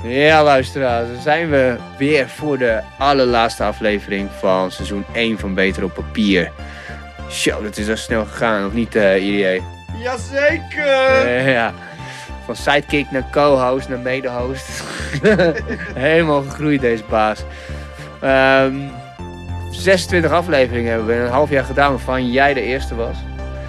Ja, luisteraars, dan zijn we weer voor de allerlaatste aflevering van seizoen 1 van Beter op Papier. Zo, dat is al snel gegaan, of niet, IDA? Jazeker! Ja, van sidekick naar co-host naar mede-host. Helemaal gegroeid, deze baas. 26 afleveringen hebben we in een half jaar gedaan, waarvan jij de eerste was.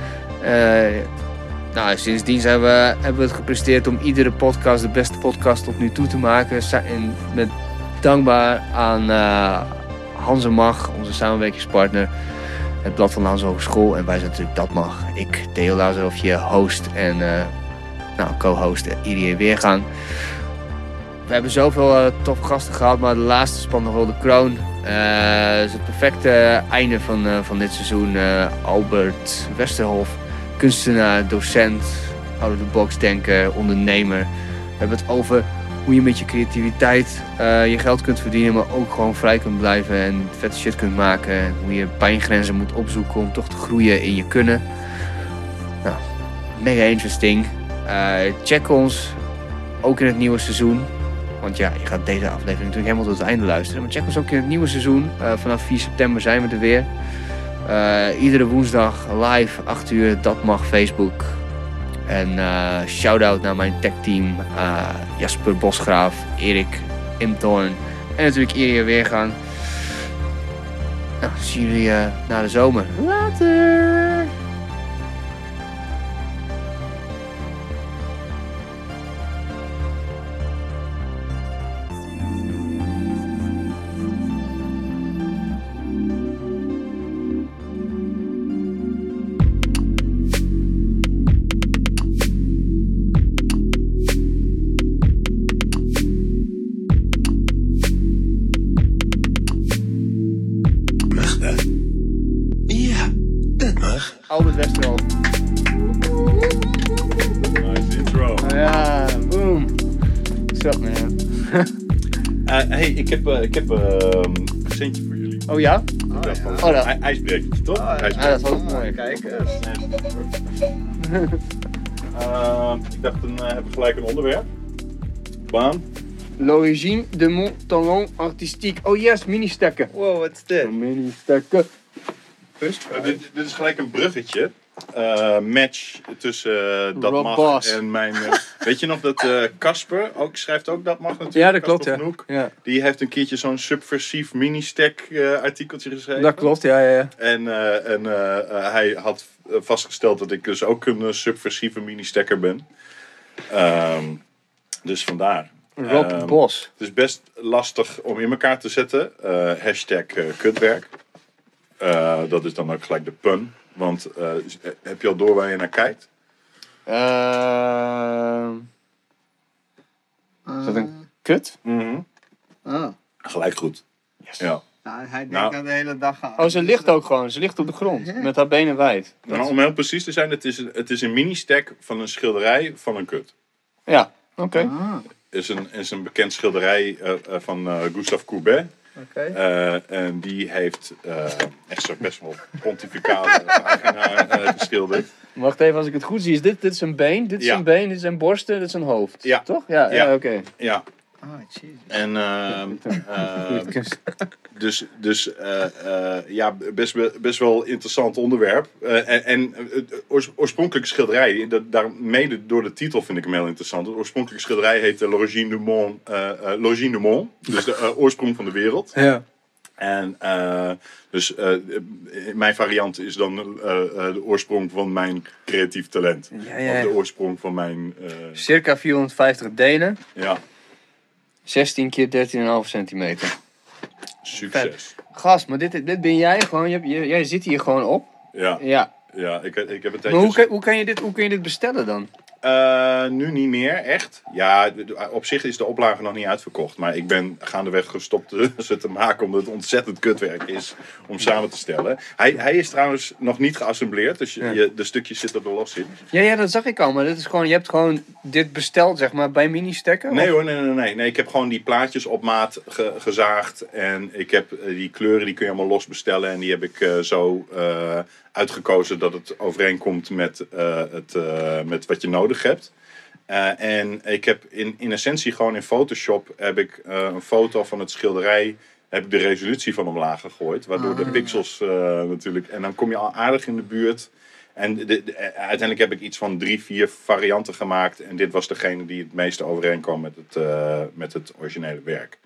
Sindsdien hebben we het gepresteerd om iedere podcast de beste podcast tot nu toe te maken. En met dankbaar aan Hans en Mag, onze samenwerkingspartner. Het Blad van de Hans Hogeschool. En wij zijn natuurlijk Dat Mag. Ik, Theo Lazarov, je host en co-host IDA Weergaan. We hebben zoveel toffe gasten gehad, maar de laatste spant nog wel de kroon. Het is het perfecte einde van dit seizoen. Albert Westerhof, kunstenaar, docent, out-of-the-box denker, ondernemer. We hebben het over hoe je met je creativiteit je geld kunt verdienen, maar ook gewoon vrij kunt blijven en vette shit kunt maken. En hoe je pijngrenzen moet opzoeken om toch te groeien in je kunnen. Nou, mega interesting. Check ons ook in het nieuwe seizoen. Want ja, je gaat deze aflevering natuurlijk helemaal tot het einde luisteren. Maar check ons ook in het nieuwe seizoen. Vanaf 4 september zijn we er weer. Iedere woensdag live, 8 uur, Dat Mag Facebook. En shout-out naar mijn techteam. Jasper Bosgraaf, Erik Imthorn. En natuurlijk Iria Weergaan. Nou, zien jullie na de zomer. Later! Albert Westerhof. Nice intro. Ja, boom. Zo, man. Hey, ik heb een presentje voor jullie. Oh ja? Dat ijsbrekertje, toch? Dat was ook mooi. Kijk. Ik dacht, dan hebben we gelijk een onderwerp. Baan. L'origine de mon talent artistique. Oh yes, mini-stekken. Wow, wat is dit? Mini-stekken. Dit is gelijk een bruggetje. Match tussen Dat Rob Mag Boss. en mijn... weet je nog dat Casper schrijft ook Dat Mag natuurlijk? Ja, dat klopt, Casper ja. Van Hoek. Ja. Die heeft een keertje zo'n subversief mini-stack artikeltje geschreven. Dat klopt, ja. En hij had vastgesteld dat ik dus ook een subversieve mini-stacker ben. Dus vandaar. Rob Bos. Het is best lastig om in elkaar te zetten. Hashtag kutwerk. Dat is dan ook gelijk de pun. Want heb je al door waar je naar kijkt? Is dat een kut? Gelijk goed. Yes. Ja. Nou, hij denkt Nou. aan de hele dag aan. Oh, ze ligt ook gewoon. Ze ligt op de grond. Met haar benen wijd. Nou, om heel precies te zijn, het is een mini-stack van een schilderij van een kut. Ja, oké. Is een bekend schilderij van Gustave Courbet. Oké. En die heeft echt zo best wel pontificale pagina geschilderd. Wacht even, als ik het goed zie. Dit is een been, dit is Ja. een been, dit is een borsten, dit is een hoofd. Ja. Toch? Ja, Ja. oké. Ja, Oh, jeez. en ja, best wel interessant onderwerp. Het oorspronkelijke schilderij, daar mede door de titel vind ik hem heel interessant. Het oorspronkelijke schilderij heet L'origine du monde, dus de oorsprong van de wereld. Ja. En mijn variant is dan de oorsprong van mijn creatief talent. Ja. Of de oorsprong van mijn... Circa 450 delen. ja, 16 keer 13,5 centimeter. succes. Gast, maar dit ben jij gewoon. Jij zit hier gewoon op. Ja, Ja. ja ik heb een Maar tijdje... hoe kun je dit bestellen dan? Nu niet meer, echt. Ja, op zich is de oplage nog niet uitverkocht. Maar ik ben gaandeweg gestopt ze te maken omdat het ontzettend kutwerk is om samen te stellen. Hij is trouwens nog niet geassembleerd, dus de stukjes zitten er los in. Ja, dat zag ik al. Maar dit is gewoon, je hebt gewoon dit besteld, zeg maar, bij Mini-Stekken? Nee hoor, nee. Ik heb gewoon die plaatjes op maat gezaagd. En ik heb die kleuren, die kun je allemaal los bestellen. En die heb ik zo uitgekozen dat het overeenkomt met wat je nodig hebt. En ik heb in essentie gewoon in Photoshop heb ik een foto van het schilderij, heb ik de resolutie van omlaag gegooid. Waardoor de pixels natuurlijk, en dan kom je al aardig in de buurt. En uiteindelijk heb ik iets van 3-4 varianten gemaakt. En dit was degene die het meeste overeenkwam met het originele werk.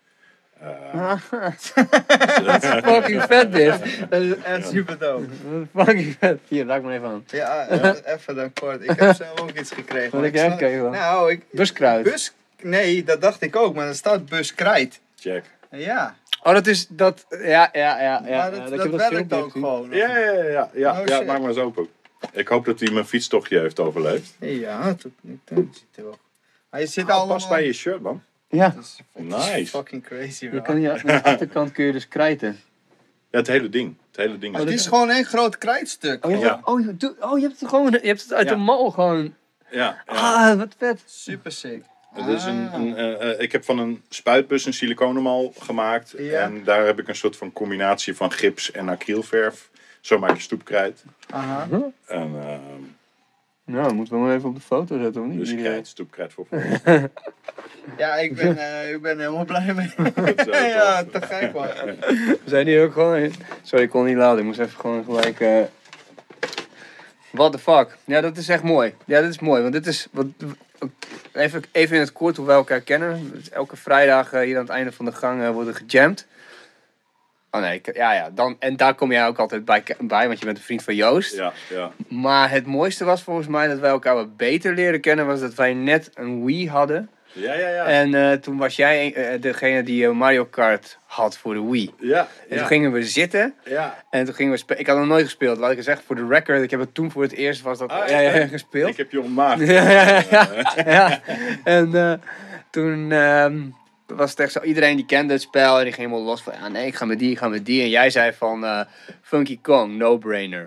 Dat is fucking vet dit. Dat is echt super dope. Fucking vet. Hier, raak me even aan. Ja, even dan kort. Ik heb zelf ook iets gekregen. Wat maar heb ik jij snap- gekregen dan? Nou, Buskruid. Nee, dat dacht ik ook, maar er staat buskrijt. Check. Ja, Oh, dat is dat. Ja. maar dat dat werkt ook gewoon. Ja, shit. maak maar eens open. Ik hoop dat hij mijn fietstochtje heeft overleefd. Ja, dat ziet er wel. Maar je zit Oh, allemaal... past bij je shirt, man. Ja. Dat is Nice. fucking crazy, Je bro. kan aan de achterkant kun je dus krijten. Ja, het hele ding. Het hele ding Het is... is gewoon één groot krijtstuk. Oh, je, Ja. je hebt het gewoon. Je hebt het uit Ja. de mal gewoon. Ja. Ah, wat vet. Super sick. Het is ik heb van een spuitbus een siliconenmal gemaakt. Ja. En daar heb ik een soort van combinatie van gips en acrylverf. Zo maak je stoepkrijt. Aha. En Nou, moeten we maar even op de foto zetten of niet? dus Iedereen. stoepkrijt voor volgende. Ja, ik ben helemaal blij mee. Dat is zo Ja, tof. te gek man. We zijn hier ook gewoon. Sorry, ik kon niet laden. Ik moest even gewoon gelijk. What the fuck? Ja, dat is echt mooi. Ja, dat is mooi. Want dit is. Even in het kort hoe wij elkaar kennen. Dus elke vrijdag hier aan het einde van de gang wordt er gejamd. Oh nee, dan, en daar kom jij ook altijd bij, want je bent een vriend van Joost. Ja. Maar het mooiste was volgens mij dat wij elkaar wat beter leren kennen, was dat wij net een Wii hadden. Ja. En toen was jij degene die Mario Kart had voor de Wii. Ja. En toen gingen we zitten Ja. en toen gingen we spelen. Ik had nog nooit gespeeld, laat ik gezegd voor de record. Ik heb het toen voor het eerst gespeeld. Ik heb je ontmaagd. Ja. En toen was het echt zo, iedereen die kende het spel en die ging helemaal los van, ja nee, ik ga met die. En jij zei van, Funky Kong, no-brainer.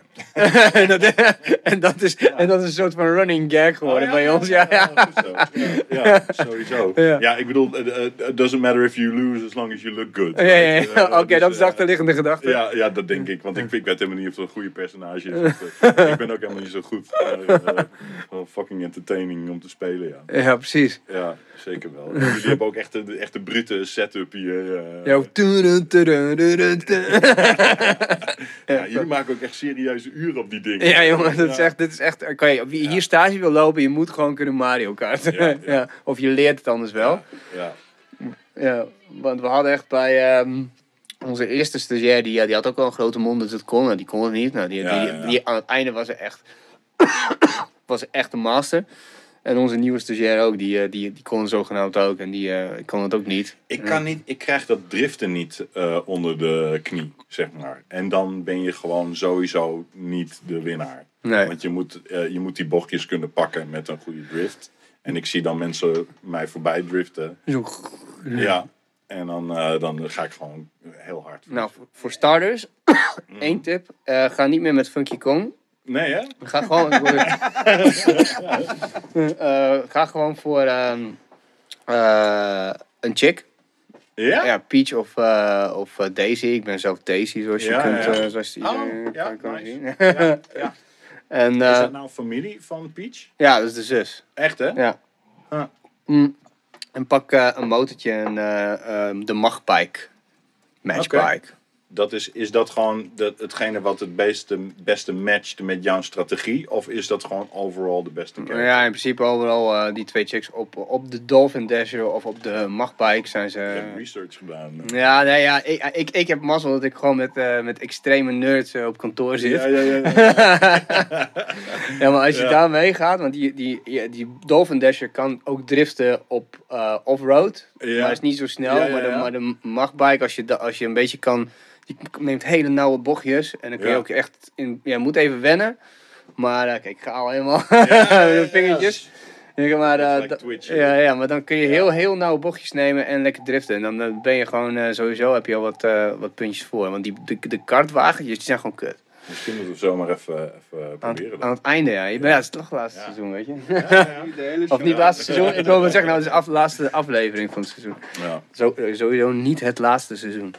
en dat is een soort van running gag geworden bij ons. Ja. Ja, sowieso. Ja. Ja, ik bedoel, it doesn't matter if you lose as long as you look good. Oké, dat is de achterliggende gedachte. Ja, dat denk ik. Want ik weet helemaal niet of het een goede personage is. Ik ben ook helemaal niet zo goed. Gewoon fucking entertaining om te spelen, ja. Ja, precies. Ja, zeker wel. En jullie hebben ook echt de brute setup hier. Ja, Ja, jullie maken ook echt serieuze uren op die dingen. ja, jongen, dit is echt. Hier stage wil lopen, je moet gewoon kunnen Mario Kart. Ja. Ja. Of je leert het anders wel. Ja. Ja, want we hadden echt bij onze eerste stagiair, die had ook wel een grote mond, dus dat kon. Die kon het niet. Nou, die aan het einde was er echt, een master. En onze nieuwe stagiair ook, die kon het zogenaamd ook. En die kon het ook niet. Ik krijg dat driften niet onder de knie, zeg maar. En dan ben je gewoon sowieso niet de winnaar. Nee. Want je moet die bochtjes kunnen pakken met een goede drift. En ik zie dan mensen mij voorbij driften. Zo. Ja. En dan ga ik gewoon heel hard. Nou, voor starters, één tip. Ga niet meer met Funky Kong. Nee, hè? Ga gewoon ga gewoon voor een chick. Ja? Ja, Peach of Daisy. Ik ben zelf Daisy, zoals je Ja, kunt ja. Zoals kan nice. zien. Ja. En, Is dat nou familie van Peach? ja, dat is de zus. Echt, hè? Ja. Huh. En pak een motortje en de Magbike. Matchbike. Oké. Is dat gewoon hetgene wat het beste matcht met jouw strategie? Of is dat gewoon overall de beste character? Ja, in principe overal die twee chicks op de Dolphin Dasher of op de Magbike zijn ze... Je hebt research gedaan. Ja, nee, ja, ik heb mazzel dat ik gewoon met extreme nerds op kantoor zit. Ja. Ja, maar als je Ja. daar meegaat, want die Dolphin Dasher kan ook driften op off-road. Ja. Maar is niet zo snel. Ja. Maar de Magbike, als je een beetje kan, die neemt hele nauwe bochtjes. En dan kun je Ja. ook echt, je moet even wennen. Maar kijk, ik ga al helemaal de vingertjes. Ja, maar, Dat is like Twitch, ja, maar dan kun je heel nauwe bochtjes nemen en lekker driften. En dan ben je gewoon, sowieso heb je al wat puntjes voor. Want de kartwagentjes, die zijn gewoon kut. Misschien moeten we zomaar even proberen. Aan het einde, ja. Het is toch het laatste seizoen, weet je. De hele Of niet het laatste seizoen, ik wil wel zeggen, nou, het is de laatste aflevering van het seizoen. Ja. Sowieso niet het laatste seizoen.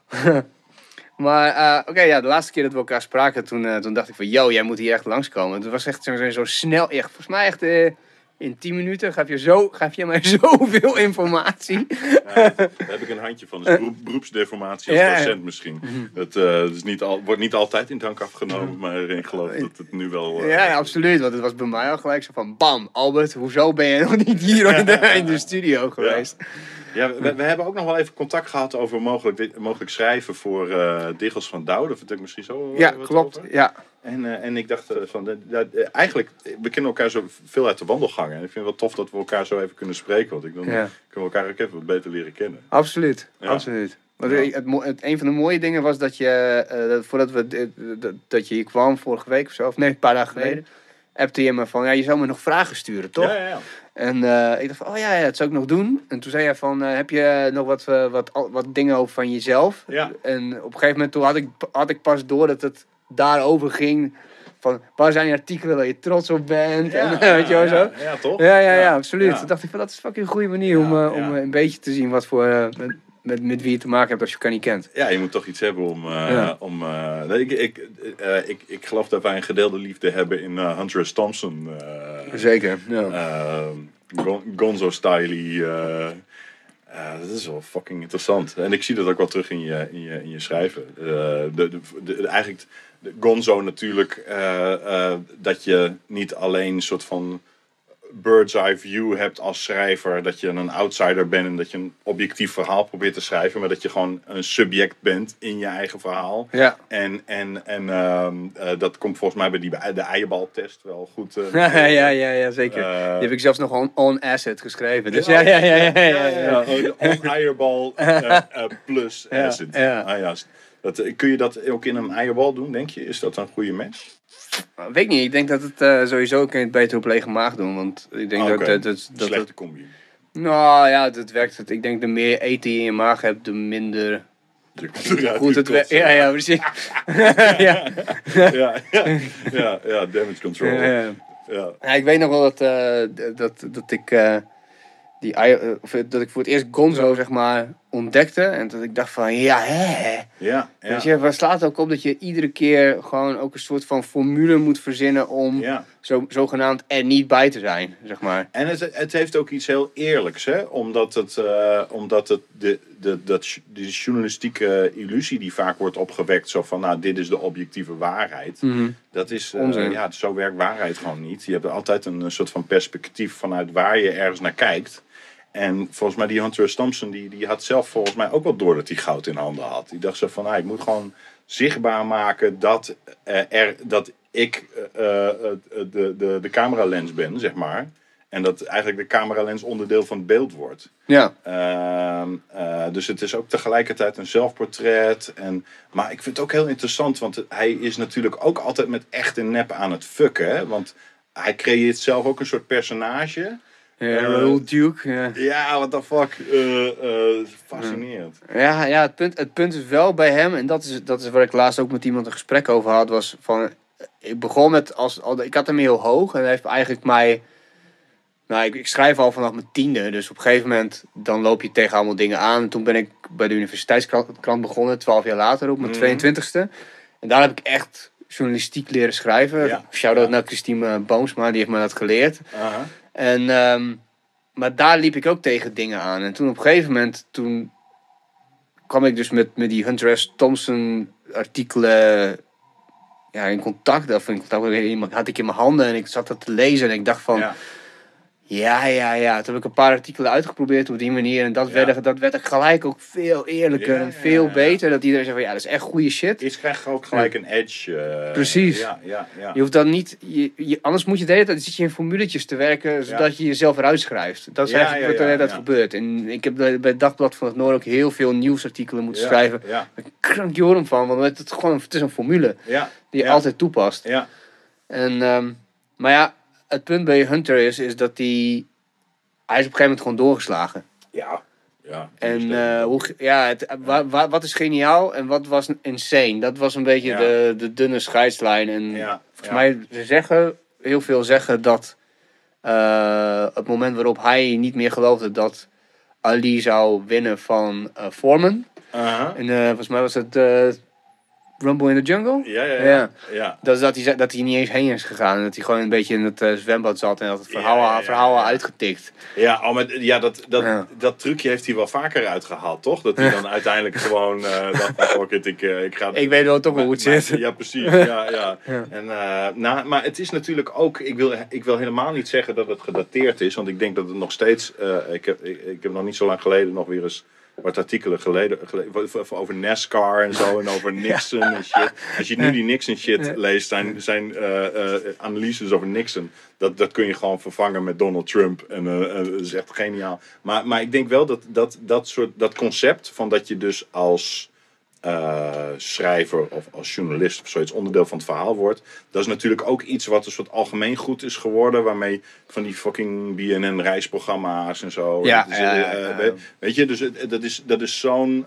Maar de laatste keer dat we elkaar spraken, toen dacht ik van, yo, jij moet hier echt langskomen. Het was echt zo snel, echt, volgens mij echt, In 10 minuten gaf je mij zoveel informatie. Ja, daar heb ik een handje van. Dus beroepsdeformatie als Ja, ja. docent misschien. Dat wordt niet altijd in dank afgenomen, maar ik geloof dat het nu wel... Ja, absoluut. Want het was bij mij al gelijk zo van... Bam, Albert, hoezo ben je nog niet hier in de studio geweest? Ja, we hebben ook nog wel even contact gehad over mogelijk schrijven voor Diggels van Douw. Daar vertel ik misschien zo Ja, wat klopt. over. Ja. En ik dacht eigenlijk, we kennen elkaar zo veel uit de wandelgangen. En ik vind het wel tof dat we elkaar zo even kunnen spreken. Want dan kunnen we elkaar ook even wat beter leren kennen. Absoluut, Ja. absoluut. Want Ja. een van de mooie dingen was dat je, voordat dat je hier kwam, vorige week of zo, of nee, een paar dagen geleden, appte je me van, ja, je zou me nog vragen sturen, toch? Ja. En ik dacht van, oh ja, dat zou ik nog doen. En toen zei hij van, heb je nog wat dingen over van jezelf? Ja. En op een gegeven moment toen had ik pas door dat het daarover ging. Van, waar zijn die artikelen waar je trots op bent? En, weet je wel zo? Ja, toch? Ja, absoluut. Ja. Toen dacht ik van, dat is fucking een goede manier om een beetje te zien wat voor... met wie je te maken hebt als je elkaar niet kent. Ja, je moet toch iets hebben om... ik geloof dat wij een gedeelde liefde hebben in Hunter S. Thompson. Zeker, ja. Gonzo-style. Dat is wel fucking interessant. En ik zie dat ook wel terug in je schrijven. Eigenlijk de Gonzo natuurlijk... dat je niet alleen een soort van... bird's eye view hebt als schrijver, dat je een outsider bent en dat je een objectief verhaal probeert te schrijven, maar dat je gewoon een subject bent in je eigen verhaal. Ja. En dat komt volgens mij bij de eierbaltest wel goed. Ja, zeker. Die heb ik zelfs nog on acid geschreven. Dus ja. On eierbal plus acid. Ja. Ah, ja. Kun je dat ook in een eierbal doen, denk je? Is dat een goede match? Weet ik niet. Ik denk dat het sowieso kun je het beter op lege maag doen. Want ik denk dat Slechte combi. Nou ja, dat werkt. Ik denk de meer eten je in je maag hebt, de minder goed het werkt. Ja, precies. Ja, damage control. Ja, ik weet nog wel dat ik dat ik voor het eerst Gonzo, zeg maar, ontdekte. En dat ik dacht van, ja. Weet je, waar slaat het ook op dat je iedere keer gewoon ook een soort van formule moet verzinnen om zogenaamd er niet bij te zijn, zeg maar. En het heeft ook iets heel eerlijks, hè? Omdat het de journalistieke illusie die vaak wordt opgewekt, zo van, nou, dit is de objectieve waarheid. Mm-hmm. Dat is, onzin. Zo werkt waarheid gewoon niet. Je hebt altijd een soort van perspectief vanuit waar je ergens naar kijkt. En volgens mij die Hunter S. Thompson, die had zelf volgens mij ook wel door dat hij goud in handen had. Die dacht zo van, ik moet gewoon zichtbaar maken dat ik de cameralens ben, zeg maar. En dat eigenlijk de cameralens onderdeel van het beeld wordt. Ja. Dus het is ook tegelijkertijd een zelfportret. Maar ik vind het ook heel interessant, want hij is natuurlijk ook altijd met echt en nep aan het fucken. Hè? Want hij creëert zelf ook een soort personage. Raoul Duke. Ja, what the fuck. Fascinerend. Ja, het punt is wel bij hem, en dat is waar ik laatst ook met iemand een gesprek over had, was van, ik begon met, ik had hem heel hoog en hij heeft eigenlijk mij, ik schrijf al vanaf mijn 10e, dus op een gegeven moment, dan loop je tegen allemaal dingen aan. En toen ben ik bij de universiteitskrant begonnen, 12 jaar later, op mijn 22e. En daar heb ik echt journalistiek leren schrijven. Ja. Shout-out naar Christine Boomsma, die heeft me dat geleerd. Aha. En, maar daar liep ik ook tegen dingen aan. En toen op een gegeven moment, kwam ik dus met die Hunter S. Thompson artikelen in contact. Had ik in mijn handen en ik zat dat te lezen en ik dacht van... Ja. Toen heb ik een paar artikelen uitgeprobeerd op die manier. En dat werd ik gelijk ook veel eerlijker en veel beter. Dat iedereen zei van, dat is echt goede shit. Je krijgt ook gelijk een edge. Precies. Ja. Je hoeft dan niet... anders moet je de hele tijd zit je in formuletjes te werken, zodat je jezelf eruit schrijft. Dat is eigenlijk wat er net dat gebeurt. En ik heb bij het Dagblad van het Noorden ook heel veel nieuwsartikelen moeten schrijven. Ja. Daar krank je om van, want het is een formule die je altijd toepast. Ja. En, maar ja, het punt bij Hunter is dat hij is op een gegeven moment gewoon doorgeslagen. Ja. En wat is geniaal en wat was insane? Dat was een beetje de dunne scheidslijn. En volgens mij, heel veel zeggen dat het moment waarop hij niet meer geloofde dat Ali zou winnen van Foreman. Uh-huh. En volgens mij was het Rumble in the Jungle? Ja. Dat hij niet eens heen is gegaan. En dat hij gewoon een beetje in het zwembad zat en had het verhaal uitgetikt. Ja, dat trucje heeft hij wel vaker uitgehaald, toch? Dat hij dan uiteindelijk gewoon dacht van, fuck it, ik ga... Ik weet wel toch wel hoe het zit. Ja, precies. Ja. En, maar het is natuurlijk ook... Ik wil helemaal niet zeggen dat het gedateerd is, want ik denk dat het nog steeds... Ik heb nog niet zo lang geleden nog weer eens wat artikelen gelezen over NASCAR en zo en over Nixon en shit. Als je nu die Nixon shit leest, zijn analyses over Nixon, dat kun je gewoon vervangen met Donald Trump. En dat is echt geniaal. Maar ik denk wel dat concept van dat je dus als schrijver of als journalist of zoiets onderdeel van het verhaal wordt, dat is natuurlijk ook iets wat een soort algemeen goed is geworden, waarmee van die fucking BNN reisprogramma's en zo. Weet je, dus dat is zo'n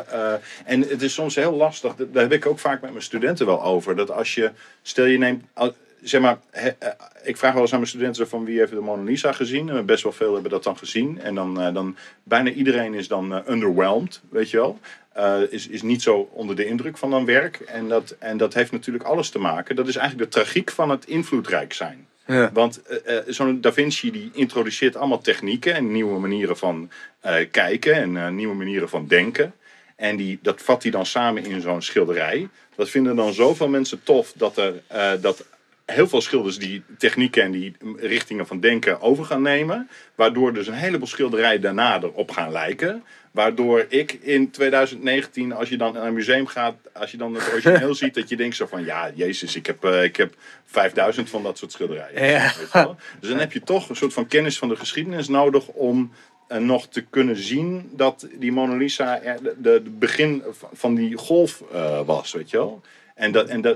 en het is soms heel lastig, daar heb ik ook vaak met mijn studenten wel over, dat als je, stel je neemt, zeg maar, ik vraag wel eens aan mijn studenten van wie heeft de Mona Lisa gezien, en best wel veel hebben dat dan gezien, en dan bijna iedereen is dan underwhelmed, weet je wel. Is niet zo onder de indruk van een werk. En dat heeft natuurlijk alles te maken. Dat is eigenlijk de tragiek van het invloedrijk zijn. Ja. Want zo'n Da Vinci die introduceert allemaal technieken en nieuwe manieren van kijken en nieuwe manieren van denken. En dat vat hij dan samen in zo'n schilderij. Dat vinden dan zoveel mensen tof dat heel veel schilders die technieken en die richtingen van denken over gaan nemen. Waardoor dus een heleboel schilderijen daarna erop gaan lijken. Waardoor ik in 2019, als je dan naar een museum gaat, als je dan het origineel ziet, dat je denkt zo van, ja, jezus, ik heb 5000 van dat soort schilderijen. Ja. Weet je wel? Dus dan heb je toch een soort van kennis van de geschiedenis nodig om nog te kunnen zien dat die Mona Lisa de begin van die golf was, weet je wel. En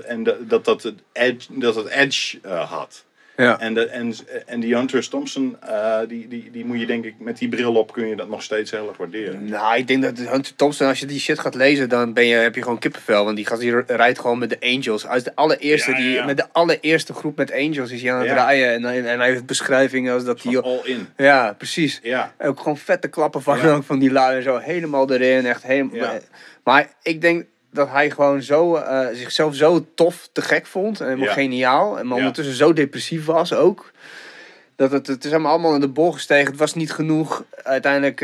dat het edge had. Ja. En die Hunter S. Thompson, die moet je denk ik, met die bril op kun je dat nog steeds heel erg waarderen. Nou, ik denk dat Hunter Thompson, als je die shit gaat lezen, dan heb je gewoon kippenvel. Want die rijdt gewoon met de Angels. Uit de allereerste, met de allereerste groep met Angels is hij aan het rijden. En hij heeft beschrijvingen als dat hij... All in. Ja, precies. Ja. En ook gewoon vette klappen van die lui en zo. Helemaal erin, echt helemaal... Ja. Maar ik denk dat hij gewoon zichzelf zo tof te gek vond. En helemaal geniaal. En ondertussen zo depressief was ook. Dat het is allemaal in de bol gestegen. Het was niet genoeg. Uiteindelijk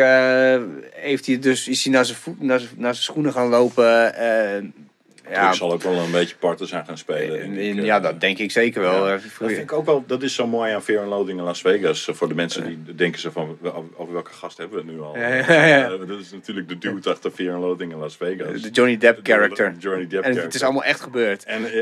is hij naar zijn schoenen gaan lopen. Ik zal ook wel een beetje parten zijn gaan spelen. Dat denk ik zeker wel. Dat vind ik ook wel. Dat is zo mooi aan Fear and Loathing in Las Vegas. Voor de mensen die denken zo van, over welke gast hebben we het nu al? Dat is natuurlijk de dude achter Fear and Loathing in Las Vegas. De Johnny Depp character. Het is allemaal echt gebeurd. En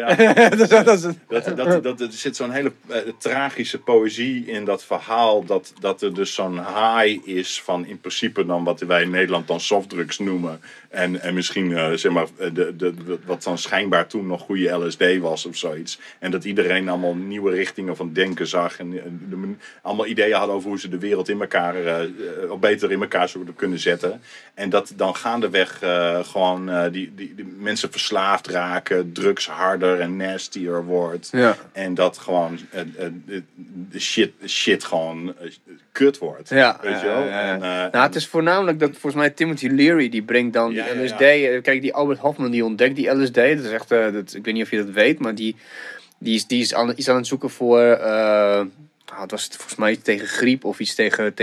er zit zo'n hele tragische poëzie in dat verhaal. Dat er dus zo'n high is van in principe dan wat wij in Nederland dan softdrugs noemen. En misschien zeg maar wat dan schijnbaar toen nog goede LSD was of zoiets. En dat iedereen allemaal nieuwe richtingen van denken zag. En allemaal ideeën hadden over hoe ze de wereld in elkaar, beter in elkaar zouden kunnen zetten. En dat dan gaandeweg gewoon die mensen verslaafd raken. Drugs harder en nastier wordt. Ja. En dat gewoon de shit gewoon kut wordt. Ja, weet je wel? Het is voornamelijk dat volgens mij Timothy Leary die brengt dan die LSD. Kijk, die Albert Hofmann die ontdekt die LSD. Dat is echt, ik weet niet of je dat weet, maar die is aan het zoeken voor... het was volgens mij tegen griep of iets tegen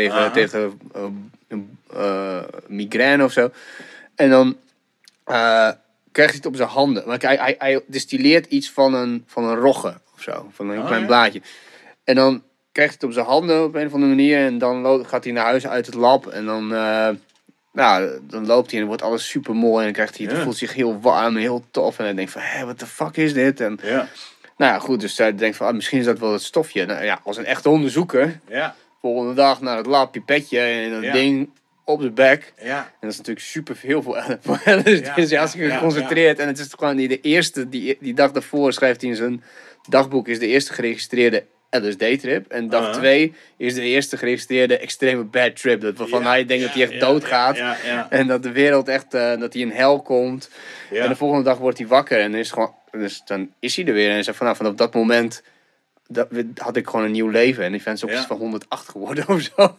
migraine of zo. En dan krijgt hij het op zijn handen. Maar hij distilleert iets van een rogge of zo. Van een klein blaadje. En dan krijgt hij het op zijn handen op een of andere manier. En dan gaat hij naar huis uit het lab. En dan... dan loopt hij en wordt alles super mooi. En dan voelt zich heel warm en heel tof. En hij denkt van, what the fuck is dit? En, nou ja, goed, dus hij denkt van, misschien is dat wel het stofje. Nou ja, als een echte onderzoeker. Ja. Volgende dag naar het lab, pipetje en een ding op de bek. Ja. En dat is natuurlijk super veel voor LSD. Dus hij is geconcentreerd. En het is gewoon de eerste, die dag daarvoor schrijft hij in zijn dagboek, is de eerste geregistreerde LSD-trip. En dag 2 is de eerste geregistreerde extreme bad trip. Waarvan hij denkt dat hij echt doodgaat. En dat de wereld echt, dat hij in hel komt. Ja. En de volgende dag wordt hij wakker. En dan is hij er weer. En hij zegt vanaf dat moment had ik gewoon een nieuw leven. En die vent is ook iets van 108 geworden of zo.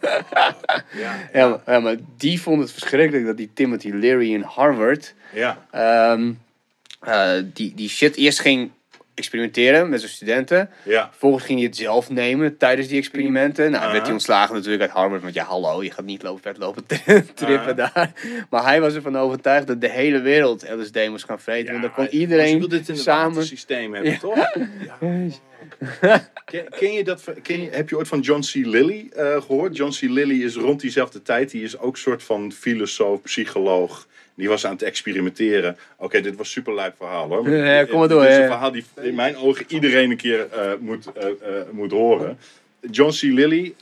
Maar die vond het verschrikkelijk dat die Timothy Leary in Harvard... die shit eerst ging experimenteren met zijn studenten. Ja. Vervolgens ging hij het zelf nemen tijdens die experimenten. Nou, werd hij Uh-huh. ontslagen natuurlijk uit Harvard. Want ja, hallo, je gaat niet lopen trippen daar. Maar hij was ervan overtuigd dat de hele wereld LSD moest gaan vreten. Want dan kon Je wil iedereen dit in het samen... systeem hebben, toch? Ja. Ken je dat? Heb je ooit van John C. Lilly gehoord? John C. Lilly is rond diezelfde tijd. Die is ook soort van filosoof, psycholoog. Die was aan het experimenteren. Oké, dit was super lijp verhaal hoor. Ja, kom maar door. Dit is een Ja. verhaal die in mijn ogen iedereen een keer moet horen. John C. Lilly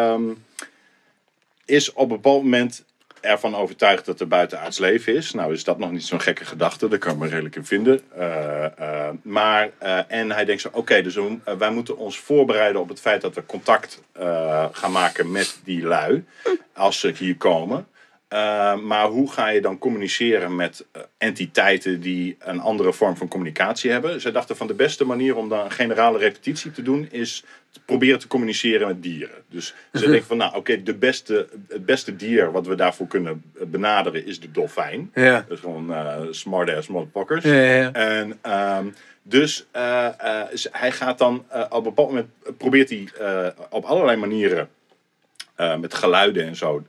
is op een bepaald moment ervan overtuigd dat er buitenaards leven is. Nou is dat nog niet zo'n gekke gedachte. Daar kan ik me redelijk in vinden. En hij denkt zo, oké, dus wij moeten ons voorbereiden op het feit dat we contact gaan maken met die lui. Als ze hier komen. Maar hoe ga je dan communiceren met entiteiten die een andere vorm van communicatie hebben? Zij dachten van de beste manier om dan een generale repetitie te doen is te proberen te communiceren met dieren. Dus ze denken van nou oké, het beste dier wat we daarvoor kunnen benaderen is de dolfijn. Ja. Dat is gewoon smart-ass motherfuckers. Ja. En dus hij gaat dan op een bepaald moment probeert hij op allerlei manieren met geluiden en zo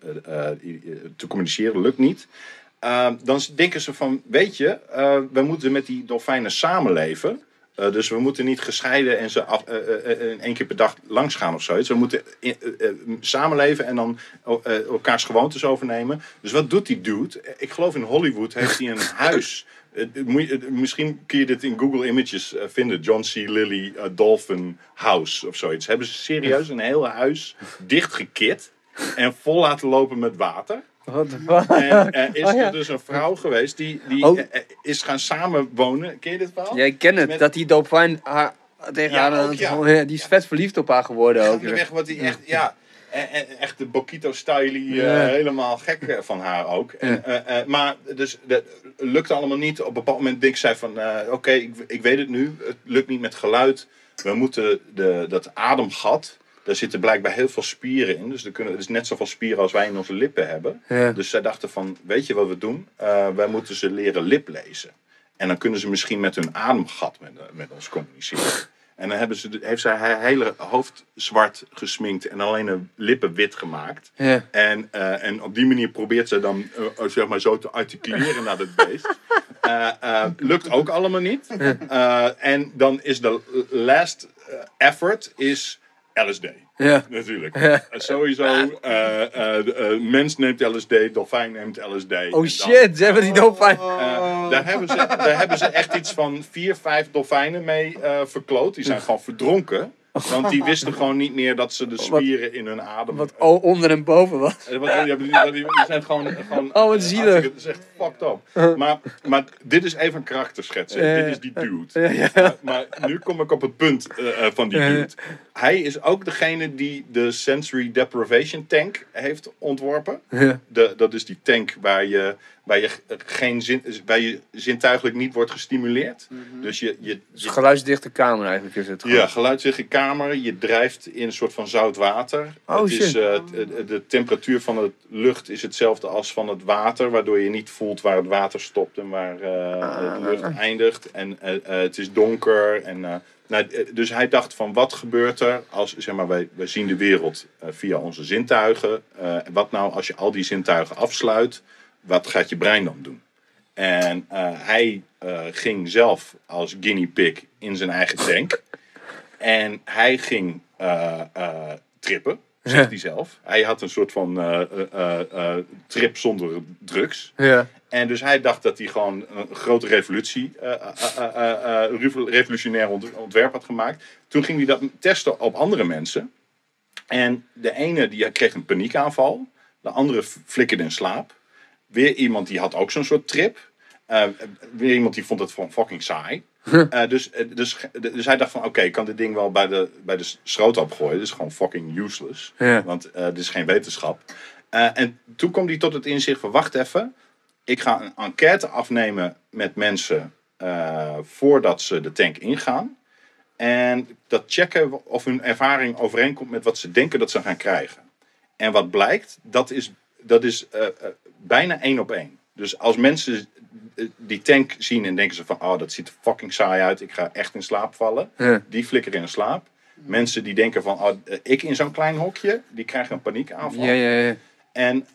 te communiceren, lukt niet. Dan denken ze van, weet je, we moeten met die dolfijnen samenleven. Dus we moeten niet gescheiden en ze in 1 keer per dag langs gaan of zoiets. We moeten samenleven en dan elkaars gewoontes overnemen. Dus wat doet die dude? Ik geloof in Hollywood heeft hij een huis. Misschien kun je dit in Google Images vinden. John C. Lilly Dolphin House of zoiets. Hebben ze serieus een heel huis dichtgekit en vol laten lopen met water. What the fuck? En is er dus een vrouw geweest die is gaan samenwonen. Ken je dit verhaal? Ja, ik ken het. Dat die dolfijn haar tegen Ja, haar... ook, ja. Die is vet verliefd op haar geworden ook. Gaandeweg wordt hij echt, ja. En echt de Bokito-style helemaal gek van haar ook. Maar dus dat lukte allemaal niet. Op een bepaald moment denkt zij van... Oké, ik weet het nu. Het lukt niet met geluid. We moeten dat ademgat... Daar zitten blijkbaar heel veel spieren in. Dus er is net zoveel spieren als wij in onze lippen hebben. Ja. Dus zij dachten van... Weet je wat we doen? Wij moeten ze leren liplezen. En dan kunnen ze misschien met hun ademgat met ons communiceren. En dan heeft zij haar hele hoofd zwart gesminkt en alleen haar lippen wit gemaakt. Ja. En op die manier probeert ze dan zeg maar zo te articuleren naar het beest. Lukt ook allemaal niet. En dan is de last effort is LSD. Ja. Natuurlijk. Ja. Sowieso, mens neemt LSD, dolfijn neemt LSD. Oh shit, ze hebben die dolfijn. Daar hebben ze echt iets van 4-5 dolfijnen mee verkloot. Die zijn gewoon verdronken. Want die wisten gewoon niet meer dat ze de spieren in hun adem... Wat onder en boven was. Die zijn gewoon oh, wat zielig. Het is echt fucked up. Maar dit is even een karakterschets. Dit is die dude. Maar nu kom ik op het punt van die dude. Hij is ook degene die de Sensory Deprivation Tank heeft ontworpen. Dat is die tank waar je zintuigelijk niet wordt gestimuleerd. Mm-hmm. Dus je geluidsdichte kamer eigenlijk is het. Ja, geluidsdichte kamer. Je drijft in een soort van zout water. Oh, het is, de temperatuur van de lucht is hetzelfde als van het water. Waardoor je niet voelt waar het water stopt en waar de lucht eindigt. En het is donker. Dus hij dacht van wat gebeurt er als, zeg maar, wij zien de wereld via onze zintuigen. Wat nou als je al die zintuigen afsluit? Wat gaat je brein dan doen? En hij ging zelf als guinea pig in zijn eigen tank. En hij ging trippen, zegt hij zelf. Hij had een soort van trip zonder drugs. Ja. En dus hij dacht dat hij gewoon een grote revolutionair ontwerp had gemaakt. Toen ging hij dat testen op andere mensen. En de ene die kreeg een paniekaanval. De andere flikkerde in slaap. Weer iemand die had ook zo'n soort trip. Weer iemand die vond het gewoon fucking saai. Dus hij dacht van oké, ik kan dit ding wel bij de schroothoop gooien. Dat is gewoon fucking useless. Ja. Want dit is geen wetenschap. En toen kwam hij tot het inzicht van wacht even. Ik ga een enquête afnemen met mensen voordat ze de tank ingaan. En dat checken of hun ervaring overeenkomt met wat ze denken dat ze gaan krijgen. En wat blijkt, dat is bijna 1 op 1. Dus als mensen die tank zien en denken ze van... Oh, dat ziet er fucking saai uit. Ik ga echt in slaap vallen. Ja. Die flikkeren in slaap. Mensen die denken van... Oh, ik in zo'n klein hokje. Die krijgen een paniekaanval. Ja. En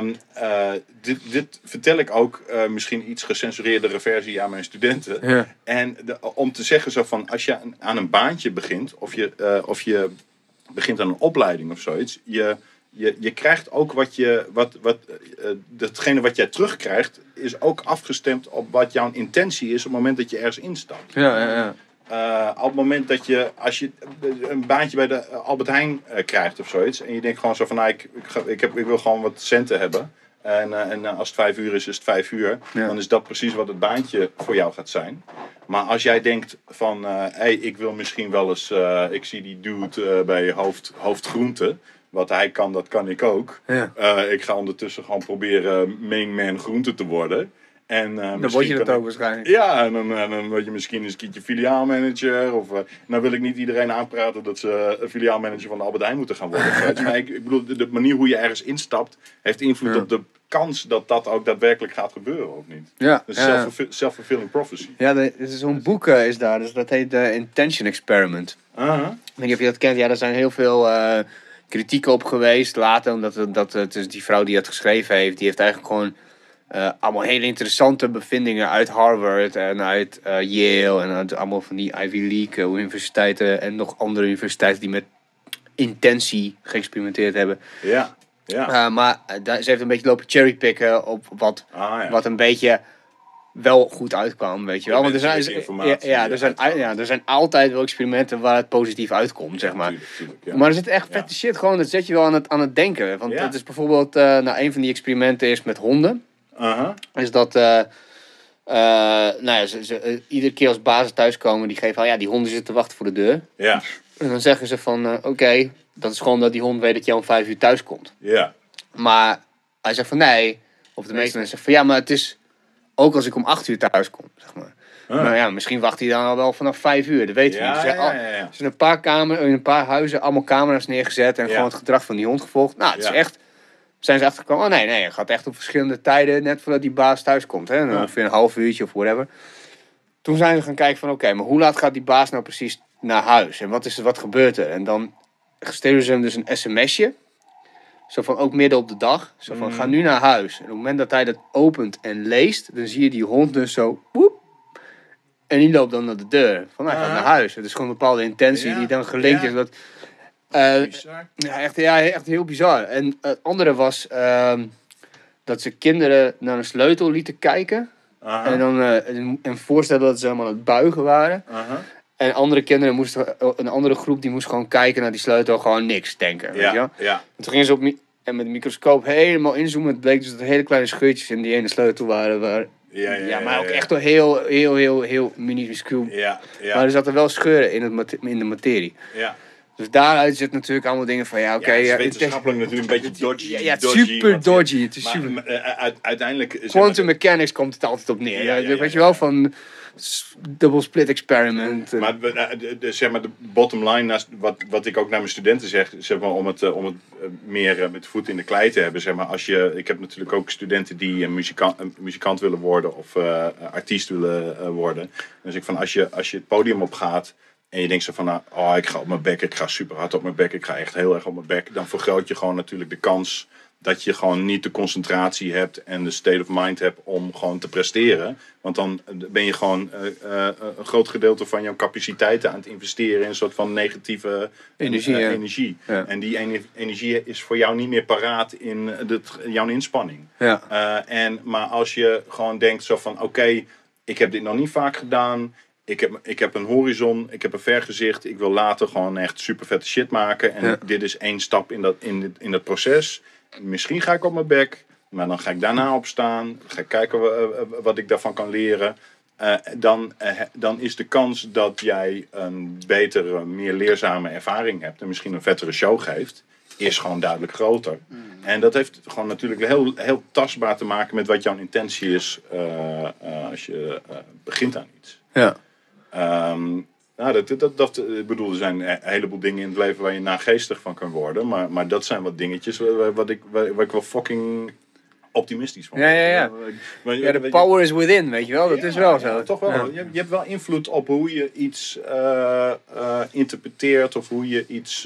dit vertel ik ook misschien iets gecensureerdere versie aan mijn studenten. Ja. En om te zeggen zo van... Als je aan een baantje begint... Of je begint aan een opleiding of zoiets... Je krijgt ook datgene wat jij terugkrijgt, is ook afgestemd op wat jouw intentie is op het moment dat je ergens instapt. Ja. Op het moment dat als je een baantje bij de Albert Heijn krijgt of zoiets, en je denkt gewoon zo van, nou, ik wil gewoon wat centen hebben. En als het 5 uur is het 5 uur. Ja. Dan is dat precies wat het baantje voor jou gaat zijn. Maar als jij denkt van, ik wil misschien wel eens, ik zie die dude bij hoofdgroente. Wat hij kan, dat kan ik ook. Ja. Ik ga ondertussen gewoon proberen main man groente te worden. En, Dan word je dat ook waarschijnlijk. Ja, en dan word je misschien eens een keertje filiaalmanager. Of nou wil ik niet iedereen aanpraten dat ze een filiaalmanager van de Albert Heijn moeten gaan worden. Maar ik bedoel, de manier hoe je ergens instapt, heeft invloed op de kans dat dat ook daadwerkelijk gaat gebeuren, of niet? Ja. Dus self-fulfilling prophecy. Ja, er is zo'n boek is daar, dus dat heet Intention Experiment. Ik weet niet of je dat kent. Ja, er zijn heel veel kritiek op geweest later, omdat het is die vrouw die het geschreven heeft, die heeft eigenlijk gewoon allemaal hele interessante bevindingen uit Harvard en uit Yale en uit allemaal van die Ivy League universiteiten en nog andere universiteiten die met intentie geëxperimenteerd hebben. Ja. Maar ze heeft een beetje lopen cherrypicken op wat een beetje wel goed uitkwam, weet je wel. Want er zijn altijd wel experimenten waar het positief uitkomt, zeg maar. Tuurlijk, ja. Maar er zit echt vette shit gewoon, dat zet je wel aan het denken. Want het is bijvoorbeeld, een van die experimenten is met honden. Is dat, iedere keer als bazen thuiskomen, die geven al, die honden zitten te wachten voor de deur. Ja. En dan zeggen ze van, oké, dat is gewoon dat die hond weet dat je om 5 uur thuis komt. Ja. Maar hij zegt van nee, of de meeste mensen zeggen van maar het is ook als ik om 8 uur thuis kom, zeg maar. Maar ja, misschien wacht hij dan al wel vanaf 5 uur, dat weten we niet. Er zijn in een paar huizen allemaal camera's neergezet en gewoon het gedrag van die hond gevolgd. Nou, het is echt, zijn ze achtergekomen, nee, het gaat echt op verschillende tijden, net voordat die baas thuis komt. Hè? Ongeveer een half uurtje of whatever. Toen zijn ze gaan kijken van oké, maar hoe laat gaat die baas nou precies naar huis? En wat gebeurt er? En dan sturen ze hem dus een sms'je. Zo van, ook midden op de dag. Zo van, ga nu naar huis. En op het moment dat hij dat opent en leest, dan zie je die hond dus zo, woep. En die loopt dan naar de deur. Van, hij gaat naar huis. Het is gewoon een bepaalde intentie die dan gelinkt is. Dat, echt heel bizar. En het andere was dat ze kinderen naar een sleutel lieten kijken. En dan en voorstellen dat ze helemaal aan het buigen waren. En andere kinderen moesten, een andere groep die moest gewoon kijken naar die sleutel, gewoon niks denken. Weet je wel? Ja. En toen gingen ze met de microscoop helemaal inzoomen. Het bleek dus dat er hele kleine scheurtjes in die ene sleutel waren. Maar ook echt wel heel minuscuul. Ja. Maar er zaten wel scheuren in de materie. Ja. Dus daaruit zit natuurlijk allemaal dingen van het is wetenschappelijk natuurlijk een beetje dodgy. Het is super dodgy. Het is super. Uiteindelijk... Quantum mechanics komt het altijd op neer. Weet je wel, van double split experiment. Maar zeg maar de bottom line, naast wat ik ook naar mijn studenten zeg maar, om het meer met voet in de klei te hebben. Zeg maar, ik heb natuurlijk ook studenten die muzikant willen worden of artiest willen worden. Dus als je het podium op gaat en je denkt zo van, ik ga op mijn bek, ik ga super hard op mijn bek, ik ga echt heel erg op mijn bek. Dan vergroot je gewoon natuurlijk de kans dat je gewoon niet de concentratie hebt en de state of mind hebt om gewoon te presteren. Want dan ben je gewoon een groot gedeelte van jouw capaciteiten aan het investeren in een soort van negatieve energie. Ja. En die energie is voor jou niet meer paraat in jouw inspanning. Ja. Maar als je gewoon denkt zo van, oké, ik heb dit nog niet vaak gedaan. Ik heb een horizon, ik heb een vergezicht. Ik wil later gewoon echt super vette shit maken. En dit is 1 stap in dat proces. Misschien ga ik op mijn bek, maar dan ga ik daarna opstaan. Ga ik kijken wat ik daarvan kan leren. Dan is de kans dat jij een betere, meer leerzame ervaring hebt. En misschien een vettere show geeft. Is gewoon duidelijk groter. En dat heeft gewoon natuurlijk heel, heel tastbaar te maken met wat jouw intentie is. Als je begint aan iets. Ja. Ik bedoel, er zijn een heleboel dingen in het leven waar je nageestig van kan worden. Maar dat zijn wat dingetjes waar ik wel fucking optimistisch van. Ja. Maar, Ja, de power is within, weet je wel. Dat is wel zo. Ja, toch wel. Ja. Je hebt wel invloed op hoe je iets interpreteert of hoe je iets...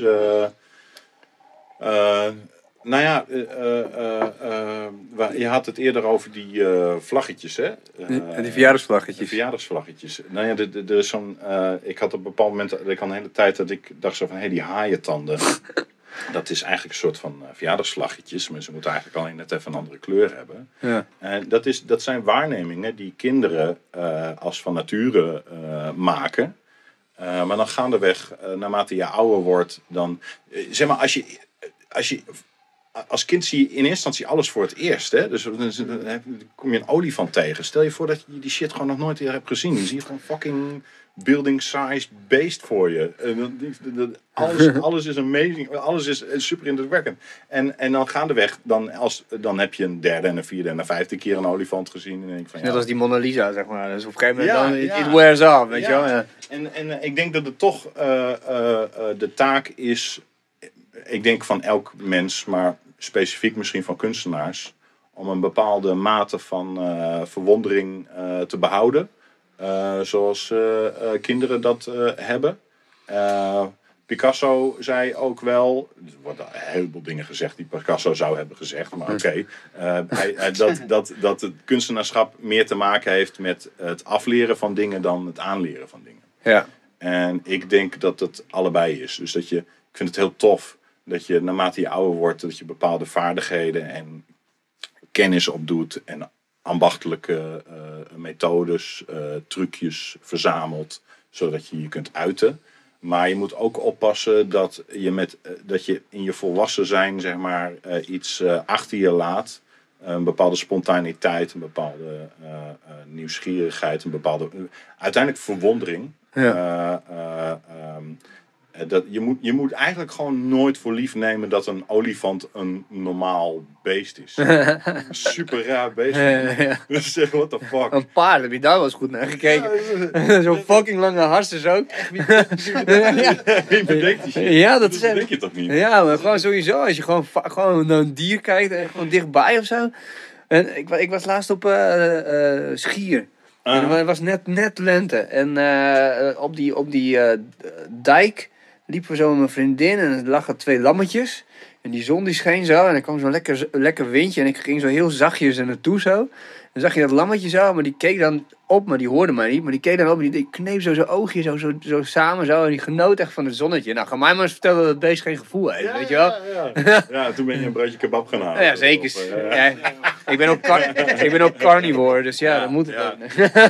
je had het eerder over die vlaggetjes, hè? Die verjaardagsvlaggetjes. De verjaardagsvlaggetjes. Nou ja, er is zo'n... ik had op een bepaald moment... Ik had een hele tijd dat ik dacht zo van... Hé, die haaientanden... Dat is eigenlijk een soort van verjaardagsvlaggetjes. Maar ze moeten eigenlijk alleen net even een andere kleur hebben. Ja. En dat zijn waarnemingen die kinderen als van nature maken. Maar dan gaandeweg, naarmate je ouder wordt... Dan, zeg maar, als kind zie je in eerste instantie alles voor het eerst. Hè? Dus dan kom je een olifant tegen. Stel je voor dat je die shit gewoon nog nooit eerder hebt gezien. Je ziet gewoon fucking building-sized beest voor je. Alles is amazing. Alles is super indrukwekkend. En dan gaandeweg, dan heb je een derde en een vierde en een vijfde keer een olifant gezien. En denk van, Net als die Mona Lisa, zeg maar. Dus op een gegeven moment Ja, it wears off, weet je wel. Ja. En ik denk dat het toch de taak is... Ik denk van elk mens, maar specifiek misschien van kunstenaars... om een bepaalde mate van verwondering te behouden. Zoals kinderen dat hebben. Picasso zei ook wel... Er worden een heleboel dingen gezegd die Picasso zou hebben gezegd. Maar oké. Dat het kunstenaarschap meer te maken heeft met het afleren van dingen... dan het aanleren van dingen. Ja. En ik denk dat het allebei is. Dus ik vind het heel tof... dat je naarmate je ouder wordt, dat je bepaalde vaardigheden en kennis opdoet en ambachtelijke methodes, trucjes verzamelt, zodat je je kunt uiten. Maar je moet ook oppassen dat je in je volwassen zijn, zeg maar, iets achter je laat. Een bepaalde spontaniteit, een bepaalde nieuwsgierigheid, een bepaalde uiteindelijk verwondering. Ja. Je moet eigenlijk gewoon nooit voor lief nemen dat een olifant een normaal beest is. Super raar beest. Ja. Dus zeg, what the fuck. Een paard, heb je daar wel eens goed naar gekeken? Zo'n fucking lange harses ook. Wie bedenkt die shit? Ja, dat Dat is denk je toch niet? Ja, maar gewoon sowieso. Als je gewoon naar een dier kijkt en gewoon dichtbij of zo. En ik was laatst op Schier. En het was net lente. En op die dijk liepen we zo met mijn vriendin. En er lagen 2 lammetjes. En die zon die scheen zo. En er kwam zo'n lekker windje. En ik ging zo heel zachtjes er naartoe zo. Dan zag je dat lammetje zo. Maar die keek dan op. Maar die hoorde mij niet. Maar die keek dan op. En die kneep zo zijn oogje zo samen zo. En die genoot echt van het zonnetje. Nou, ga mij maar eens vertellen dat het beest geen gevoel heeft. Weet je wel? Ja, toen ben je een broodje kebab gaan halen. Ja, zeker. Ja, ik ben ook carnivore. Dus ja, dat moet het ook.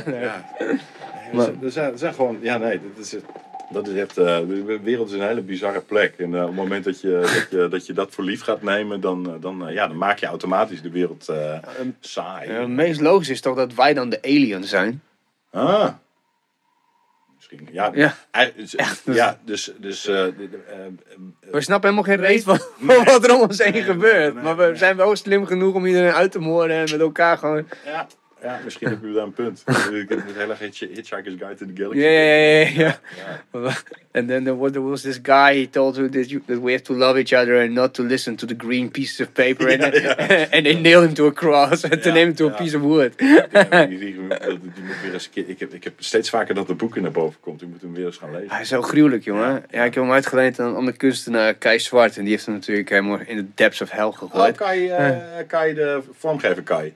Er zijn gewoon... Ja, nee, dat is echt... De wereld is een hele bizarre plek. En op het moment dat je dat voor lief gaat nemen... dan maak je automatisch de wereld saai. Het meest logisch is toch dat wij dan de aliens zijn? Ah. Misschien. Ja. Dus we snappen helemaal geen reet van wat er om ons heen gebeurt. Maar we zijn wel slim genoeg om iedereen uit te moorden en met elkaar gewoon... Ja, misschien heb je daar een punt. Ik heb het hele Hitchhiker's Guide to the Galaxy. Ja. And then there was this guy, he told you that we have to love each other and not to listen to the green pieces of paper. And they nailed him to a cross and to name him to a piece of wood. Die moet weer eens een keer... Ik heb steeds vaker dat de boeken naar boven komt. Je moet hem weer eens gaan lezen. Hij is zo gruwelijk, jongen. Ja, ik heb hem uitgeleend aan een andere kunstenaar, Kai Zwart. En die heeft hem natuurlijk helemaal in de depths of hell gegooid. Kai de vormgever Kai.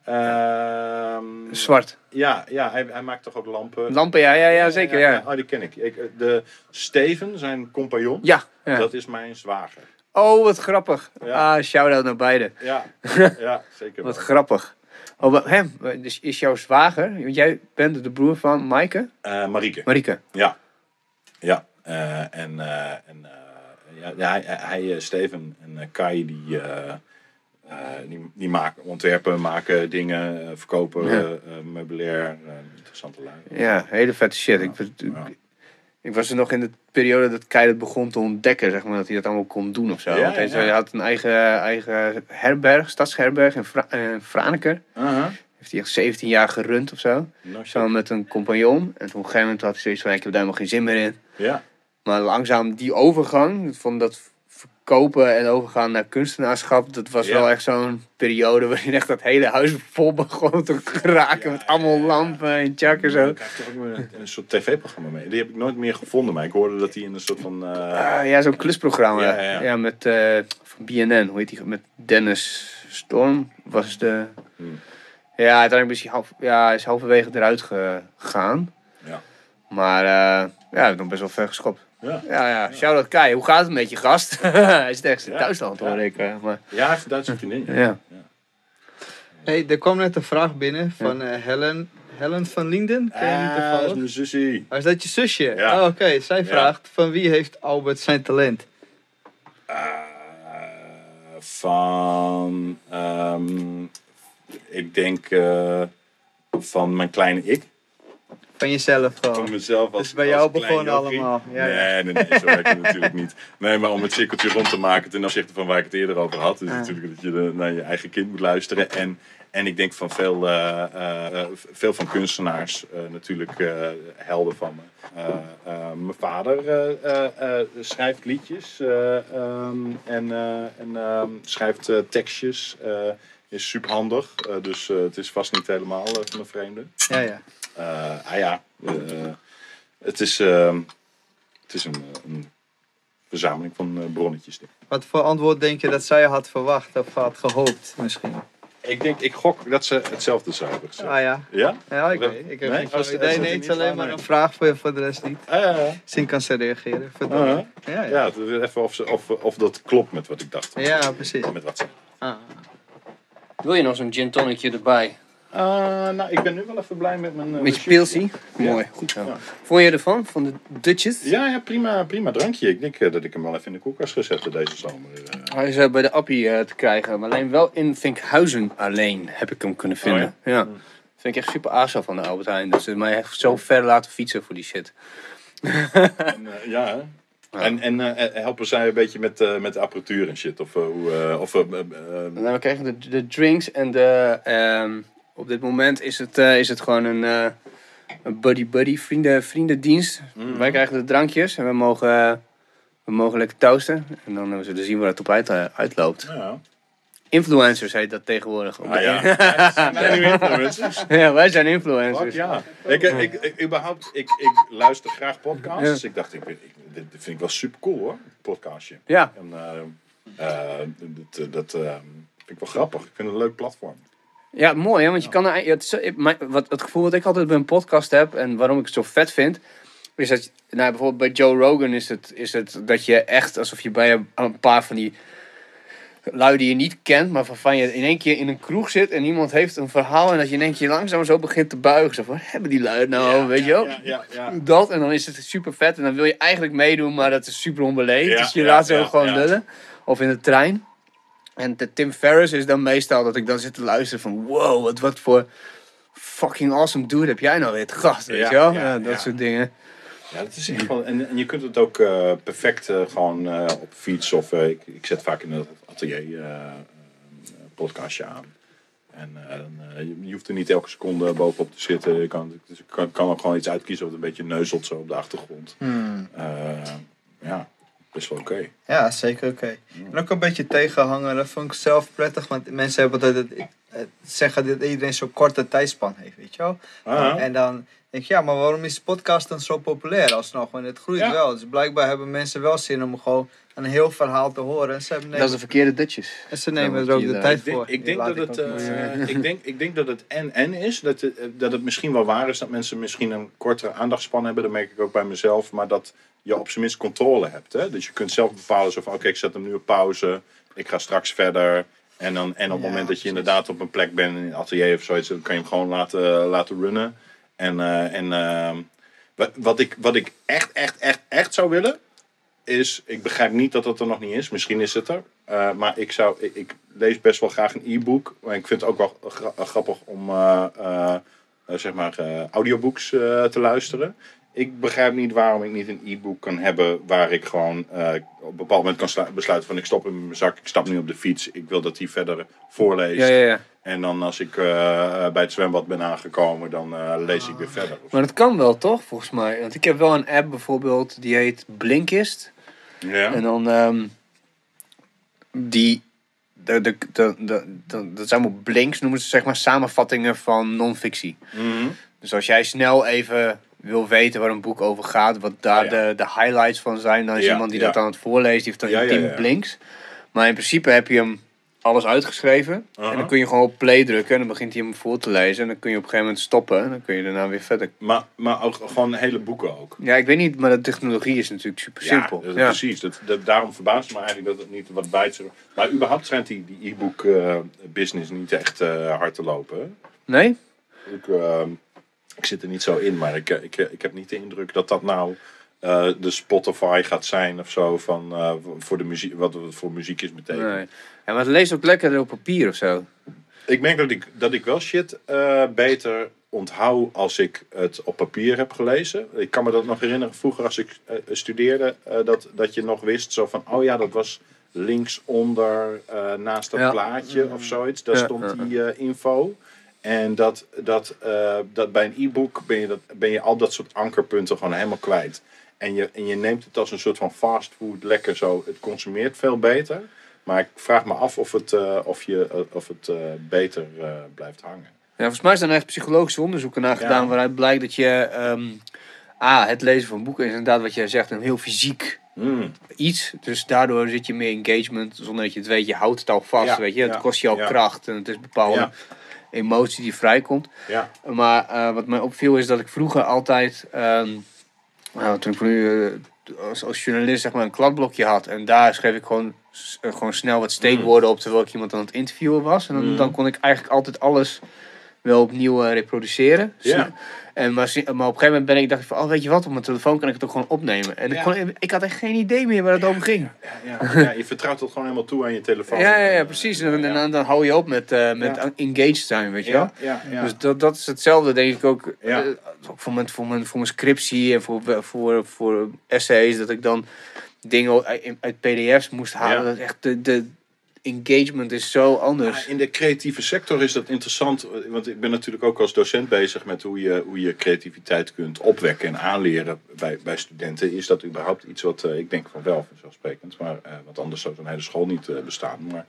Zwart. Ja, hij maakt toch ook lampen? Lampen, ja, zeker, ja. Oh, die ken ik. De Steven, zijn compagnon, Ja. dat is mijn zwager. Oh, wat grappig. Ja. Shout-out naar beiden. Ja, zeker. Wat grappig. Oh, dus is jouw zwager, want jij bent de broer van Maaike? Marieke. Ja. Hij Steven en Kai, die maken ontwerpen, maken dingen, verkopen, meubilair, interessante lui. Ja, hele vette shit. Ik was er nog in de periode dat Kai het begon te ontdekken, zeg maar, dat hij dat allemaal kon doen of zo. Want hij had een eigen herberg, stadsherberg in Franeker. Heeft hij echt 17 jaar gerund of zo. Samen met een compagnon. En toen op een gegeven moment had hij zoiets van, ik heb daar helemaal geen zin meer in. Ja. Maar langzaam die overgang van dat verkopen en overgaan naar kunstenaarschap. Dat was wel echt zo'n periode waarin echt dat hele huis vol begon te raken met allemaal lampen en tjak en zo. Ik krijg toch ook weer een soort tv-programma mee. Die heb ik nooit meer gevonden, maar ik hoorde dat die in een soort van... Ja, zo'n klusprogramma. Ja. Met van BNN, hoe heet die? Met Dennis Storm was de... Ja, uiteindelijk is hij halverwege eruit gegaan. Ja. Maar hij heeft nog best wel ver geschopt. Ja. Shout-out Kai. Hoe gaat het met je gast? Hij zit ergens in Duitsland, hoor ik. Maar... Ja, hij heeft een Duitse vriendin. Ja. Hey, er kwam net een vraag binnen van Helen van Linden. Ken je die Dat toevallig? is mijn zusje. Oh, is dat je zusje? Ja. Oh, oké. Zij vraagt, van wie heeft Albert zijn talent? Van... ik denk van mijn kleine ik. Van jezelf Van gewoon. mezelf als Dus bij als jou klein begonnen jochie. allemaal. Ja, Nee, zo werkt het natuurlijk niet. Nee, maar om het cirkeltje rond te maken ten opzichte van waar ik het eerder over had. Is natuurlijk dat je naar je eigen kind moet luisteren. En ik denk van veel van kunstenaars natuurlijk helden van me. Mijn vader schrijft liedjes en schrijft tekstjes. Is super handig, dus het is vast niet helemaal van een vreemde. Ja. Het is een verzameling van bronnetjes. Wat voor antwoord denk je dat zij had verwacht of had gehoopt misschien? Ik gok dat ze hetzelfde zou hebben gezegd. Ah ja. Ja? Ja, ik weet. Ik heb Nee? geen flauw Als idee. het Nee, er het is niet alleen van, maar nee. een vraag voor de rest niet. Ja. Misschien kan ze reageren. Ja, het is even of dat klopt met wat ik dacht. Ja, precies. Met wat ze. Ah. Wil je nog zo'n gin tonicje erbij? Nou, ik ben nu wel even blij met mijn... Beetje pilsie. Mooi, goed zo. Ja. Vond je ervan? Van de Dutchess? Ja, prima drankje. Ik denk dat ik hem wel even in de koelkast ga zetten deze zomer. Hij is bij de Appie te krijgen, maar alleen wel in Vinkhuizen alleen heb ik hem kunnen vinden. Ja. Vind ik echt super aso van de Albert Heijn. Dat ze mij echt zo ver laten fietsen voor die shit. En helpen zij een beetje met de apparatuur en shit? Nou, we krijgen de drinks en op dit moment is het gewoon een buddy vriendendienst. Wij krijgen de drankjes en we mogen lekker toasten. En dan zullen we zien waar het op uitloopt. Ja. Influencers heet dat tegenwoordig. Zijn wij nu influencers? Ja, wij zijn influencers. Ja. Ik luister graag podcasts. Dus ik dacht, dit vind ik wel super cool hoor. Podcastje. Ja. En dat vind ik wel grappig. Ik vind het een leuk platform. Ja, mooi hè, want je kan het gevoel wat ik altijd bij een podcast heb en waarom ik het zo vet vind, is dat, nou bijvoorbeeld bij Joe Rogan is het dat je echt alsof je bij een paar van die lui die je niet kent, maar waarvan je in één keer in een kroeg zit en iemand heeft een verhaal en dat je in één keer langzaam zo begint te buigen. Zo van, hebben die lui het nou, weet je wel? Ja. Dat, en dan is het super vet en dan wil je eigenlijk meedoen, maar dat is super onbeleefd. Dus je laat ze ook gewoon lullen. Of in de trein. En de Tim Ferriss is dan meestal dat ik dan zit te luisteren van wow, wat voor fucking awesome dude heb jij nou weer te gast, weet je wel? Dat soort dingen. Ja, dat is echt wel. En je kunt het ook perfect gewoon op fiets of ik zet vaak in het atelier podcastje aan. En je hoeft er niet elke seconde bovenop te zitten. Je kan ook gewoon iets uitkiezen wat een beetje neuzelt zo op de achtergrond. Best wel oké. Ja, zeker oké. En ook een beetje tegenhangen, dat vond ik zelf prettig. Want mensen hebben altijd zeggen dat iedereen zo'n korte tijdspan heeft, weet je wel. En dan denk ik, maar waarom is podcast dan zo populair alsnog? Want het groeit wel. Dus blijkbaar hebben mensen wel zin om gewoon een heel verhaal te horen. En dat is de verkeerde Dutchess. En ze nemen er ook de tijd voor. Ik denk dat het en is. Dat het misschien wel waar is dat mensen misschien een kortere aandachtspan hebben. Dat merk ik ook bij mezelf. Maar dat je op zijn minst controle hebt. Hè? Dus je kunt zelf bepalen zo van oké, ik zet hem nu op pauze. Ik ga straks verder. En op het moment dat je inderdaad op een plek bent in een atelier of zoiets, dan kan je hem gewoon laten runnen. Wat ik echt zou willen is, ik begrijp niet dat het er nog niet is. Misschien is het er. Maar ik lees best wel graag een e-book. Maar ik vind het ook wel grappig om audiobooks te luisteren. Ik begrijp niet waarom ik niet een e-book kan hebben waar ik gewoon op een bepaald moment kan besluiten van ik stop hem in mijn zak, ik stap nu op de fiets, ik wil dat hij verder voorleest. Ja. En dan als ik bij het zwembad ben aangekomen, dan lees ik weer verder. Maar dat kan wel toch, volgens mij. Want ik heb wel een app bijvoorbeeld, die heet Blinkist. Ja. En dan dat zijn allemaal blinks, noemen ze zeg maar samenvattingen van non-fictie. Mm-hmm. Dus als jij snel even wil weten waar een boek over gaat, wat daar de highlights van zijn, dan is iemand die dat aan het voorlezen, die heeft dan 10 blinks. Maar in principe heb je hem alles uitgeschreven. En dan kun je gewoon op play drukken en dan begint hij hem voor te lezen. En dan kun je op een gegeven moment stoppen en dan kun je daarna weer verder. Maar ook gewoon hele boeken ook. Ja, ik weet niet, maar de technologie is natuurlijk super simpel. Ja, precies. Daarom verbaast het me eigenlijk dat het niet wat bijt. Maar überhaupt schijnt die e-book business niet echt hard te lopen. Hè? Nee? Ik zit er niet zo in, maar ik heb niet de indruk dat nou de Spotify gaat zijn of zo voor de muziek, wat het voor muziek is betekent. Nee. Ja, maar het leest ook lekkerder op papier of zo. Ik merk dat ik wel shit beter onthoud als ik het op papier heb gelezen. Ik kan me dat nog herinneren vroeger als ik studeerde, dat je nog wist zo van, oh ja, dat was linksonder naast dat plaatje of zoiets. Daar stond die info. En dat bij een e-book ben je al dat soort ankerpunten gewoon helemaal kwijt. En je neemt het als een soort van fastfood lekker zo. Het consumeert veel beter. Maar ik vraag me af of het beter blijft hangen. Ja, volgens mij zijn er echt psychologische onderzoeken naar gedaan waaruit blijkt dat je het lezen van boeken is inderdaad wat jij zegt een heel fysiek iets. Dus daardoor zit je meer engagement zonder dat je het weet. Je houdt het al vast, weet je. Het kost je al kracht en het is een bepaalde emotie die vrijkomt. Ja. Maar wat mij opviel is dat ik vroeger altijd, toen ik nu als journalist zeg maar een kladblokje had en daar schreef ik gewoon snel wat steekwoorden op terwijl ik iemand aan het interviewen was. En dan kon ik eigenlijk altijd alles wel opnieuw reproduceren. Ja. Maar op een gegeven moment dacht ik van, weet je wat, op mijn telefoon kan ik het ook gewoon opnemen. En ik had echt geen idee meer waar het over ging. Ja, je vertrouwt het gewoon helemaal toe aan je telefoon. Ja, precies. En dan hou je op met engaged zijn, weet je wel. Ja. Dus dat is hetzelfde, denk ik ook. Ook voor mijn scriptie en voor essays, dat ik dan dingen uit pdf's moest halen. Dat echt de engagement is zo anders. In de creatieve sector is dat interessant. Want ik ben natuurlijk ook als docent bezig met hoe je creativiteit kunt opwekken en aanleren bij studenten. Is dat überhaupt iets wat, ik denk van wel vanzelfsprekend, maar want anders zou zo'n hele school niet bestaan. Maar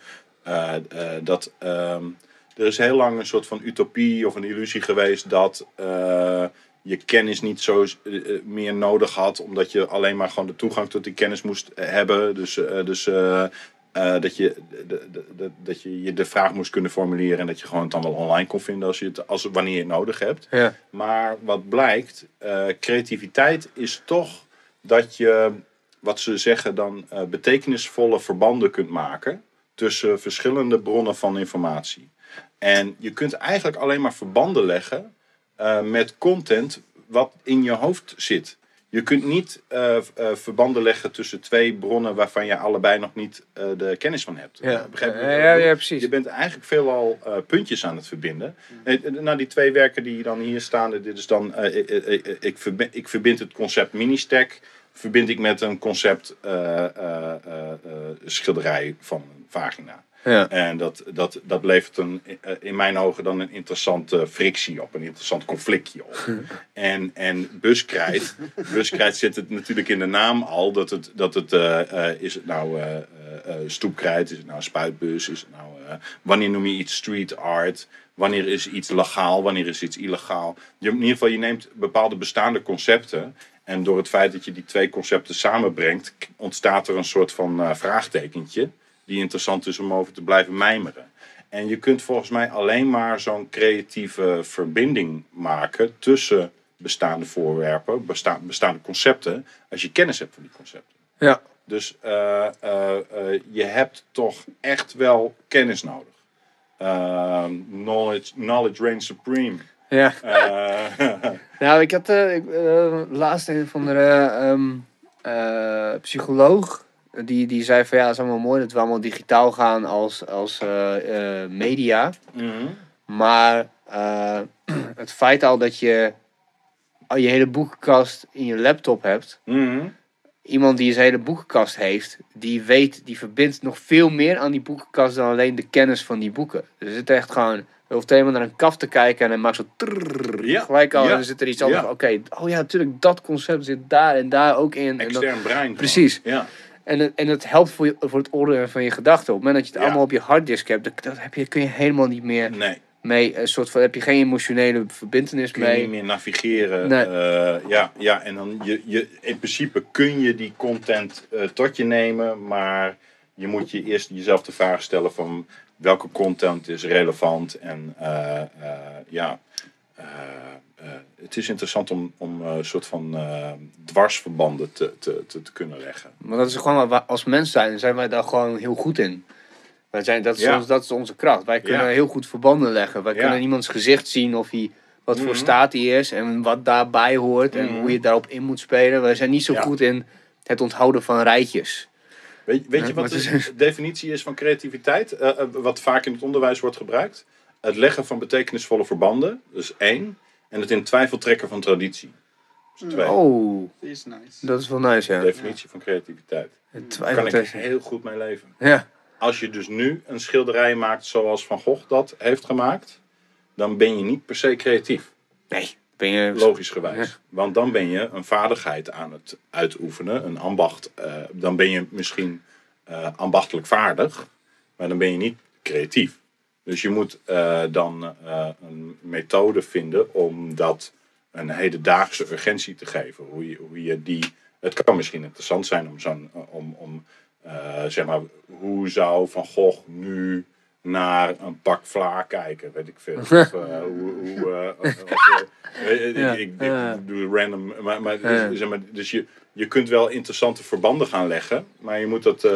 er is heel lang een soort van utopie of een illusie geweest dat je kennis niet zo meer nodig had, omdat je alleen maar gewoon de toegang tot die kennis moest hebben. Dat je de vraag moest kunnen formuleren en dat je gewoon het dan wel online kon vinden wanneer je het nodig hebt. Ja. Maar wat blijkt, creativiteit is toch dat je, wat ze zeggen dan, betekenisvolle verbanden kunt maken tussen verschillende bronnen van informatie. En je kunt eigenlijk alleen maar verbanden leggen met content wat in je hoofd zit. Je kunt niet verbanden leggen tussen twee bronnen waarvan je allebei nog niet de kennis van hebt. Ja, ja, precies. Je bent eigenlijk veelal puntjes aan het verbinden. Nou, die twee werken die dan hier staan, dit is dan, ik verbind het concept mini-stack, verbind ik met een concept schilderij van een vagina. Ja. En dat levert in mijn ogen dan een interessante frictie op, een interessant conflictje op. En buskrijt zit het natuurlijk in de naam al, is het nou stoepkrijt, is het nou een spuitbus, is het nou, wanneer noem je iets street art, wanneer is iets legaal, wanneer is iets illegaal. In ieder geval, je neemt bepaalde bestaande concepten en door het feit dat je die twee concepten samenbrengt, ontstaat er een soort van vraagtekentje die interessant is om over te blijven mijmeren. En je kunt volgens mij alleen maar zo'n creatieve verbinding maken tussen bestaande voorwerpen, bestaande concepten, als je kennis hebt van die concepten. Ja. Dus je hebt toch echt wel kennis nodig. Knowledge reigns supreme. Ja. Nou, ik had laatst een van de psycholoog. Die zei van het is allemaal mooi dat we allemaal digitaal gaan als media. Mm-hmm. Maar het feit al dat je je hele boekenkast in je laptop hebt. Mm-hmm. Iemand die zijn hele boekenkast heeft, die verbindt nog veel meer aan die boekenkast dan alleen de kennis van die boeken. Dus er zit echt gewoon, je hoeft helemaal naar een kaf te kijken en hij maakt zo gelijk al en dan zit er iets anders. Oké, natuurlijk, dat concept zit daar en daar ook in. Extern brein. Precies. Ja. En het helpt voor het ordenen van je gedachten. Op het moment dat je het allemaal op je harddisk hebt, kun je helemaal niet meer mee. Een soort van, heb je geen emotionele verbintenis mee. Kun je niet meer navigeren. Nee. En dan in principe kun je die content tot je nemen, maar je moet je eerst jezelf de vraag stellen van welke content is relevant en het is interessant om een soort van dwarsverbanden te kunnen leggen. Maar dat is gewoon, als mens zijn wij daar gewoon heel goed in. Dat is onze kracht. Wij kunnen heel goed verbanden leggen. Wij kunnen iemands gezicht zien of wat voor staat hij is en wat daarbij hoort en hoe je daarop in moet spelen. Wij zijn niet zo goed in het onthouden van rijtjes. Weet je wat de definitie is van creativiteit? Wat vaak in het onderwijs wordt gebruikt? Het leggen van betekenisvolle verbanden, dus 1. En het in twijfel trekken van traditie. Dus 2. Oh, is nice. Dat is wel nice, ja. De definitie van creativiteit. Daar kan ik heel goed mee leven. Ja. Als je dus nu een schilderij maakt zoals Van Gogh dat heeft gemaakt, dan ben je niet per se creatief. Nee, ben je... Logisch gewijs. Ja. Want dan ben je een vaardigheid aan het uitoefenen, een ambacht. Dan ben je misschien ambachtelijk vaardig, maar dan ben je niet creatief. Dus je moet dan een methode vinden om dat een hedendaagse urgentie te geven. Hoe je die... Het kan misschien interessant zijn om zeg maar, hoe zou Van Gogh nu naar een pak vla kijken, weet ik veel. Ik doe random, zeg maar, dus je kunt wel interessante verbanden gaan leggen, maar je moet dat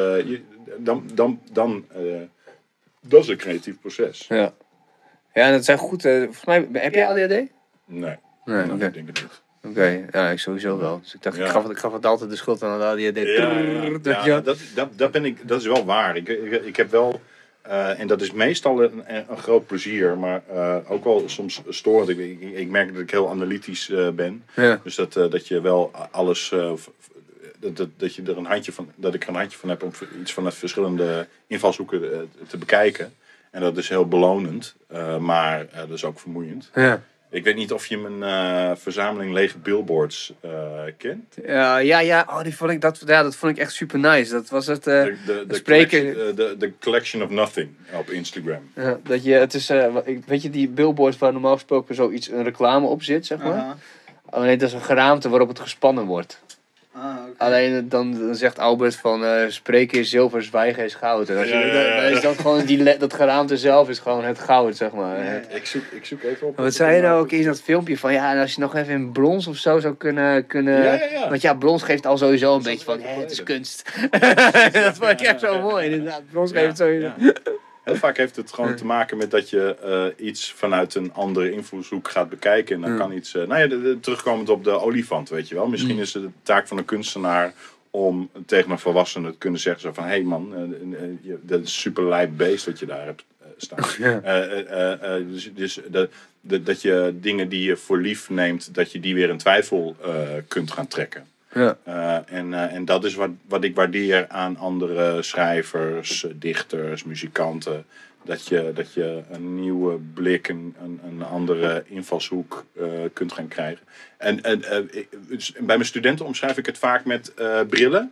dat is een creatief proces. Ja, dat zijn goed. Volgens mij, heb jij ADHD? Nee, ik denk het niet. Oké, ja, ik sowieso wel. Dus ik dacht, ik gaf het altijd de schuld aan de ADHD. Dat is wel waar. Ik heb wel, en dat is meestal een groot plezier, maar ook wel soms storend. Ik merk dat ik heel analytisch ben. Ja. Dus dat je wel alles... Dat ik er een handje van heb om iets vanuit verschillende invalshoeken te bekijken. En dat is heel belonend, maar dat is ook vermoeiend. Ja. Ik weet niet of je mijn verzameling lege billboards kent. Ja. Oh, dat vond ik echt super nice. Dat was het de collection of nothing op Instagram. Ja, weet je die billboards waar normaal gesproken een reclame op zit, zeg maar? Oh nee, dat is een geraamte waarop het gespannen wordt. Okay. Alleen dan zegt Albert van spreken is zilver, zwijgen is goud. En is dat gewoon dat geraamte zelf is gewoon het goud, zeg maar. Ja. Ik zoek even op. Wat zei je nou ook in dat filmpje van en als je nog even in brons of zo zou kunnen... Ja. Want brons geeft al sowieso een beetje van het is kunst. Dat vond ik echt zo mooi. Inderdaad, brons geeft sowieso... Ja. Heel vaak heeft het gewoon te maken met dat je iets vanuit een andere invalshoek gaat bekijken. En dan kan iets... terugkomend op de olifant, weet je wel. Misschien is het de taak van een kunstenaar om tegen een volwassene te kunnen zeggen zo van... Hé man, dat is een super lijp beest wat je daar hebt staan. Dus dat je dingen die je voor lief neemt, dat je die weer in twijfel kunt gaan trekken. Ja. En dat is wat ik waardeer aan andere schrijvers, dichters, muzikanten. Dat je een nieuwe blik, een andere invalshoek kunt gaan krijgen. En bij mijn studenten omschrijf ik het vaak met brillen.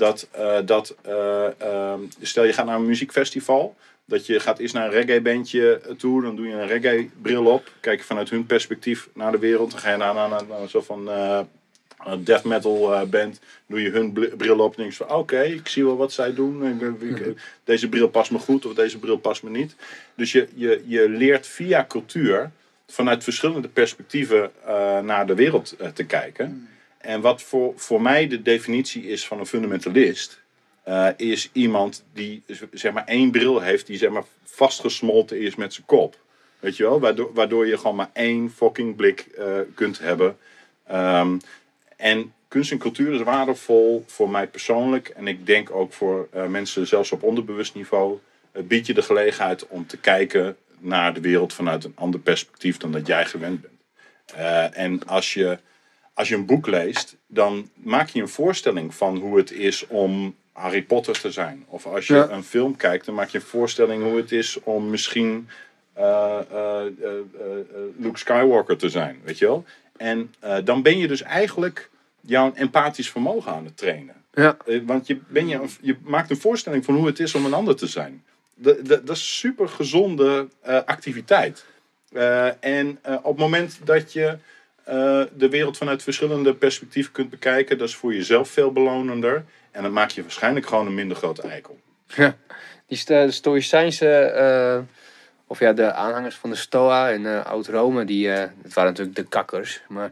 Stel je gaat naar een muziekfestival. Dat je gaat eerst naar een reggae-bandje toe. Dan doe je een reggae-bril op. Kijk je vanuit hun perspectief naar de wereld. Dan ga je naar een soort van... death metal band, doe je hun bril op en denk je van oké, ik zie wel wat zij doen. Deze bril past me goed of deze bril past me niet. Dus je leert via cultuur vanuit verschillende perspectieven naar de wereld te kijken. En wat voor mij de definitie is van een fundamentalist, is iemand die zeg maar één bril heeft die zeg maar vastgesmolten is met zijn kop. Weet je wel? Waardoor je gewoon maar één fucking blik kunt hebben. En kunst en cultuur is waardevol voor mij persoonlijk. En ik denk ook voor mensen zelfs op onderbewust niveau. Biedt je de gelegenheid om te kijken naar de wereld vanuit een ander perspectief dan dat jij gewend bent. En als je een boek leest, dan maak je een voorstelling van hoe het is om Harry Potter te zijn. Of als je een film kijkt, dan maak je een voorstelling hoe het is om misschien Luke Skywalker te zijn. Weet je wel? En dan ben je dus eigenlijk jouw empathisch vermogen aan het trainen. Ja. Want je maakt een voorstelling van hoe het is om een ander te zijn. Dat is super gezonde activiteit. En op het moment dat je de wereld vanuit verschillende perspectieven kunt bekijken, dat is voor jezelf veel belonender. En dan maak je waarschijnlijk gewoon een minder grote eikel. Ja, de Stoïcijnse, de aanhangers van de Stoa in Oud-Rome, het waren natuurlijk de kakkers, maar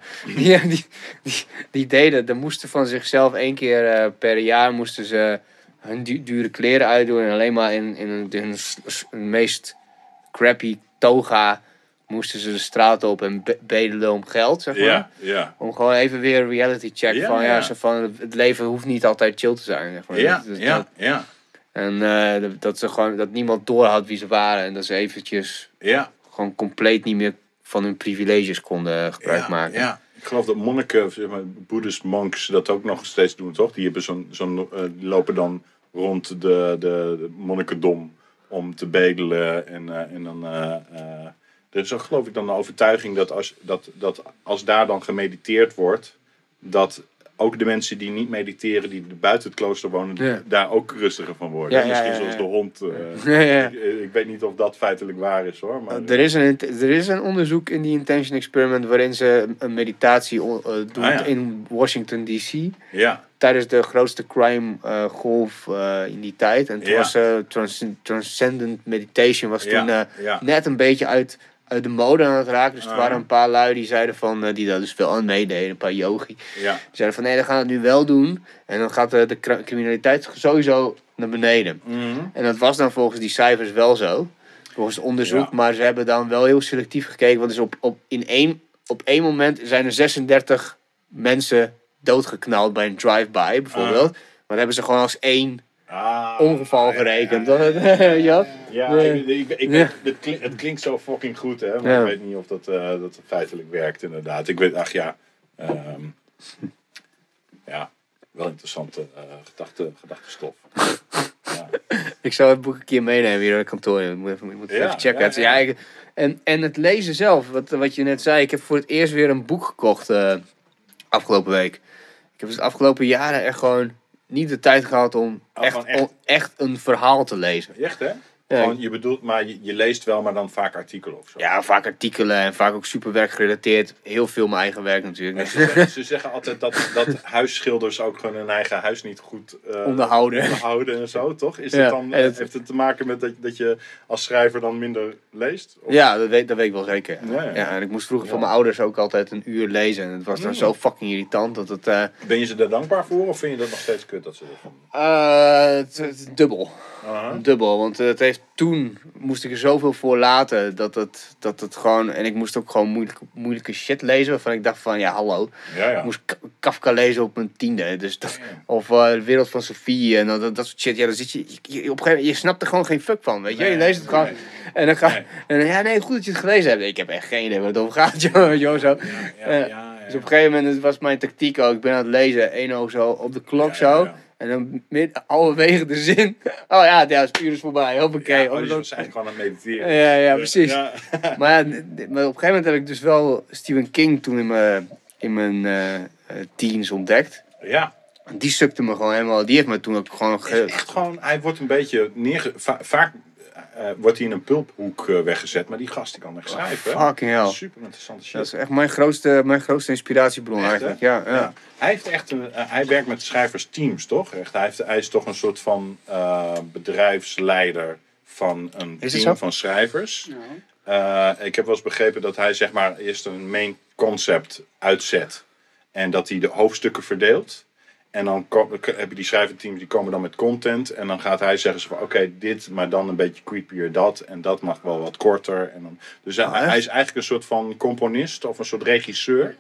die deden, moesten van zichzelf 1 keer per jaar moesten ze hun dure kleren uitdoen en alleen maar in hun meest crappy toga moesten ze de straat op en bedelen om geld, zeg maar. Ja. Om gewoon even weer een reality check van het leven hoeft niet altijd chill te zijn. Zeg maar. Ja. En dat niemand doorhad wie ze waren en dat ze eventjes gewoon compleet niet meer van hun privileges konden gebruik maken. Ja. Ik geloof dat monniken, zeg maar, Buddhist monks dat ook nog steeds doen, toch? Die hebben die lopen dan rond de monnikendom om te bedelen en dan. Er is ook, geloof ik, dan de overtuiging dat als daar dan gemediteerd wordt, dat ook de mensen die niet mediteren, die buiten het klooster wonen, daar ook rustiger van worden. Misschien zoals de hond. Ik weet niet of dat feitelijk waar is, hoor. Maar, er is een onderzoek in die Intention Experiment waarin ze een meditatie doen in Washington D.C. Ja. Tijdens de grootste crime golf in die tijd. En toen was Transcendent Meditation was toen net een beetje uit de mode aan het raken. Dus er waren een paar lui die zeiden van, die daar dus wel aan meededen, een paar yogi. Ja. Die zeiden van, nee, dan gaan we het nu wel doen. En dan gaat de criminaliteit sowieso naar beneden. Mm-hmm. En dat was dan volgens die cijfers wel zo. Volgens het onderzoek. Ja. Maar ze hebben dan wel heel selectief gekeken. Want dus op één moment zijn er 36 mensen doodgeknald bij een drive-by, bijvoorbeeld. Maar dat hebben ze gewoon als 1 ongeval gerekend. Het klinkt zo fucking goed, hè? Maar ik weet niet of dat feitelijk werkt, inderdaad. Ik weet, wel interessante gedachtestof. Ik zou het boek een keer meenemen hier naar het kantoor. Ik moet even checken. En het lezen zelf, wat je net zei. Ik heb voor het eerst weer een boek gekocht afgelopen week. Ik heb dus de afgelopen jaren echt gewoon niet de tijd gehad om echt een verhaal te lezen. Echt, hè? Ja. Gewoon, je bedoelt, maar je leest wel, maar dan vaak artikelen of zo. Ja, vaak artikelen en vaak ook super werkgerelateerd. Heel veel mijn eigen werk natuurlijk. Ze zeggen altijd dat huisschilders ook gewoon hun eigen huis niet goed onderhouden en zo, toch? Heeft het te maken met dat je als schrijver dan minder leest? Of? Ja, dat weet ik wel zeker. Ja, en ik moest vroeger van mijn ouders ook altijd een uur lezen. En het was dan zo fucking irritant dat het... Ben je ze daar dankbaar voor of vind je dat nog steeds kut dat ze dat van... Dubbel. Dubbel, want toen moest ik er zoveel voor laten dat het gewoon... En ik moest ook gewoon moeilijke shit lezen waarvan ik dacht van, hallo. Ik moest Kafka lezen op mijn 10e. Dus of de Wereld van Sophie en dat soort shit. Ja, dan zit je op een gegeven moment, je snapt er gewoon geen fuck van, weet je. Je leest het gewoon en dan goed dat je het gelezen hebt. Ik heb echt geen idee waar het over gaat, joh, zo. Dus op een gegeven moment was mijn tactiek ook, ik ben aan het lezen, 1 oog zo op de klok zo. En dan halverwege de zin. Het uur is voorbij. Hoppakee. Dus was eigenlijk gewoon aan het mediteren. Ja, precies. Ja. Maar op een gegeven moment heb ik dus wel Stephen King toen in mijn teens ontdekt. Ja. Die sukte me gewoon helemaal. Die heeft me toen ook gewoon... Echt gewoon, hij wordt een beetje vaak wordt hij in een pulphoek weggezet. Maar die gast die kan echt schrijven. Fucking hell. Super interessante shit. Dat is echt mijn grootste inspiratiebron echt, eigenlijk. Ja. Hij heeft echt hij werkt met schrijversteams, toch? Echt, hij is toch een soort van bedrijfsleider van een team van schrijvers. Ja. Ik heb wel eens begrepen dat hij zeg maar eerst een main concept uitzet. En dat hij de hoofdstukken verdeelt. En dan heb je die schrijverteams, die komen dan met content. En dan gaat hij zeggen van oké, dit, maar dan een beetje creepier dat. En dat mag wel wat korter. En dan, dus hij is eigenlijk een soort van componist of een soort regisseur.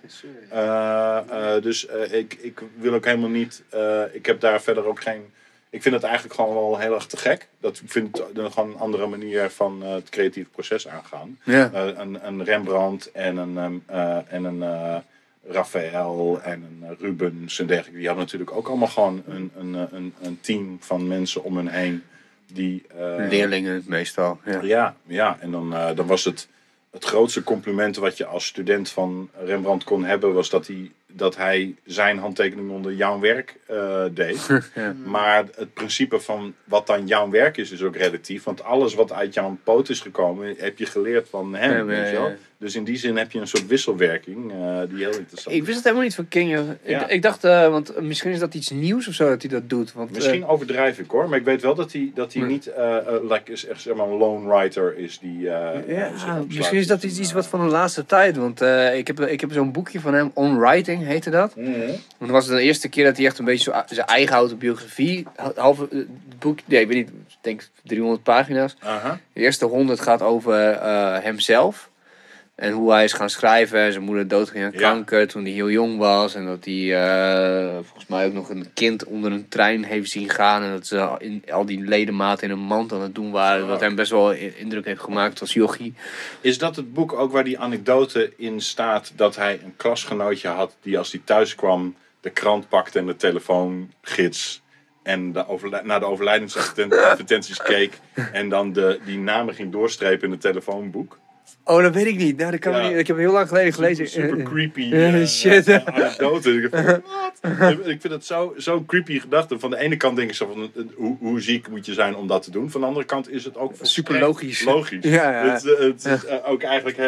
Dus ik wil ook helemaal niet... ik heb daar verder ook geen... Ik vind het eigenlijk gewoon wel heel erg te gek. Ik vind het gewoon een andere manier van het creatieve proces aangaan. Ja. Een Rembrandt en een Raphaël en een Rubens en dergelijke. Die hadden natuurlijk ook allemaal gewoon een team van mensen om hen heen. Die, leerlingen meestal. Ja. En dan was het grootste compliment wat je als student van Rembrandt kon hebben, was dat hij dat hij zijn handtekening onder jouw werk deed. Maar het principe van wat dan jouw werk is ook relatief. Want alles wat uit jouw poot is gekomen, heb je geleerd van hem. Weet je wel? Dus in die zin heb je een soort wisselwerking die heel interessant is. Ik wist het helemaal niet van King. Ja. Ik dacht, want misschien is dat iets nieuws of zo dat hij dat doet. Want, misschien overdrijf ik hoor, maar ik weet wel dat hij niet zeg maar een lone writer is. Misschien is dat iets wat van de laatste tijd. Want ik heb zo'n boekje van hem, On Writing heette dat. Mm-hmm. Want dat was de eerste keer dat hij echt een beetje zo zijn eigen autobiografie. Het boek, nee, ik weet niet, ik denk 300 pagina's. De eerste 100 gaat over hemzelf. En hoe hij is gaan schrijven. En zijn moeder doodging aan kanker toen hij heel jong was. En dat hij volgens mij ook nog een kind onder een trein heeft zien gaan. En dat ze al die ledematen in een mand aan het doen waren. Wat hem best wel indruk heeft gemaakt als jochie. Is dat het boek ook waar die anekdote in staat dat hij een klasgenootje had die als hij thuis kwam de krant pakte en de telefoongids en naar de overlijdensadvertenties keek en dan die namen ging doorstrepen in het telefoonboek? Oh, dat weet ik niet. Nou, dat kan niet. Ik heb heel lang geleden gelezen. Super creepy shit. Anekdote. Ik vind het zo creepy gedachte. Van de ene kant denk ik zo van hoe ziek moet je zijn om dat te doen. Van de andere kant is het ook super logisch. Ja. Het is ook eigenlijk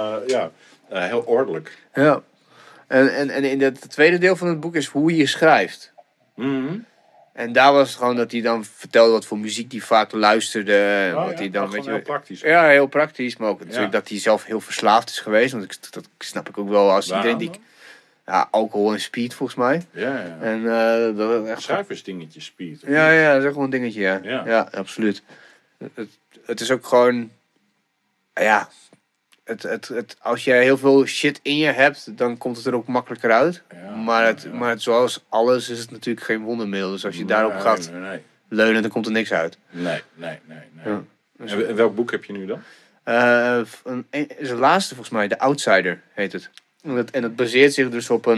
heel ordelijk. Ja. En in het tweede deel van het boek is hoe je schrijft. Mm-hmm. En daar was het gewoon dat hij dan vertelde wat voor muziek hij vaak luisterde. Wat hij dan, weet je, heel praktisch. Ja, heel praktisch. Maar ook natuurlijk dat hij zelf heel verslaafd is geweest. Want dat snap ik ook wel als iedereen die... Ja, alcohol en speed volgens mij. Ja. En, dat echt... Schrijversdingetje speed. Ja, dat is ook wel een dingetje, ja, absoluut. Het is ook gewoon... Ja... als je heel veel shit in je hebt, dan komt het er ook makkelijker uit. Ja, maar zoals alles is het natuurlijk geen wondermiddel. Dus als je daarop gaat leunen, dan komt er niks uit. Nee. Ja. En welk boek heb je nu dan? Is het laatste volgens mij, The Outsider heet het. En dat baseert zich dus op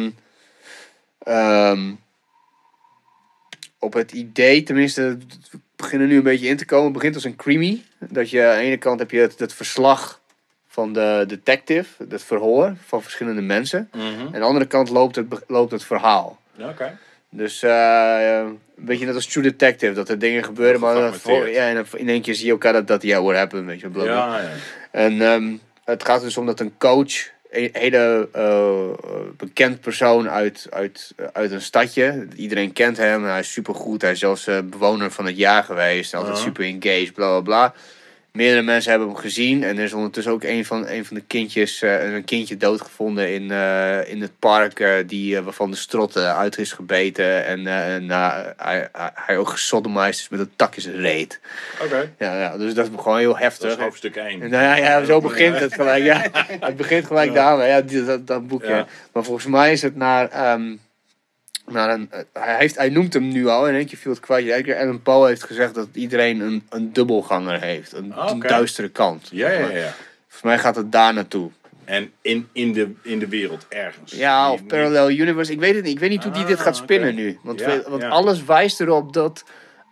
op het idee, tenminste, we beginnen nu een beetje in te komen. Het begint als een creamy. Dat je aan de ene kant heb je het verslag van de detective, het verhoor van verschillende mensen. Mm-hmm. Aan de andere kant loopt het verhaal. Okay. Dus een beetje net als True Detective, dat er dingen gebeuren, maar en in één keer zie je elkaar dat what happened, weet je. Ja. En het gaat dus om dat een coach, een hele bekend persoon uit een stadje, iedereen kent hem, hij is supergoed, hij is zelfs bewoner van het jaar geweest, altijd super engaged, bla bla bla. Meerdere mensen hebben hem gezien en er is ondertussen ook een van de kindjes, een kindje doodgevonden in het park waarvan de strot uit is gebeten en hij ook gesodomized is met een tak in zijn reet. Oké. Ja, dus dat is gewoon heel heftig. Dat is hoofdstuk 1. Zo begint het gelijk. Ja. Het begint gelijk daarmee, dat boekje. Ja. Maar volgens mij is het hij noemt hem nu al, in één keer viel het kwartje. Alan Poe heeft gezegd dat iedereen een dubbelganger heeft. Een duistere kant. Ja. Volgens mij gaat het daar naartoe. En in de wereld ergens. Ja, of Parallel Universe. Ik weet het niet. Ik weet niet hoe die dit gaat spinnen nu. Want alles wijst erop dat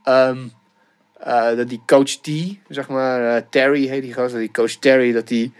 die coach T, zeg maar, Terry heet die gast, die coach Terry, dat die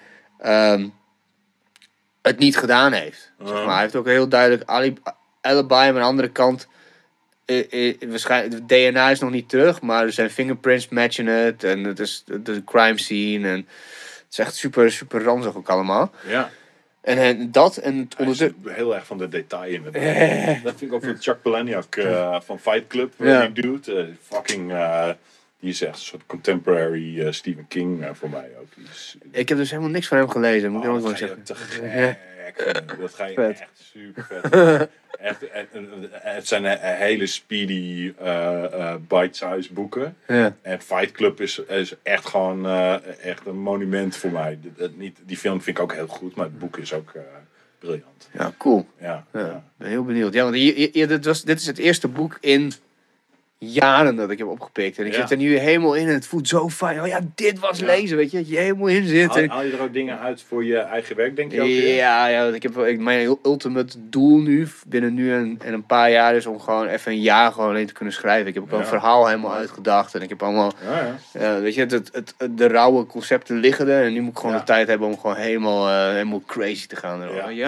het niet gedaan heeft. Zeg maar. Hij heeft ook een heel duidelijk alibi, maar aan de andere kant waarschijnlijk het DNA is nog niet terug, maar er zijn fingerprints matchen het en het is een crime scene en het is echt super super ranzig ook allemaal. Ja. En dat en ondertussen heel erg van de detail in het. Dat vind ik ook van Chuck Palahniuk van Fight Club, die dude, die is echt een soort contemporary Stephen King voor mij ook. Ik heb dus helemaal niks van hem gelezen, moet ik ook wel zeggen. Dat ga je echt super vet. Het zijn hele speedy bite-size boeken. Ja. En Fight Club is echt gewoon echt een monument voor mij. Die film vind ik ook heel goed, maar het boek is ook briljant. Ja, cool. Ja. Ben heel benieuwd. Ja, want dit is het eerste boek in jaren dat ik heb opgepikt. En ik zit er nu helemaal in en het voelt zo fijn. Oh ja, dit was lezen, weet je. Dat je helemaal in zit. Haal je er ook dingen uit voor je eigen werk, denk je ook? Ja, ik heb mijn ultimate doel nu, binnen nu en een paar jaar, is om gewoon even een jaar gewoon alleen te kunnen schrijven. Ik heb ook wel een verhaal helemaal uitgedacht. En ik heb allemaal, weet je, de rauwe concepten liggen er. En nu moet ik gewoon de tijd hebben om gewoon helemaal crazy te gaan.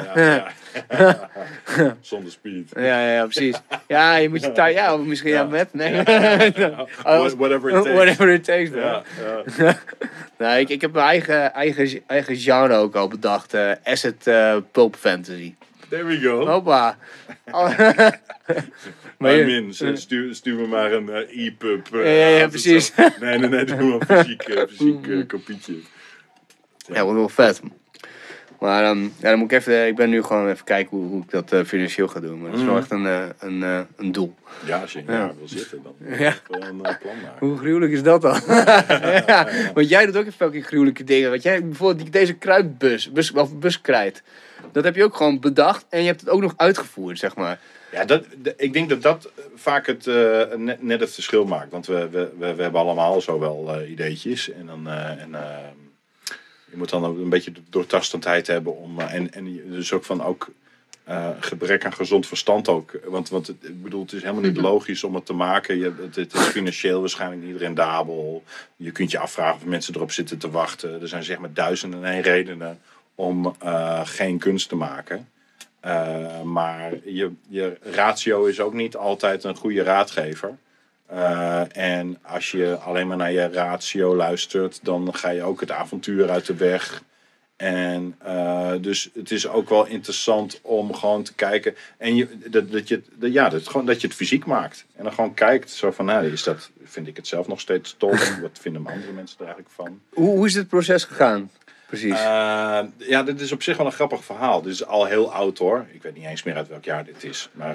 Zonder speed. Ja, precies. Ja, je moet je tijd, of misschien met. Nee. Whatever it takes, bro. Nee, ik heb mijn eigen genre ook al bedacht. Asset pulp fantasy. There we go. Hoppa. Stuur me maar een e-pub. Ja, precies. Nee, doe maar een fysiek kopietje. Ja, wat wel vet. Maar dan moet ik even, ik ben nu gewoon even kijken hoe ik dat financieel ga doen. Maar dat is wel echt een doel. Ja, als je een jaar wil zitten, dan moet je wel een plan maken. Hoe gruwelijk is dat dan? Want jij doet ook even welke gruwelijke dingen. Want jij bijvoorbeeld deze buskrijt. Dat heb je ook gewoon bedacht en je hebt het ook nog uitgevoerd, zeg maar. Ja, ik denk dat vaak het net het verschil maakt. Want we hebben allemaal zo wel ideetjes. Je moet dan een beetje doortastendheid hebben om en dus ook van gebrek aan gezond verstand ook. Want ik bedoel, het is helemaal niet logisch om het te maken. Het is financieel waarschijnlijk niet rendabel. Je kunt je afvragen of mensen erop zitten te wachten. Er zijn zeg maar 1001 redenen om geen kunst te maken. Maar je ratio is ook niet altijd een goede raadgever. En als je alleen maar naar je ratio luistert, dan ga je ook het avontuur uit de weg. En dus het is ook wel interessant om gewoon te kijken. En dat je het fysiek maakt. En dan gewoon kijkt, zo van, vind ik het zelf nog steeds tof? Wat vinden andere mensen er eigenlijk van? Hoe is het proces gegaan? Precies. Dit is op zich wel een grappig verhaal. Dit is al heel oud hoor. Ik weet niet eens meer uit welk jaar dit is. Maar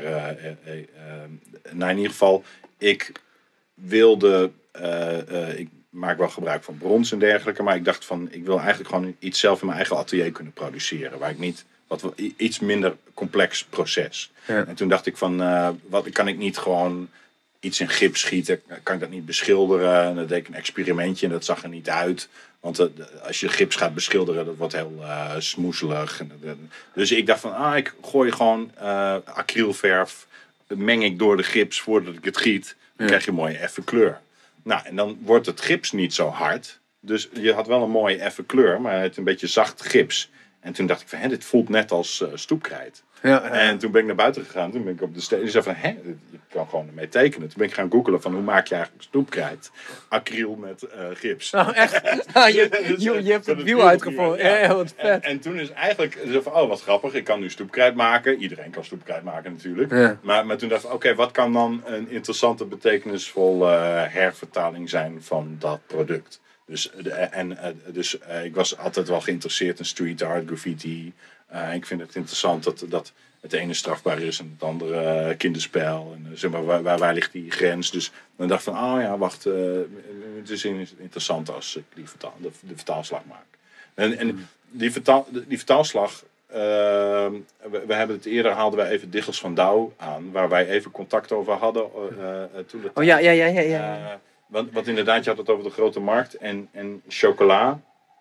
in ieder geval, ik wilde... ik maak wel gebruik van brons en dergelijke. Maar ik dacht van, ik wil eigenlijk gewoon iets zelf in mijn eigen atelier kunnen produceren. Waar ik niet... iets minder complex proces. Ja. En toen dacht ik van, kan ik niet gewoon iets in gips schieten? Kan ik dat niet beschilderen? En dan deed ik een experimentje en dat zag er niet uit. Want als je gips gaat beschilderen, dat wordt heel smoezelig. Dus ik dacht van, ik gooi gewoon acrylverf, meng ik door de gips voordat ik het giet. Dan krijg je een mooie effen kleur. Nou, en dan wordt het gips niet zo hard. Dus je had wel een mooie effen kleur, maar het een beetje zacht gips. En toen dacht ik van, dit voelt net als stoepkrijt. Ja. En toen ben ik naar buiten gegaan. Toen ben ik op de steen. Die zei van, je kan gewoon ermee tekenen. Toen ben ik gaan googelen van, hoe maak je eigenlijk stoepkrijt? Acryl met gips. Oh, echt? Je hebt het wiel uitgevonden. Ja, wat vet. En toen is eigenlijk zo van, wat grappig. Ik kan nu stoepkrijt maken. Iedereen kan stoepkrijt maken natuurlijk. Ja. Maar toen dacht ik, oké, wat kan dan een interessante, betekenisvolle hervertaling zijn van dat product? Dus ik was altijd wel geïnteresseerd in street art, graffiti. Ik vind het interessant dat het ene strafbaar is en het andere kinderspel. En zeg maar, waar ligt die grens? Dus dan dacht ik van, wacht, het is interessant als ik de vertaalslag maak. En die vertaalslag, we hebben het eerder, haalden wij even Diggels van Douw aan, waar wij even contact over hadden. Toen ja. Want inderdaad, je had het over de grote markt en chocola.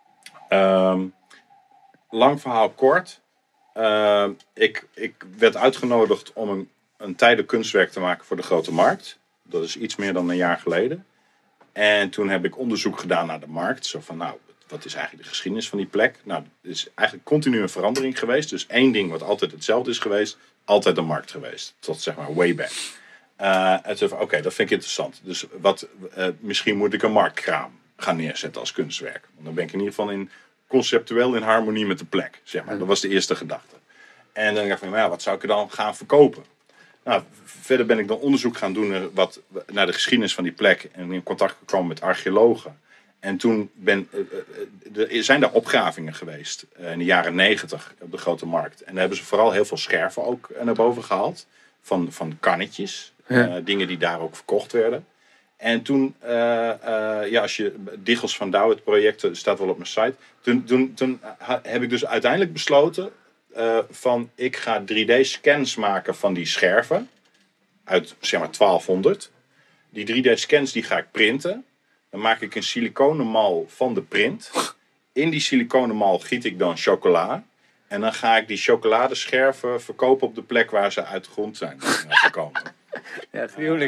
Lang verhaal kort. Ik werd uitgenodigd om een tijden kunstwerk te maken voor de grote markt. Dat is iets meer dan een jaar geleden. En toen heb ik onderzoek gedaan naar de markt. Zo van, wat is eigenlijk de geschiedenis van die plek? Nou, er is eigenlijk continu een verandering geweest. Dus één ding wat altijd hetzelfde is geweest, altijd een markt geweest. Tot zeg maar way back. En toen van, oké, dat vind ik interessant. Dus misschien moet ik een marktkraam gaan neerzetten als kunstwerk. Want dan ben ik in ieder geval conceptueel in harmonie met de plek. Zeg maar. Dat was de eerste gedachte. En dan dacht ik van, wat zou ik er dan gaan verkopen? Nou, verder ben ik dan onderzoek gaan doen naar de geschiedenis van die plek. En in contact gekomen met archeologen. En toen zijn daar opgravingen geweest in de jaren 90 op de Grote Markt. En daar hebben ze vooral heel veel scherven ook naar boven gehaald. Van kannetjes. Ja. Dingen die daar ook verkocht werden. En toen, als je Diggels van Douw, het project staat wel op mijn site. Toen heb ik dus uiteindelijk besloten ik ga 3D-scans maken van die scherven. Uit zeg maar 1200. Die 3D-scans die ga ik printen. Dan maak ik een siliconenmal van de print. In die siliconenmal giet ik dan chocola. En dan ga ik die chocoladescherven verkopen op de plek waar ze uit de grond zijn gekomen. Ja, gruwelijk.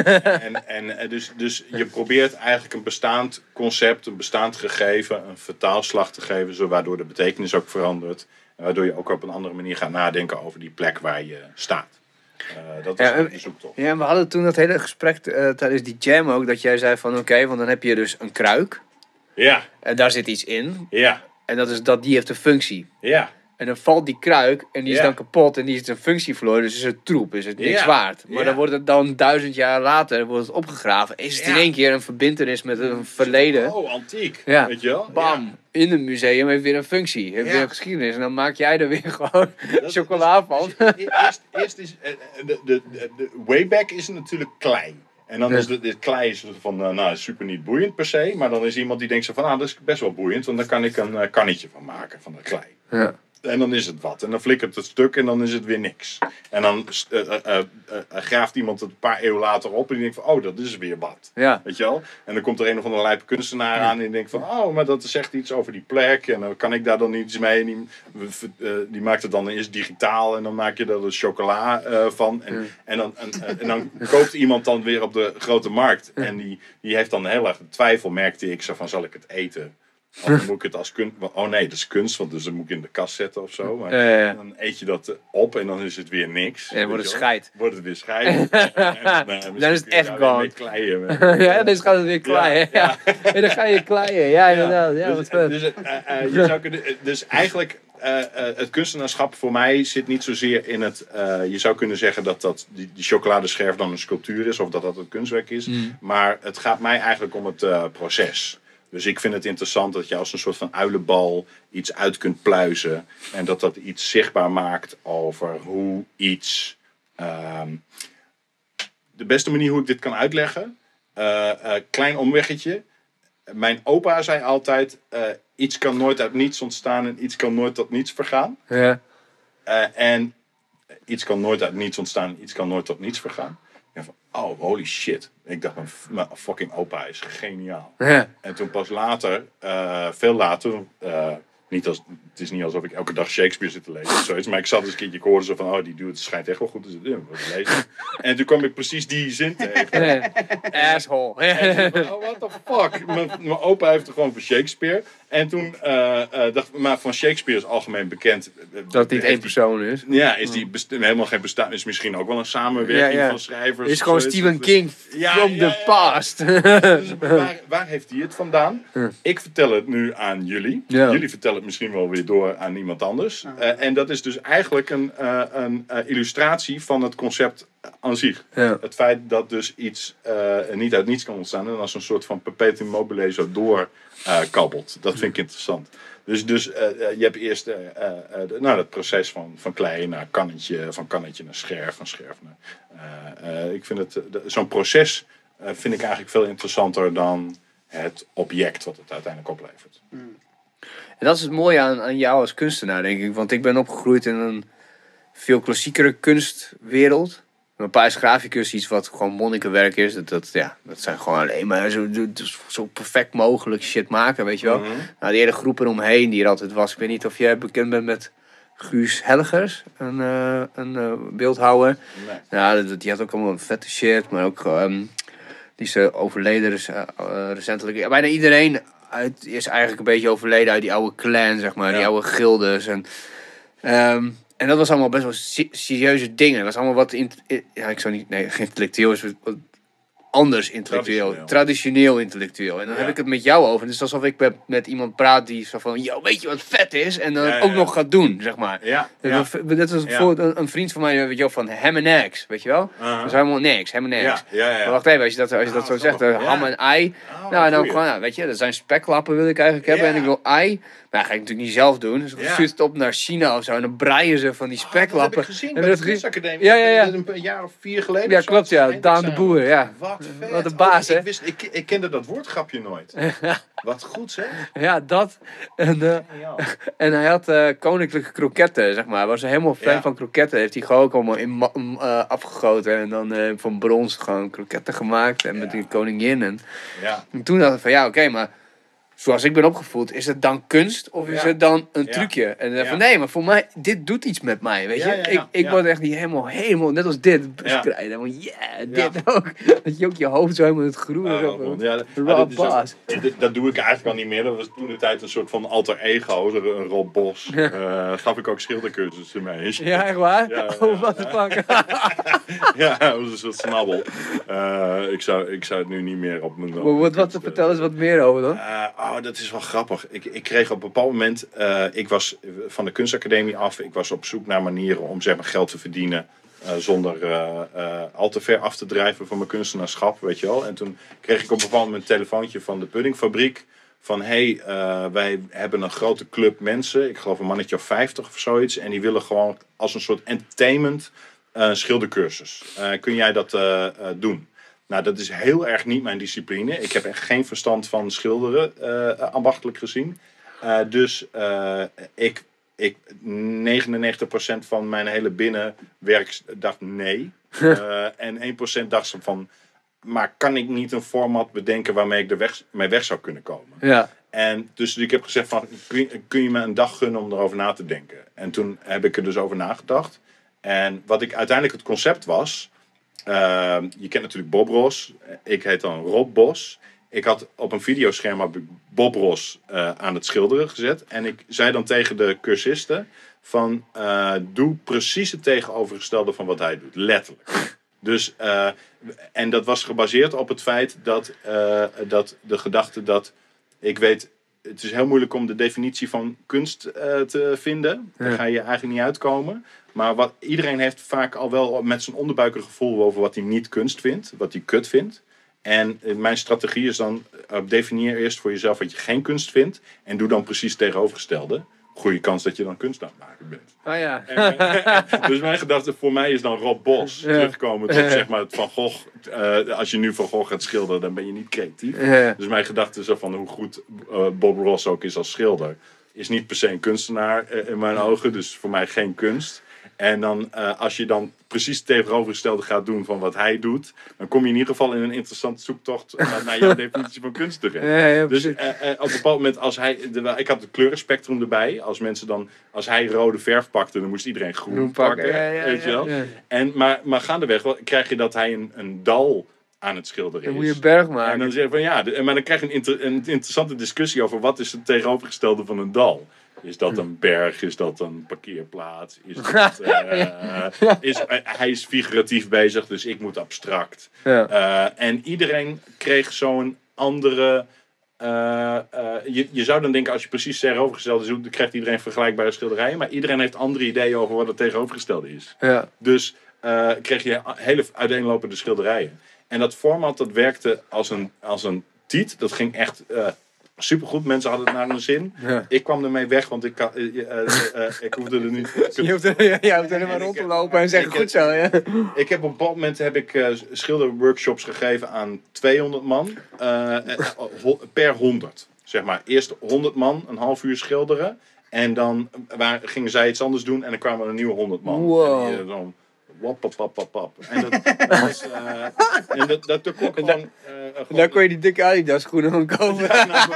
Dus je probeert eigenlijk een bestaand concept, een bestaand gegeven, een vertaalslag te geven, waardoor de betekenis ook verandert. En waardoor je ook op een andere manier gaat nadenken over die plek waar je staat. Dat is de zoektocht. Ja, we hadden toen dat hele gesprek tijdens die jam ook, dat jij zei van oké, want dan heb je dus een kruik. Ja. En daar zit iets in. Ja. En die heeft een functie. Ja. En dan valt die kruik en die is dan kapot en die is een functie verloren. Dus is het troep, is het niks waard. Maar dan wordt het dan 1000 jaar later wordt het opgegraven. Is het in één keer een verbintenis met een verleden. Oh, antiek. Ja. Weet je wel? Bam. In een museum heeft weer een functie. Heeft weer een geschiedenis. En dan maak jij er weer gewoon chocola van. Eerst is... De wayback is natuurlijk klei. En dan is dit klei is van, super niet boeiend per se. Maar dan is iemand die denkt zo van, dat is best wel boeiend. Want dan kan ik een kannetje van maken van dat klei. Ja. En dan is het wat. En dan flikkert het stuk en dan is het weer niks. En dan graaft iemand het een paar eeuwen later op. En die denkt van, dat is weer wat. Ja. Weet je wel? En dan komt er een of andere lijpe kunstenaar aan. En die denkt van, maar dat zegt iets over die plek. En dan kan ik daar dan iets mee. En die maakt het dan eerst digitaal. En dan maak je er dus chocola van. En dan koopt iemand dan weer op de grote markt. En die heeft dan heel erg de twijfel, merkte ik. Zo van, zal ik het eten? Of dan moet ik het als kunst... Oh nee, dat is kunst, want dus dan moet ik in de kast zetten of zo. Maar dan eet je dat op en dan is het weer niks. En dan wordt het scheid. Wordt het weer scheid. Dan is het echt gone. Ja, dan gaat het weer kleien. Ja. En dan ga je kleien. Ja, inderdaad. Ja, wat vet. Dus eigenlijk... het kunstenaarschap voor mij zit niet zozeer in het... je zou kunnen zeggen dat die chocoladescherf dan een sculptuur is. Of dat het kunstwerk is. Maar het gaat mij eigenlijk om het proces. Dus ik vind het interessant dat je als een soort van uilenbal iets uit kunt pluizen. En dat iets zichtbaar maakt over hoe iets... de beste manier hoe ik dit kan uitleggen. Klein omweggetje. Mijn opa zei altijd... iets kan nooit uit niets ontstaan en iets kan nooit tot niets vergaan. Ja. En iets kan nooit uit niets ontstaan en iets kan nooit tot niets vergaan. En van, holy shit. Ik dacht, mijn fucking opa is geniaal. Ja. En toen pas later, veel later... het is niet alsof ik elke dag Shakespeare zit te lezen of zoiets. Maar ik zat eens een keertje, ik hoorde zo van... die dude, het schijnt echt wel goed te lezen. En toen kwam ik precies die zin tegen. Asshole. What the fuck? Mijn opa heeft er gewoon van Shakespeare. En toen dacht ik... Maar van Shakespeare is algemeen bekend... dat het niet één persoon is. Ja, is die helemaal geen bestaan. Is misschien ook wel een samenwerking van schrijvers. Het is gewoon Stephen King from the past. Dus waar heeft hij het vandaan? Ik vertel het nu aan jullie. Ja. Jullie vertellen het misschien wel weer door aan iemand anders. En dat is dus eigenlijk een illustratie van het concept aan zich. Ja. Het feit dat dus iets niet uit niets kan ontstaan. En als een soort van perpetuum mobile zo doorkabbelt. Dat vind ik interessant. Dus je hebt eerst het proces van klei naar kannetje. Van kannetje naar scherf. Van scherf naar... ik vind zo'n proces vind ik eigenlijk veel interessanter dan het object wat het uiteindelijk oplevert. En dat is het mooie aan jou als kunstenaar, denk ik. Want ik ben opgegroeid in een veel klassiekere kunstwereld. Mijn pa is graficus, iets wat gewoon monnikenwerk is. Dat zijn gewoon alleen maar zo perfect mogelijk shit maken, weet je wel. Nou, die hele groep eromheen die er altijd was. Ik weet niet of jij bekend bent met Guus Helgers, een beeldhouwer. Nee. Nou, die had ook allemaal vette shit, maar ook... die is overleden recentelijk. Ja, bijna iedereen is eigenlijk een beetje overleden uit die oude clan, zeg maar. Ja. Die oude gildes. En dat was allemaal best wel serieuze dingen. Dat was allemaal intellectueel is wat anders intellectueel. Traditioneel intellectueel. En dan heb ik het met jou over. Het is alsof ik met iemand praat die zo van... Yo, weet je wat vet is? En dan ook nog gaat doen, zeg maar. Ja. Dat is bijvoorbeeld een vriend van mij, weet je wel, van Ham en Eggs, weet je wel? Dat is helemaal niks, Ham en Eggs. Maar wacht even, als je dat zo zegt, ham en ei. Nou, dan gewoon, weet je, dat zijn speklappen wil ik eigenlijk hebben. En ik wil ei. Maar dat ga ik natuurlijk niet zelf doen. Dus ik stuur het op naar China of zo. En dan breien ze van die speklappen. Dat heb ik gezien bij de kunstacademie. Ja. Een jaar of 4 geleden. Ja, klopt. Ja. Daan de Boer. Ja. Wat vet. Wat een baas, hè? Ik kende dat woordgrapje nooit. Wat goed, zeg. Ja, dat. En hij had koninklijke kroketten, zeg maar. Hij was helemaal fan van kroketten. Heeft hij gewoon ook allemaal afgegoten. En dan van brons gewoon kroketten gemaakt. En met die koningin. En toen dacht ik van, oké, maar... Zoals ik ben opgevoed, is het dan kunst of is het dan een trucje? En van nee, maar voor mij, dit doet iets met mij, weet je? Ik word echt niet helemaal, net als dit, krijgen. Dit ook. Dat je ook je hoofd zo helemaal in het groen dat doe ik eigenlijk al niet meer. Dat was toen de tijd een soort van alter ego, een Rob Bos. Gaf ik ook schildercursussen mee. Ja, echt waar? Wat de fuck? Ja, dat was een soort snabbel. Ik zou het nu niet meer op mijn... Vertel eens wat meer over dan. Dat is wel grappig. Ik kreeg op een bepaald moment... ik was van de kunstacademie af. Ik was op zoek naar manieren om zeg maar, geld te verdienen... zonder al te ver af te drijven van mijn kunstenaarschap, weet je wel. En toen kreeg ik op een bepaald moment een telefoontje van de puddingfabriek. Van, wij hebben een grote club mensen. Ik geloof een mannetje of 50 of zoiets. En die willen gewoon als een soort entertainment schildercursus. Kun jij dat doen? Nou, dat is heel erg niet mijn discipline. Ik heb echt geen verstand van schilderen, ambachtelijk gezien. Dus 99% van mijn hele binnenwerk dacht nee. En 1% dacht van... Maar kan ik niet een format bedenken waarmee ik mee weg zou kunnen komen? Ja. En dus ik heb gezegd van... Kun je me een dag gunnen om erover na te denken? En toen heb ik er dus over nagedacht. En wat ik uiteindelijk het concept was... je kent natuurlijk Bob Ross. Ik heet dan Rob Bos. Ik had op een videoscherm Bob Ross aan het schilderen gezet. En ik zei dan tegen de cursisten van... doe precies het tegenovergestelde van wat hij doet. Letterlijk. Dus, en dat was gebaseerd op het feit dat de gedachte dat... Ik weet, het is heel moeilijk om de definitie van kunst te vinden. Daar ga je eigenlijk niet uitkomen. Maar iedereen heeft vaak al wel met zijn onderbuik een gevoel over wat hij niet kunst vindt. Wat hij kut vindt. En mijn strategie is dan, definieer eerst voor jezelf wat je geen kunst vindt. En doe dan precies het tegenovergestelde. Goede kans dat je dan kunst aan het maken bent. Oh ja. Dus mijn gedachte voor mij is dan Rob Bos. Terugkomen tot zeg maar het Van Gogh. Als je nu Van Gogh gaat schilderen, dan ben je niet creatief. Dus mijn gedachte is van hoe goed Bob Ross ook is als schilder. Is niet per se een kunstenaar in mijn ogen. Dus voor mij geen kunst. En dan, als je dan precies het tegenovergestelde gaat doen van wat hij doet... dan kom je in ieder geval in een interessante zoektocht naar jouw definitie van kunst terecht. Dus op een bepaald moment, ik had het kleurenspectrum erbij. Als hij rode verf pakte, dan moest iedereen groen pakken. Weet je wel? Ja. Maar gaandeweg krijg je dat hij een dal aan het schilderen is. Dan moet je een berg maken. En dan zeg je van maar dan krijg je een interessante discussie over wat is het tegenovergestelde van een dal. Is dat een berg? Is dat een parkeerplaats? Hij is figuratief bezig, dus ik moet abstract. Ja. En iedereen kreeg zo'n andere... je zou dan denken, als je precies tegenovergestelde is, dan krijgt iedereen vergelijkbare schilderijen. Maar iedereen heeft andere ideeën over wat het tegenovergestelde is. Ja. Dus kreeg je hele uiteenlopende schilderijen. En dat format, dat werkte als een tiet. Dat ging echt... supergoed, mensen hadden het naar hun zin. Ja. Ik kwam ermee weg, want ik hoefde er niet... Je hoeft er maar rond te lopen en zeggen goed zo. Ja. Ik heb op een bepaald moment schilderworkshops gegeven aan 200 man. Per 100. Zeg maar, eerst 100 man, een half uur schilderen. En dan gingen zij iets anders doen en dan kwamen er een nieuwe 100 man. Wow. En wap. En dat kon gewoon... daar kon je die dikke Adidas schoenen van kopen.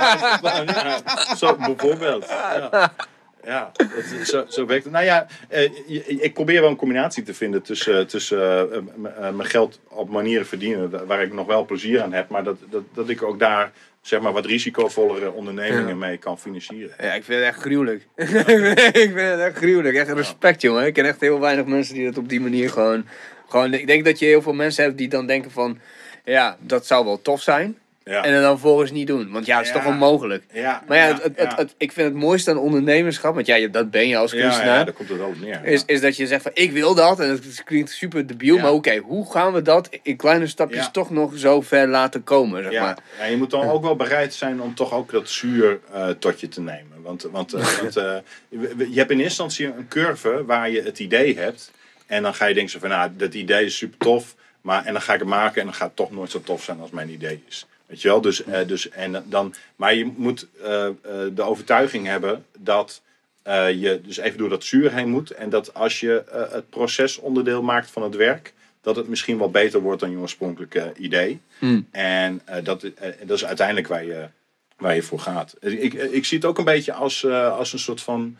Zo bijvoorbeeld. Ja, zo werkt het. Nou ja, ik probeer wel een combinatie te vinden tussen mijn geld op manieren verdienen waar ik nog wel plezier aan heb, maar dat ik ook daar zeg maar wat risicovollere ondernemingen mee kan financieren. Ja, ik vind het echt gruwelijk. Ik vind het echt gruwelijk. Echt respect, jongen. Ik ken echt heel weinig mensen die dat op die manier gewoon... Ik denk dat je heel veel mensen hebt die dan denken van... Ja, dat zou wel tof zijn. Ja. En dan volgens niet doen. Want het is toch onmogelijk. Ja, maar ik vind het mooiste aan ondernemerschap... Want dat ben je als kunstenaar. Ja, daar komt het wel op neer. Is dat je zegt van, ik wil dat. En dat klinkt super debiel. Ja. Maar oké, hoe gaan we dat in kleine stapjes toch nog zo ver laten komen? Zeg maar. Ja, je moet dan ook wel bereid zijn om toch ook dat zuur tot je te nemen. Je hebt in eerste instantie een curve waar je het idee hebt. En dan ga je denken van, dat idee is super tof. En dan ga ik het maken en dan gaat het toch nooit zo tof zijn als mijn idee is. Weet je wel? Maar je moet de overtuiging hebben dat je dus even door dat zuur heen moet. En dat als je het proces onderdeel maakt van het werk, dat het misschien wel beter wordt dan je oorspronkelijke idee. En dat is uiteindelijk waar je voor gaat. Ik zie het ook een beetje als een soort van...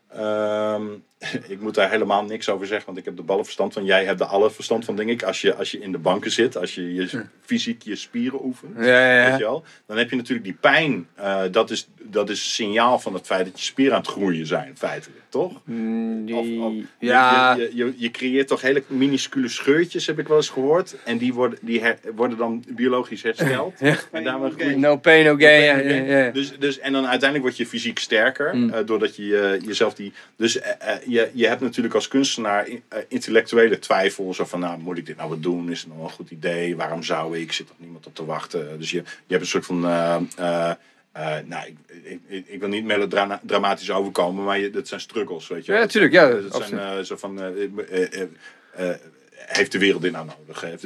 ik moet daar helemaal niks over zeggen, want ik heb de ballen verstand van. Jij hebt de alle verstand van, denk ik. Als je in de banken zit, als je fysiek je spieren oefent, weet je wel, dan heb je natuurlijk die pijn. Dat is signaal van het feit dat je spieren aan het groeien zijn, feitelijk, toch? Je creëert toch hele minuscule scheurtjes, heb ik wel eens gehoord. En die worden dan biologisch hersteld. En daarmee no pain, no gain. Dus, en dan uiteindelijk word je fysiek sterker, doordat je jezelf die... Dus je hebt natuurlijk als kunstenaar intellectuele twijfel. Zo van, moet ik dit nou wat doen? Is het nou een goed idee? Waarom zou ik? Zit er niemand op te wachten? Dus je hebt een soort van... ik wil niet melodramatisch overkomen, maar dat zijn struggles, weet je. Ja, natuurlijk. Ja, dat zijn zo van... heeft de wereld dit nou nodig?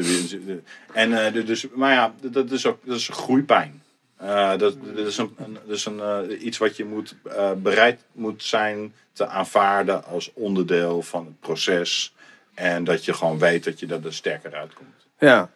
Dat is een groeipijn. Dat is iets wat je bereid moet zijn te aanvaarden als onderdeel van het proces. En dat je gewoon weet dat je er sterker uitkomt. Ja.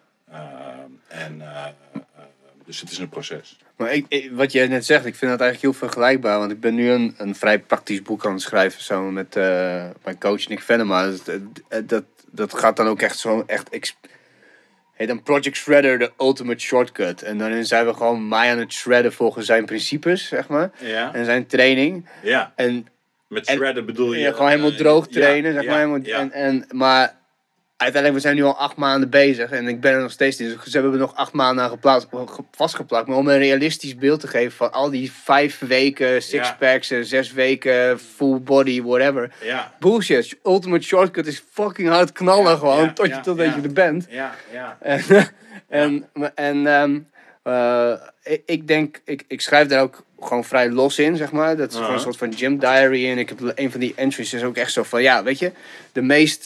Dus het is een proces. Maar wat jij net zegt, ik vind dat eigenlijk heel vergelijkbaar. Want ik ben nu een vrij praktisch boek aan het schrijven samen met mijn coach Nick Venema. Dat gaat dan ook echt zo... Heet dan Project Shredder, de ultimate shortcut. En dan zijn we gewoon mij aan het shredden volgens zijn principes, zeg maar. Ja. En zijn training. Ja. Met shredden bedoel je... gewoon helemaal droog trainen, zeg maar. Maar uiteindelijk, we zijn nu al 8 maanden bezig. En ik ben er nog steeds in. Dus we hebben nog 8 maanden aan vastgeplakt. Maar om een realistisch beeld te geven van al die 5 weken sixpacks, 6 weken full body, whatever. Ja. Bullshit. Ultimate shortcut is fucking hard knallen gewoon. Tot je er bent. Ik denk, ik schrijf daar ook gewoon vrij los in, zeg maar. Dat is gewoon een soort van gym diary. En ik heb een van die entries is ook echt zo van, weet je, de meest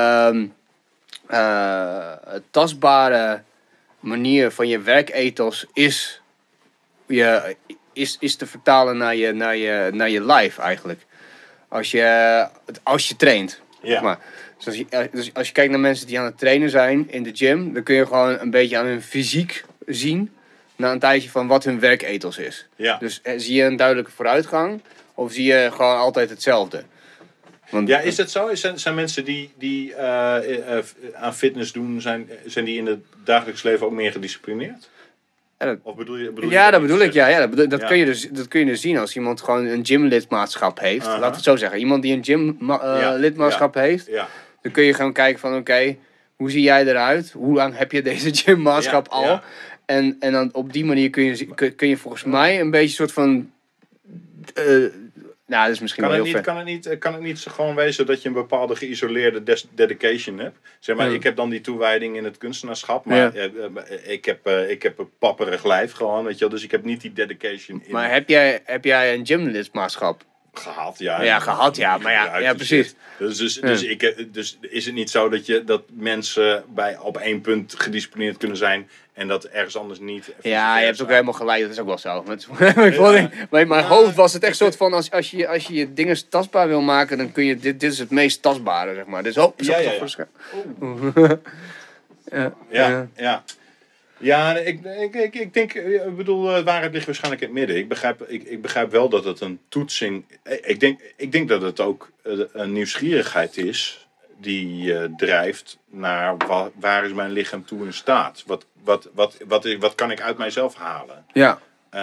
tastbare manier van je werkethos is te vertalen naar je life eigenlijk. Als je traint. Zeg maar. Dus als je kijkt naar mensen die aan het trainen zijn in de gym, dan kun je gewoon een beetje aan hun fysiek zien na een tijdje van wat hun werkethos is. Ja. Dus zie je een duidelijke vooruitgang of zie je gewoon altijd hetzelfde? Want, is dat zo? Zijn mensen die aan fitness doen, zijn die in het dagelijks leven ook meer gedisciplineerd? Of bedoel je dat bedoel ik. Dat kun je dus zien als iemand gewoon een gymlidmaatschap heeft. Laten we het zo zeggen. Iemand die een gymlidmaatschap heeft. Ja. Dan kun je gewoon kijken van oké, hoe zie jij eruit? Hoe lang heb je deze gymmaatschap al? Ja. En dan op die manier kun je volgens mij een beetje soort van... dat is misschien wel heel ver. Kan het niet gewoon wezen dat je een bepaalde geïsoleerde dedication hebt? Zeg maar, ik heb dan die toewijding in het kunstenaarschap, maar ik heb een papperig lijf gewoon, weet je wel, dus ik heb niet die dedication in. Maar heb jij een gymlidmaatschap? Gehad, ja. Ja, gehad, ja. Maar ja, precies. Dus is het niet zo dat mensen op 1 punt gedisciplineerd kunnen zijn en dat ergens anders niet? Ja, je hebt ook helemaal gelijk. Dat is ook wel zo. Maar in mijn hoofd was het echt soort van als je dingen tastbaar wil maken, dan kun je dit is het meest tastbare, zeg maar. Dus Ja, ik denk, waarheid ligt waarschijnlijk in het midden. Ik begrijp wel dat het een toetsing... Ik denk dat het ook een nieuwsgierigheid is die drijft naar waar is mijn lichaam toe in staat? Wat kan ik uit mijzelf halen? Ja.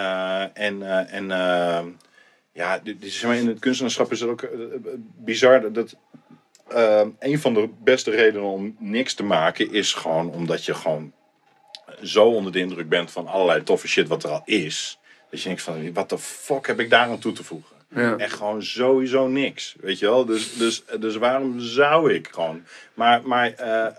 In het kunstenaarschap is het ook bizar dat een van de beste redenen om niks te maken is gewoon omdat je gewoon zo onder de indruk bent van allerlei toffe shit wat er al is. Dat je denkt van, wat de fuck heb ik daar aan toe te voegen? Ja. Echt gewoon sowieso niks. Weet je wel? Dus waarom zou ik gewoon? Maar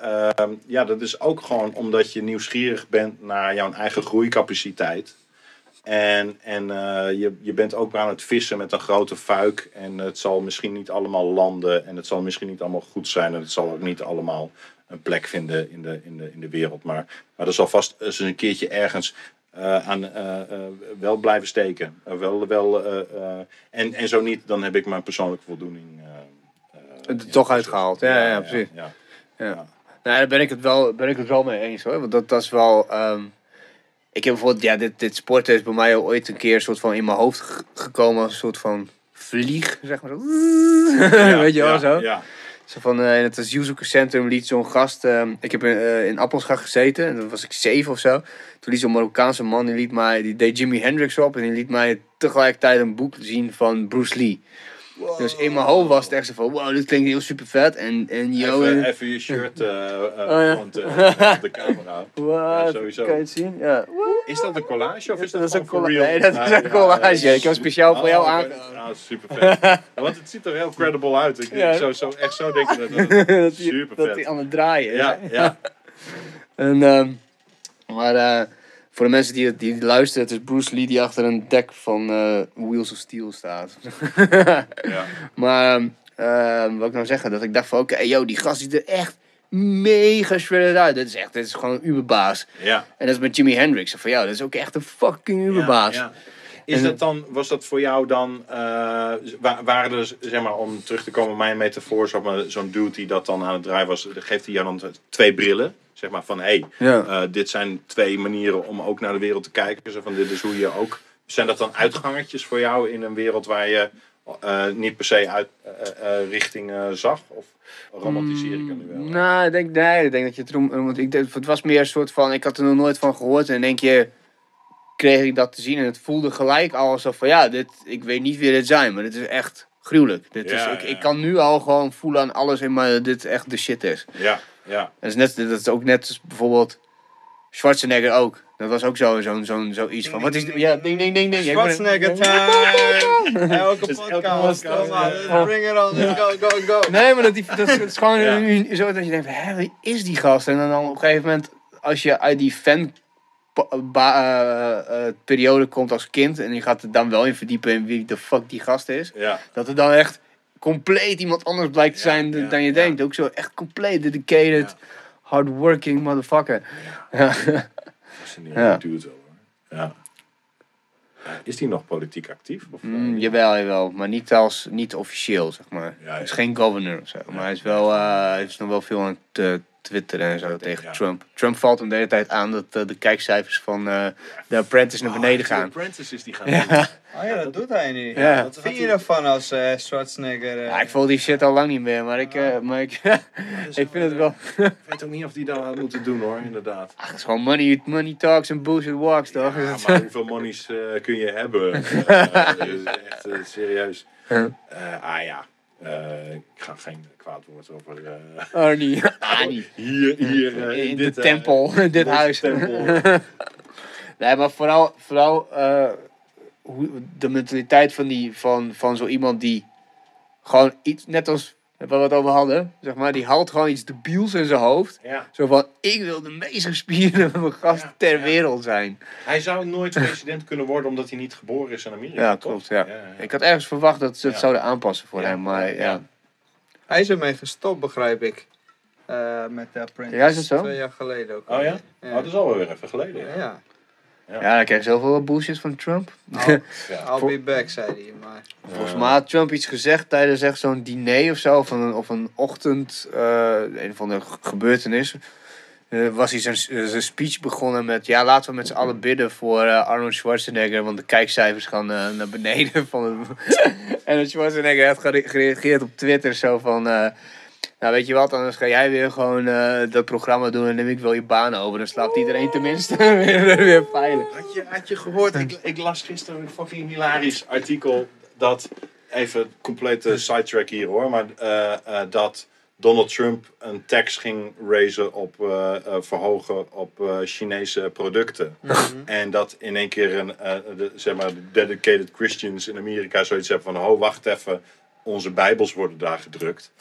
dat is ook gewoon omdat je nieuwsgierig bent naar jouw eigen groeicapaciteit. En je bent ook aan het vissen met een grote fuik. En het zal misschien niet allemaal landen. En het zal misschien niet allemaal goed zijn. En het zal ook niet allemaal een plek vinden in de wereld. Maar er zal vast eens een keertje ergens wel blijven steken. En zo niet, dan heb ik mijn persoonlijke voldoening het toch uitgehaald. Ja, precies. Ja. Nou, daar ben ik het wel mee eens hoor. Want dat is wel... ik heb bijvoorbeeld, dit sporten is bij mij ooit een keer een soort van in mijn hoofd gekomen als een soort van vlieg, zeg maar zo. Weet je wel, zo? Ja. Zo van, in het asielzoeker centrum liet zo'n gast... ik heb in Appelscha gezeten, en dan was ik 7 of zo. Toen liet zo'n Marokkaanse man, die deed Jimi Hendrix op. En die liet mij tegelijkertijd een boek zien van Bruce Lee. Wow. Dus in mijn hoofd was het echt zo van, wow, dit klinkt heel super vet. Even je shirt op de camera. Wat? Sowieso. Kan je het zien? Ja. Is dat een collage of is dat een collage? Nee, dat is een collage. Ik heb speciaal voor jou aangehouden. Ah, super vet. Want het ziet er heel credible uit. Ik zou echt zo denken dat super vet. Dat hij aan het draaien is. Ja. Maar voor de mensen die luisteren, het is Bruce Lee die achter een dek van Wheels of Steel staat. Ja. Maar wat ik nou zeggen, dat ik dacht van oké, die gast ziet er echt mega shredded uit. Dit is gewoon een uberbaas. Ja. En dat is met Jimi Hendrix. Van dat is ook echt een fucking uberbaas. Ja. Was dat voor jou dan, waren er, zeg maar, om terug te komen op mijn metafoor, zo'n dude die dat dan aan het draaien was, geeft hij jou dan 2 brillen? Zeg maar van, dit zijn 2 manieren om ook naar de wereld te kijken. Zo van, dit is hoe je ook... Zijn dat dan uitgangertjes voor jou in een wereld waar je niet per se richting zag? Of romantiseer ik het nu wel? Nou, ik denk dat je het erom... Want het was meer een soort van... Ik had er nog nooit van gehoord. En in één keer kreeg ik dat te zien. En het voelde gelijk al alsof van... ik weet niet wie dit zijn. Maar dit is echt gruwelijk. Ik kan nu al gewoon voelen aan alles in mij dat dit echt de shit is. Ja. Dat is ook net bijvoorbeeld Schwarzenegger ook. Dat was ook zoiets van. Wat is ding ding. Schwarzenegger time. Elke podcast. Bring it on. Go. Nee, maar dat is gewoon zo dat je denkt, wie is die gast? En dan op een gegeven moment, als je uit die fan periode komt als kind en je gaat er dan wel in verdiepen in wie de fuck die gast is, dat er dan echt compleet iemand anders blijkt te zijn dan je denkt. Ook zo echt compleet dedicated, hardworking motherfucker. Fascinerend duurt wel hoor. Ja. Is die nog politiek actief? Of, jawel, maar niet officieel, zeg maar. Hij is geen governor of zo, maar hij is wel, heeft nog wel veel aan het Twitter en zo tegen Trump. Trump valt hem de hele tijd aan dat de kijkcijfers van The Apprentice naar beneden gaan. The Apprentice is die gaan doen. Dat doet hij nu. Ja. Wat vind je ervan als Schwarzenegger? Ik volg die shit al lang niet meer, maar ik vind het wel... Ik weet ook niet of die dat had moeten doen hoor, inderdaad. Het is gewoon money talks en bullshit walks, toch? Ja, maar hoeveel monies kun je hebben? Echt serieus. Ik ga geen kwaad woord over... Arnie. Hier in dit tempel, in dit huis. Tempel. Nee, maar vooral de mentaliteit van zo iemand die gewoon iets, net als waar we het over hadden, zeg maar, die haalt gewoon iets debiels in zijn hoofd. Ja. Zo van, ik wil de meest gespierde gast ter wereld zijn. Hij zou nooit president kunnen worden omdat hij niet geboren is in Amerika. Ja, klopt. Ja. Ik had ergens verwacht dat ze het zouden aanpassen voor hem, maar ja. Hij is ermee gestopt, begrijp ik. Met de Apprentice. Ja, is het zo? 2 jaar geleden ook. Oh ja? Dat is alweer even geleden. Ja. Ja, dan krijg je zoveel bullshit van Trump. I'll be back, zei hij. Maar... Volgens mij had Trump iets gezegd tijdens echt zo'n diner of zo. Of een ochtend, een van de gebeurtenissen. Was hij zijn speech begonnen met... Ja, laten we met z'n allen bidden voor Arnold Schwarzenegger. Want de kijkcijfers gaan naar beneden. En Schwarzenegger had gereageerd op Twitter zo van... Nou, weet je wat, anders ga jij weer gewoon dat programma doen en neem ik wel je baan over. Dan slaapt iedereen tenminste weer veilig. Had je gehoord, ik las gisteren een fucking hilarisch artikel dat, even complete sidetrack hier hoor, maar dat Donald Trump een tax ging raisen verhogen op Chinese producten. Mm-hmm. En dat in één keer de dedicated Christians in Amerika zoiets hebben van, wacht even. onze Bijbels worden daar gedrukt.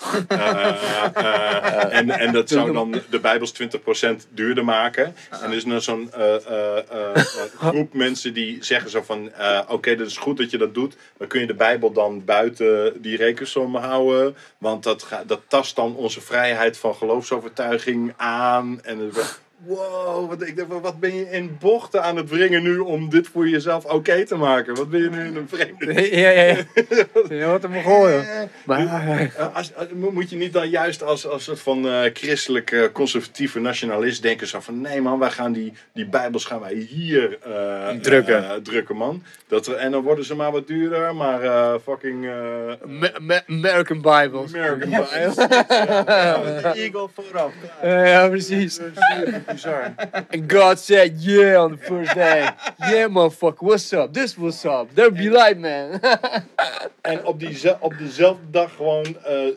En dat zou dan de Bijbels 20% duurder maken. En er is nou zo'n groep mensen die zeggen zo van... Oké, dat is goed dat je dat doet. Dan kun je de Bijbel dan buiten die rekensom houden. Want dat tast dan onze vrijheid van geloofsovertuiging aan. En wow, ik denk, wat ben je in bochten aan het brengen nu om dit voor jezelf oké te maken? Wat ben je nu in een vreemde... Ja, wat een Mongool, joh. Maar... Moet je niet dan juist als soort van christelijke conservatieve nationalist denken zo van... Nee man, wij gaan die Bijbels gaan wij hier drukken man. En dan worden ze maar wat duurder, maar fucking... American Bibles. American Bibles. De Eagle vooraf. Ja, precies. Bizar. And God said, yeah, on the first day. Yeah, motherfucker, what's up? This what's up. There be light, man. En op diezelfde dag gewoon...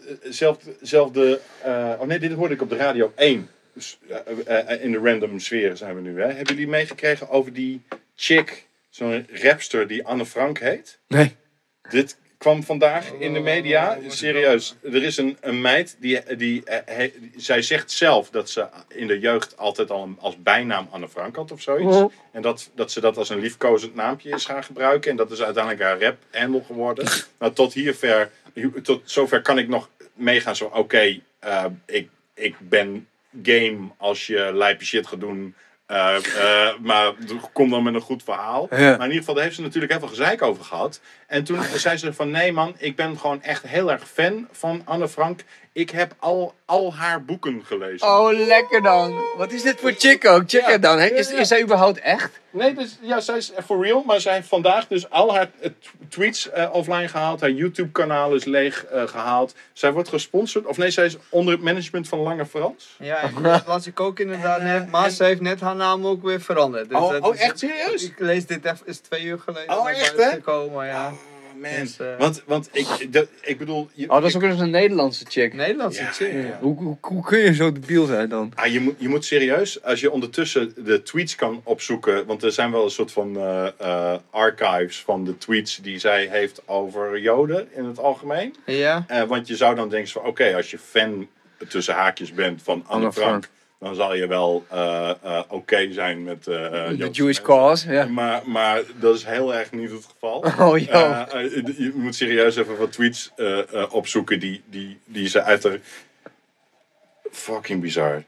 oh nee, dit hoorde ik op de radio 1. Dus, in de random sfeer zijn we nu. Hè. Hebben jullie meegekregen over die chick... Zo'n rapster die Anne Frank heet? Nee. Dit kwam vandaag in de media. Serieus. Er is een meid zij zegt zelf dat ze in de jeugd altijd al als bijnaam Anne Frank had of zoiets. Oh. En dat ze dat als een liefkozend naampje is gaan gebruiken. En dat is uiteindelijk haar rap handle geworden. Nou, tot zover kan ik nog meegaan. Zo, oké, ik ben game als je lijpe shit gaat doen. Maar kom dan met een goed verhaal. Ja. Maar in ieder geval, daar heeft ze natuurlijk heel veel gezeik over gehad. En toen zei ze van, nee man, ik ben gewoon echt heel erg fan van Anne Frank. Ik heb al haar boeken gelezen. Oh, lekker dan. Wat is dit voor chick ook? Check het dan. Is zij überhaupt echt? Nee, dus, ja, zij is for real. Maar zij heeft vandaag dus al haar tweets offline gehaald. Haar YouTube-kanaal is leeg gehaald. Zij wordt gesponsord. Of nee, zij is onder het management van Lange Frans. Ja, dat las ik ook inderdaad net. Maar ze heeft net haar naam ook weer veranderd. Dus echt serieus? Ik lees dit even, is 2 uur geleden. Oh, echt hè? Gekomen, ja. Man. Dus, want ik bedoel... dat is ook eens een Nederlandse chick. Nederlandse chick, ja. Hoe kun je zo debiel zijn dan? Je moet serieus, als je ondertussen de tweets kan opzoeken... Want er zijn wel een soort van archives van de tweets die zij heeft over Joden in het algemeen. Ja. Want je zou dan denken van oké, als je fan tussen haakjes bent van Anne Frank... Dan zal je wel oké zijn met de Jewish cause, ja. Maar dat is heel erg niet het geval. Oh, je moet serieus even wat tweets opzoeken die ze uit de... Fucking bizar.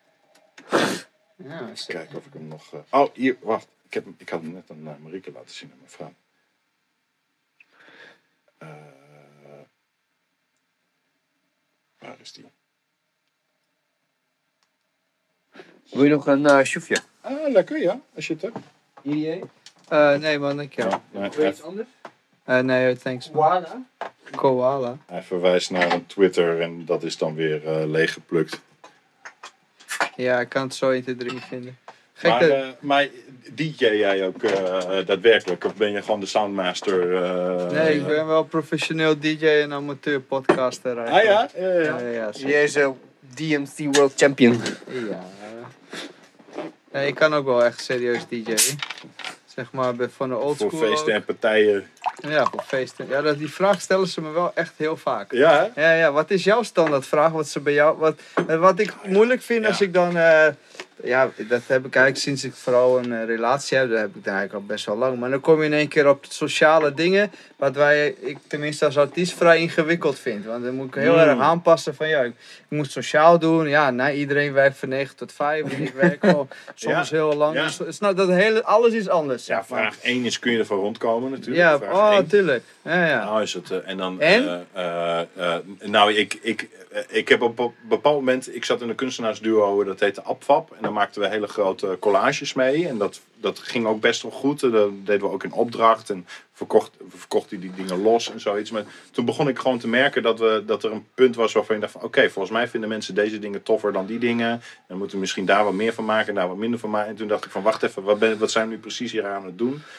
Ja, eens kijken of ik hem nog... Oh, hier, wacht. Ik had hem net aan Marieke laten zien aan mijn vrouw. Waar is die? Wil je nog een sjoefje? Lekker ja, als je het hebt. Hier? Nee man, dankjewel. Wil je iets anders? Nee, thanks. Koala. Hij verwijst naar een Twitter en dat is dan weer leeggeplukt. Ja, ik kan het zo 1, 2, 3 vinden. Maar DJ jij ook daadwerkelijk? Of ben je gewoon de soundmaster? Nee, ik ben wel professioneel DJ en amateur podcaster. Ja? Jij is DMC World Champion. Ja. Ja, ik kan ook wel echt serieus DJ'en. Zeg maar van de oldschool. Voor feesten en partijen. Ja, voor feesten. Ja, die vraag stellen ze me wel echt heel vaak. Ja, hè? Ja, wat is jouw standaardvraag? Wat ze bij jou... Wat ik moeilijk vind als ik dan... ja, dat heb ik eigenlijk sinds ik vooral een relatie heb. Dat heb ik dan eigenlijk al best wel lang. Maar dan kom je in één keer op sociale dingen. Wat ik tenminste als artiest vrij ingewikkeld vind. Want dan moet ik heel erg aanpassen van ja, ik moet sociaal doen. Ja, iedereen werkt van 9 tot 5. En ik werk gewoon soms heel lang. Ja. Dus, alles is anders. Ja, vraag 1 is kun je ervan rondkomen natuurlijk. Ja, vraag 1. tuurlijk. Ja. Nou is het... en dan... nou, ik heb op een bepaald moment... Ik zat in een kunstenaarsduo, dat heette Abfab. En dan maakten we hele grote collages mee. En dat ging ook best wel goed. Dat deden we ook in opdracht. En verkochten die dingen los en zoiets. Maar toen begon ik gewoon te merken dat er een punt was waarvan je dacht van... Oké, volgens mij vinden mensen deze dingen toffer dan die dingen. Dan moeten we misschien daar wat meer van maken en daar wat minder van maken. En toen dacht ik van wacht even, wat zijn we nu precies hier aan het doen?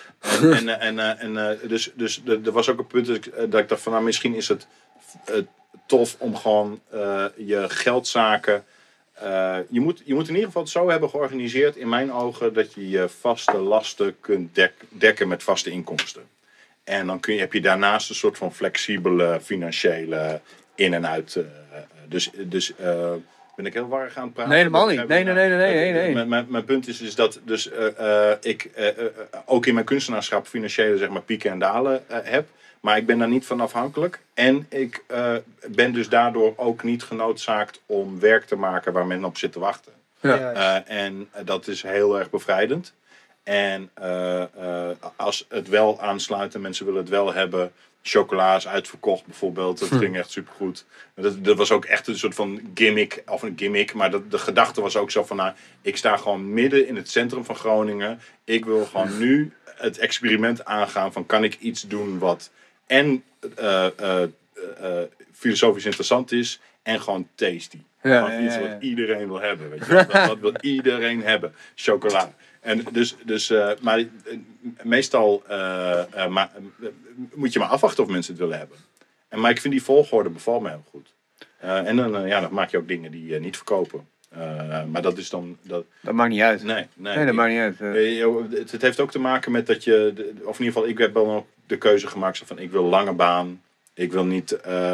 Dus er was ook een punt dat ik dacht van nou misschien is het tof om gewoon je geldzaken... Je moet in ieder geval het zo hebben georganiseerd, in mijn ogen, dat je je vaste lasten kunt dekken met vaste inkomsten. En dan heb je daarnaast een soort van flexibele financiële in- en uit. Dus ben ik heel warrig aan het praten? Nee, helemaal niet. Nee. Mijn punt is dat dus, ik ook in mijn kunstenaarschap financiële zeg maar, pieken en dalen heb. Maar ik ben daar niet van afhankelijk. En ik ben dus daardoor ook niet genoodzaakt om werk te maken waar men op zit te wachten. Ja. En dat is heel erg bevrijdend. En als het wel aansluit en mensen willen het wel hebben. Chocola is uitverkocht bijvoorbeeld. Dat ging echt supergoed. Dat was ook echt een soort van gimmick. Of een gimmick. Maar de gedachte was ook zo van... Nou, ik sta gewoon midden in het centrum van Groningen. Ik wil gewoon nu het experiment aangaan van... Kan ik iets doen wat en filosofisch interessant is... En gewoon tasty. Gewoon iets wat iedereen wil hebben. Weet je? Dat wil iedereen hebben. Chocola. En maar meestal moet je maar afwachten of mensen het willen hebben. Maar ik vind die volgorde bevalt me heel goed. En dan maak je ook dingen die je niet verkopen. Maar dat is dan... Dat maakt niet uit. Nee, dat maakt niet uit. Het heeft ook te maken met dat je... Of in ieder geval, ik heb wel ook de keuze gemaakt van ik wil lange baan. Ik wil niet...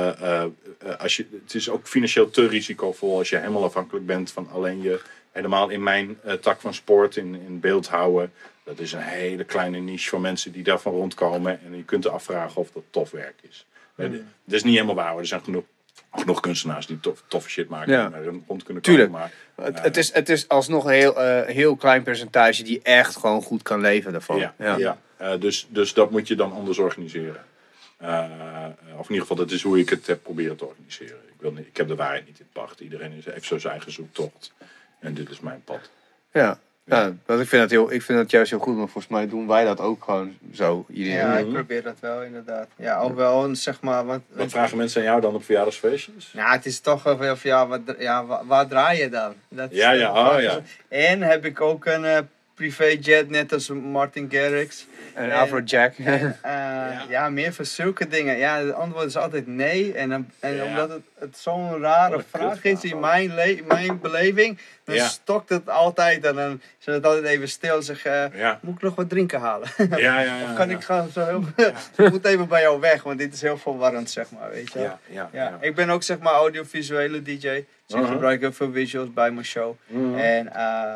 het is ook financieel te risicovol als je helemaal afhankelijk bent van alleen je... Helemaal in mijn tak van sport, in beeldhouden. Dat is een hele kleine niche van mensen die daarvan rondkomen. En je kunt je afvragen of dat tof werk is. Dat is niet helemaal waar hoor. Er zijn genoeg kunstenaars die toffe shit maken. En daar rond kunnen komen. Tuurlijk. Maar, het is alsnog een heel klein percentage die echt gewoon goed kan leven daarvan. Dus dat moet je dan anders organiseren. Of in ieder geval, dat is hoe ik het heb proberen te organiseren. Ik heb de waarheid niet in pacht. Iedereen heeft zo zijn eigen zoektocht. En dit is mijn pad. Ja, ik vind dat juist heel goed. Maar volgens mij doen wij dat ook gewoon zo. Ja, ik probeer dat wel inderdaad. Ja, ook wel zeg maar... Wat vragen mensen aan jou dan op verjaardagsfeestjes? Nou, het is toch wel van waar draai je dan? Dat is En heb ik ook een privéjet net als Martin Garrix. En Afrojack. Meer voor zulke dingen. Ja, het antwoord is altijd nee. En omdat het zo'n rare vraag is in mijn beleving, dan stokt het altijd. En dan is het altijd even stil en zeg, moet ik nog wat drinken halen? Of kan ik gaan zo heel... Ik moet even bij jou weg, want dit is heel verwarrend, zeg maar, weet je. Ik ben ook, zeg maar, audiovisuele DJ. Dus ik gebruik heel veel visuals bij mijn show. En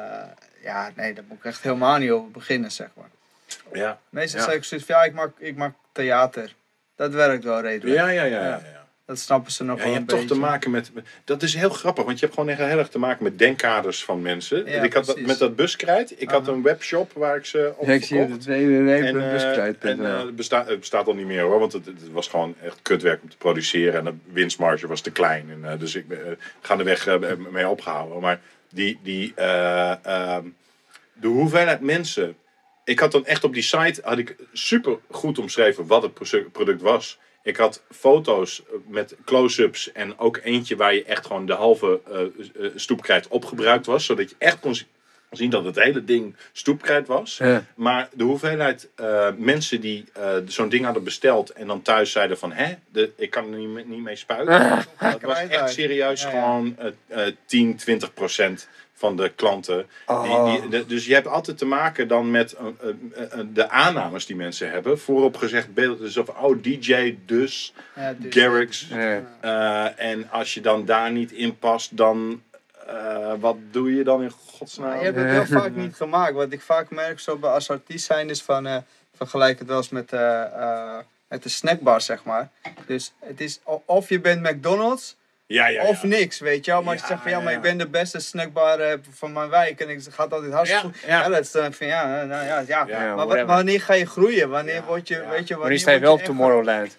daar moet ik echt helemaal niet over beginnen, zeg maar. Ja. Meestal zeg ik zoiets van, ik maak theater. Dat werkt wel redelijk. Ja. Dat snappen ze nog wel je een hebt beetje. toch te maken met... Dat is heel grappig, want je hebt gewoon echt heel erg te maken met denkkaders van mensen. Ja, ik had met dat buskrijt. Ik had een webshop waar ik ze op verkocht. Ik zie het www.buskrijt.nl. Het bestaat al niet meer hoor, want het was gewoon echt kutwerk om te produceren. En de winstmarge was te klein. En, dus ik ga er weg mee opgehouden. Maar de hoeveelheid mensen... Ik had dan echt op die site super goed omschreven wat het product was. Ik had foto's met close-ups en ook eentje waar je echt gewoon de halve stoepkrijt opgebruikt was. Zodat je echt kon zien dat het hele ding stoepkrijt was. Ja. Maar de hoeveelheid mensen die zo'n ding hadden besteld en dan thuis zeiden van ik kan er niet mee spuiten. Dat was echt serieus gewoon 10-20% van de klanten. Dus je hebt altijd te maken dan met de aannames die mensen hebben. Voorop gezegd beeld dus DJ dus Garrix. En als je dan daar niet in past, dan wat doe je dan in godsnaam? Je hebt het heel vaak niet gemaakt. Wat ik vaak merk zo als artiest zijn is van vergelijk het wel eens met de snackbar, zeg maar. Dus het is of je bent McDonald's of niks, weet je wel. Maar je zegt van maar ik ben de beste snackbar van mijn wijk en het gaat altijd hartstikke goed. Ja, dat is dan van maar wanneer ga je groeien? Wanneer word je, weet je... Wanneer sta je wel op Tomorrowland?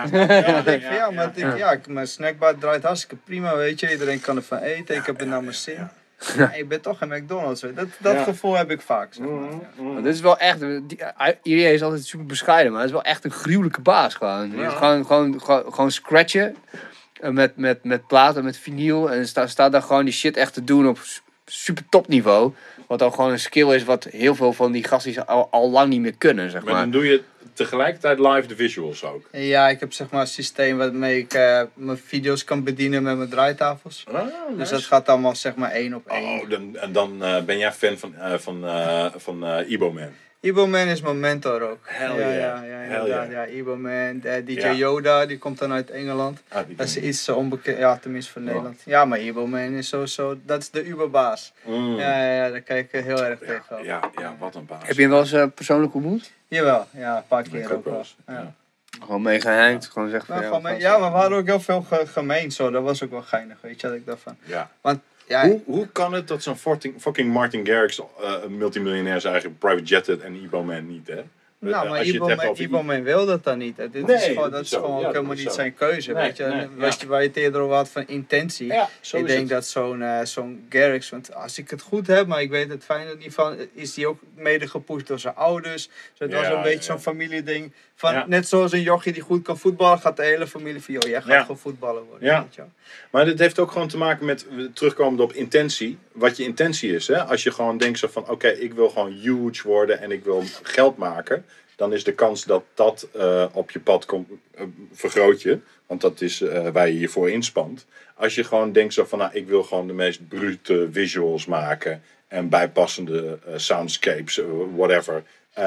Mijn snackbar draait hartstikke prima, weet je. Iedereen kan ervan eten, ik heb er nou mijn zin. Ik ben toch een McDonald's. Dat gevoel heb ik vaak. Zeg maar. Dit is wel echt... Iedereen is altijd super bescheiden, maar het is wel echt een gruwelijke baas gewoon. Gewoon scratchen met platen, met vinyl. En staat daar gewoon die shit echt te doen op super topniveau. Wat al gewoon een skill is wat heel veel van die gasten al lang niet meer kunnen, zeg maar. Maar dan doe je tegelijkertijd live de visuals ook? Ja, ik heb zeg maar een systeem waarmee ik mijn video's kan bedienen met mijn draaitafels. Dus dat gaat allemaal zeg maar 1 op 1. Dan ben jij fan van Ibo Man? Iboman is mijn mentor ook. Hell ja, yeah. ja, Hell inderdaad. yeah. Ja, Iboman, DJ Ja. Yoda, die komt dan uit Engeland. Die Dat is ken ik. iets onbekend, ja, tenminste van Nederland. Ja, maar Iboman is sowieso, dat is de Uberbaas. Ja, daar kijk ik heel erg tegen. Ja, wat een baas. Heb je hem wel eens persoonlijk ontmoet? Jawel, ja, een paar Ik keer ook ook wel wel. eens. Ja. Ja. Gewoon mee gehangt, gewoon zeggen Nou, van... gewoon mee- ja, maar we hadden ook heel veel gemeen zo. Dat was ook wel geinig, weet je, dat ik dacht van. Ja. Want, ja, Hoe kan het dat zo'n fucking Martin Garrix een multimiljonair zijn eigen private jet en Iboman niet, hè? nou, maar Als je het hebt over Iboman wil dat dan niet. Dit Nee, is gewoon, dat dat is is zo. gewoon Ja, ook dat helemaal is niet zo. zijn keuze, Nee, weet je. nee, Was je waar je het eerder over had van intentie. Ja, zo Ik is denk het. dat zo'n Garrix, want als ik het goed heb, maar ik weet het fijn niet van, is die ook mede gepusht door zijn ouders. Dus het was een beetje zo'n familieding. Van, Ja. net zoals een jochie die goed kan voetballen, gaat de hele familie van, joh, jij gaat gewoon voetballen worden. Ja. Weet je wel. Maar dit heeft ook gewoon te maken met, terugkomend op intentie, wat je intentie is. Hè? Als je gewoon denkt zo van, oké, ik wil gewoon huge worden en ik wil geld maken, dan is de kans dat dat op je pad komt, vergroot je. Want dat is waar je je voor inspant. Als je gewoon denkt zo van, nou, ik wil gewoon de meest brute visuals maken en bijpassende soundscapes, whatever.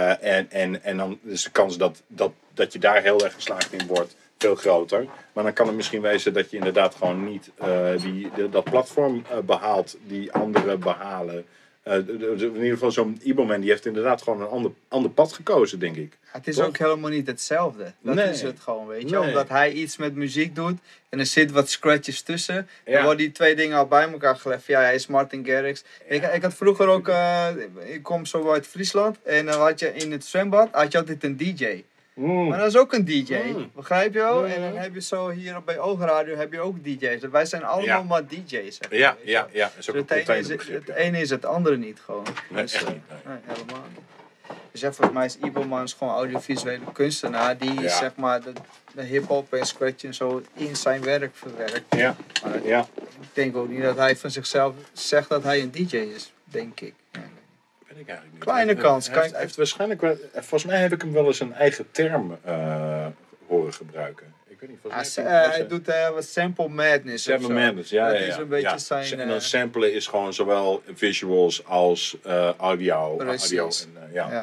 En dan is de kans dat je daar heel erg geslaagd in wordt veel groter. Maar dan kan het misschien wezen dat je inderdaad gewoon niet dat platform behaalt die anderen behalen. In ieder geval zo'n Iboman die heeft inderdaad gewoon een ander pad gekozen, denk ik. Het is Toch? ook helemaal niet hetzelfde. Dat Nee. is het gewoon, weet je. Nee. Omdat hij iets met muziek doet en er zit wat scratches tussen. Ja. Dan worden die twee dingen al bij elkaar gelegd. Ja, hij is Martin Garrix. Ik had vroeger ook, ik kom zo uit Friesland. En dan had je in het zwembad had je altijd een DJ. Maar dat is ook een DJ, begrijp je wel? En dan heb je zo hier bij Oogradio heb je ook DJ's. Wij zijn allemaal maar DJ's. Zeg maar, Ja, weet je ja, wel. ja. Dat is ook Dus een het ene is containerbegrip. het ene is het andere niet gewoon. Nee, Dus, echt niet, nee, helemaal niet. Dus ja, volgens mij is Iboman gewoon audiovisuele kunstenaar die Ja. zeg maar de hip-hop en scratch en zo in zijn werk verwerkt. Ja, Maar ja. ik denk ook niet dat hij van zichzelf zegt dat hij een DJ is, denk ik. Ja. Weet ik eigenlijk niet. Kleine kans. Hij heeft waarschijnlijk wel, volgens mij heb ik hem wel eens een eigen term horen gebruiken. Ik weet niet, volgens mij Hij doet wat sample madness. of Seven zo. Madness, ja. Dat ja, is ja. een beetje Ja. zijn. En dan samplen is gewoon zowel visuals als audio. Precies. Audio en, Ja.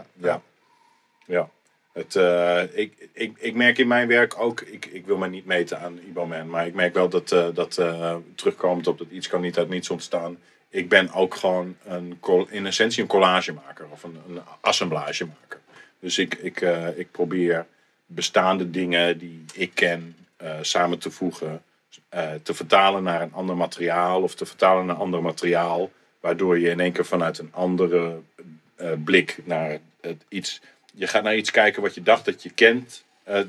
ja. Ik merk in mijn werk ook, ik wil me niet meten aan Iboman, maar ik merk wel dat terugkomend op dat iets kan niet uit niets ontstaan. Ik ben ook gewoon in essentie een collagemaker of een assemblagemaker. Dus ik probeer bestaande dingen die ik ken samen te voegen, te vertalen naar een ander materiaal of te vertalen naar een ander materiaal, waardoor je in één keer vanuit een andere blik naar iets. Je gaat naar iets kijken wat je dacht dat je kent.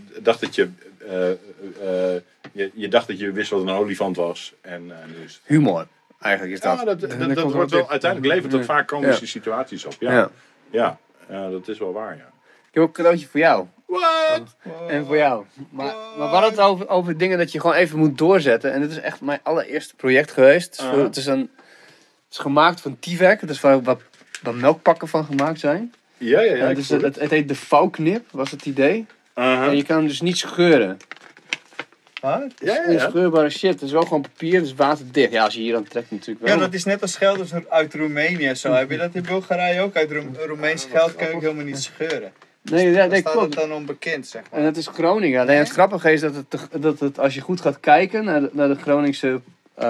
Je dacht dat je wist wat een olifant was. En nu is het... Humor, eigenlijk is dat. Ja, dat wordt wel, uiteindelijk levert dat vaak komische situaties op. Ja, dat is wel waar, ja. Ik heb ook een cadeautje voor jou. What? En voor jou. Maar we hadden het over dingen dat je gewoon even moet doorzetten. En dit is echt mijn allereerste project geweest. Het is gemaakt van T-Vac. Het is waar wat melkpakken van gemaakt zijn. Ja. Dus het heet de vouwknip, was het idee. En je kan hem dus niet scheuren. Wat? Ja. Onscheurbare shit. Het is wel gewoon papier, het is waterdicht. Ja, als je hier aan trekt natuurlijk wel. Ja, dat is net als geld dus uit Roemenië zo. Heb je dat in Bulgarije ook? Uit Roemeens geld kan ik helemaal niet scheuren. Nee, Staat klopt. het dan onbekend, zeg maar. En dat is Groningen. Alleen het grappige is dat het als je goed gaat kijken naar de Groningse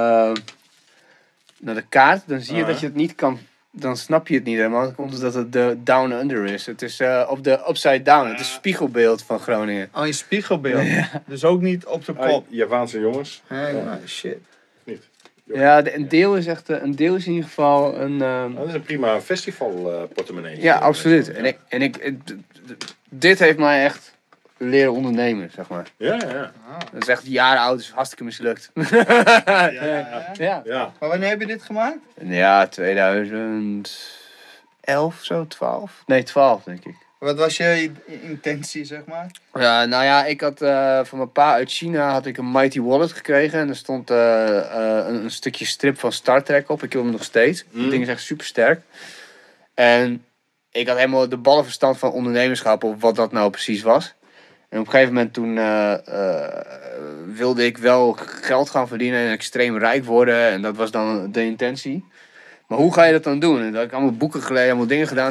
naar de kaart, dan zie je dat je het niet kan. Dan snap je het niet helemaal. Dan komt het dat het de down under is. Het is op de upside down. Het is spiegelbeeld van Groningen. Oh, je spiegelbeeld. Dus ook niet op de kop. Javaanse jongens. Shit. Niet. Ja, een deel is in ieder geval een. Dat is een prima festival portemonnee. Ja, absoluut. Dit heeft mij echt leren ondernemen, zeg maar. Ja. Dat is echt jaren oud, is hartstikke mislukt. Ja. Maar wanneer heb je dit gemaakt? Ja, 2011 zo, 12? Nee, 12 denk ik. Wat was je intentie, zeg maar? Ja, nou ja, ik had van mijn pa uit China had ik een Mighty Wallet gekregen. En er stond een stukje strip van Star Trek op. Ik heb hem nog steeds. Dat ding is echt super sterk. En ik had helemaal de ballenverstand van ondernemerschap op wat dat nou precies was. En op een gegeven moment toen wilde ik wel geld gaan verdienen en extreem rijk worden. En dat was dan de intentie. Maar hoe ga je dat dan doen? En dan heb ik allemaal boeken gelezen, allemaal dingen gedaan.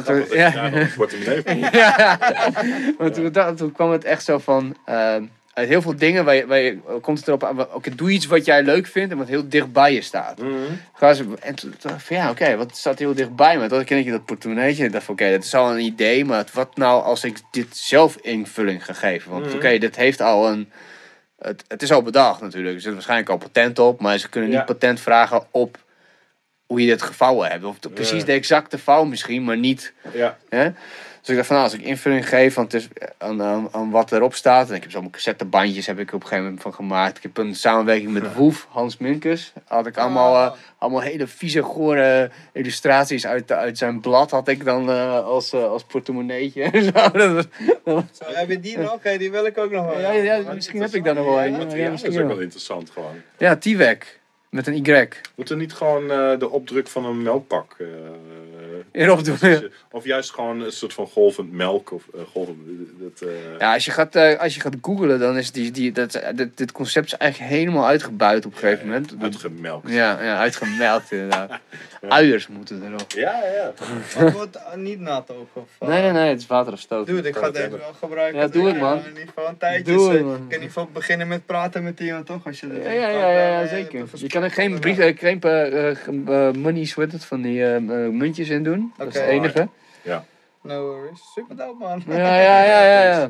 Toen kwam het echt zo van... uit heel veel dingen waar je komt het erop aan... Oké, doe iets wat jij leuk vindt en wat heel dicht bij je staat. En toen dacht ik van oké, wat staat heel dichtbij me? Toen ken ik dat portemonneetje. Ik dacht van dat is al een idee. Maar wat nou als ik dit zelf invulling ga geven? Want dit heeft al een... Het is al bedacht natuurlijk. Er zit waarschijnlijk al patent op. Maar ze kunnen niet patent vragen op hoe je dit gevouwen hebt. Of precies de exacte vouw misschien, maar niet... Hè? Dus ik dacht van, als ik invulling geef aan wat erop staat... En ik heb zo'n cassettebandjes heb ik op een gegeven moment van gemaakt. Ik heb een samenwerking met Woef, Hans Minkes. Had ik allemaal hele vieze, gore illustraties uit zijn blad... had ik dan als portemonneetje. Zo, heb je die nog? Die wil ik ook nog wel. Ja, misschien heb ik daar nog wel een. Dat is ook wel interessant gewoon. Ja, T-Wek. Met een Y. Moet er niet gewoon de opdruk van een melkpak erop doen? Of juist gewoon een soort van golvend melk. Of, Ja, als je gaat googlen, dan is dit concept is eigenlijk helemaal uitgebuit op een gegeven moment. Uitgemelkt. Ja, uitgemelkt inderdaad. Uiers moeten erop. Ja. Het wordt niet nat ook? Of, Nee, het is water of stoot. Doe het, ik ga het even wel gebruiken. Ja, doe het man. In ieder geval een tijdje. Doe het, Ik man. kan in ieder geval beginnen met praten met iemand toch? Als je Ja, zeker. Je kan er geen money sweated van die muntjes in doen. Dat is het enige. Ja. No worries. Super dope man. Ja.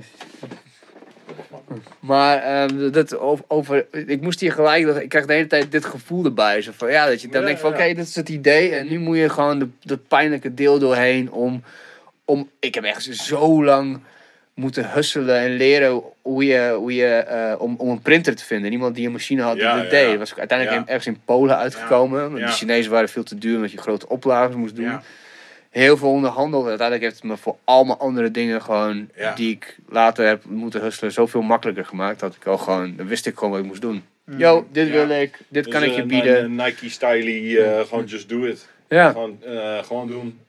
Maar ik moest hier gelijk, ik krijg de hele tijd dit gevoel erbij. Zo van, dat je dan denkt van oké, dit is het idee. En nu moet je gewoon dat pijnlijke deel doorheen om ik heb echt zo lang moeten hustelen en leren hoe je om een printer te vinden. Iemand die een machine had die dat deed. Dat was uiteindelijk ergens in Polen uitgekomen. De Chinezen waren veel te duur omdat je grote oplagen moest doen. Ja. Heel veel onderhandeld. Uiteindelijk heeft het me voor allemaal andere dingen gewoon die ik later heb moeten hustelen zoveel makkelijker gemaakt. Dat dan wist ik gewoon wat ik moest doen. Dit wil ik, dit dus kan ik je bieden. Een Nike style, gewoon just do it. Ja. Gewoon doen.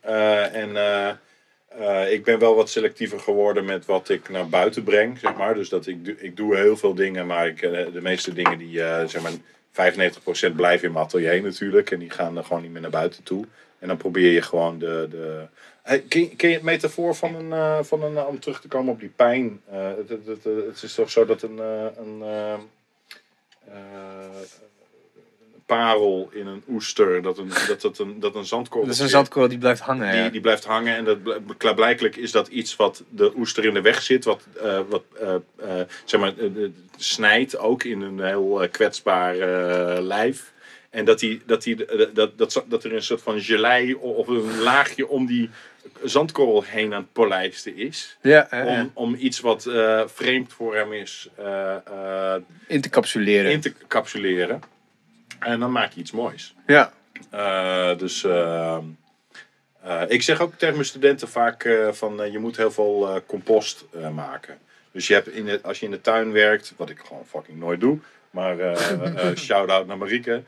Ik ben wel wat selectiever geworden met wat ik naar buiten breng, zeg maar. Dus dat ik doe heel veel dingen, maar de meeste dingen die, zeg maar, 95% blijven in mijn atelier natuurlijk. En die gaan er gewoon niet meer naar buiten toe. En dan probeer je gewoon ken je het metafoor om terug te komen op die pijn? Het is toch zo dat een parel in een oester, dat een zandkorrel... Dat is een zandkorrel die blijft hangen. Die blijft hangen en blijkelijk is dat iets wat de oester in de weg zit, wat zeg maar, snijdt ook in een heel kwetsbaar lijf. En dat er een soort van gelei of een laagje om die zandkorrel heen aan het polijsten is. Om iets wat vreemd voor hem is in te capsuleren. En dan maak je iets moois. Ja. Ik zeg ook tegen mijn studenten vaak je moet heel veel compost maken. Dus je hebt als je in de tuin werkt, wat ik gewoon fucking nooit doe. Maar shout-out naar Marieke.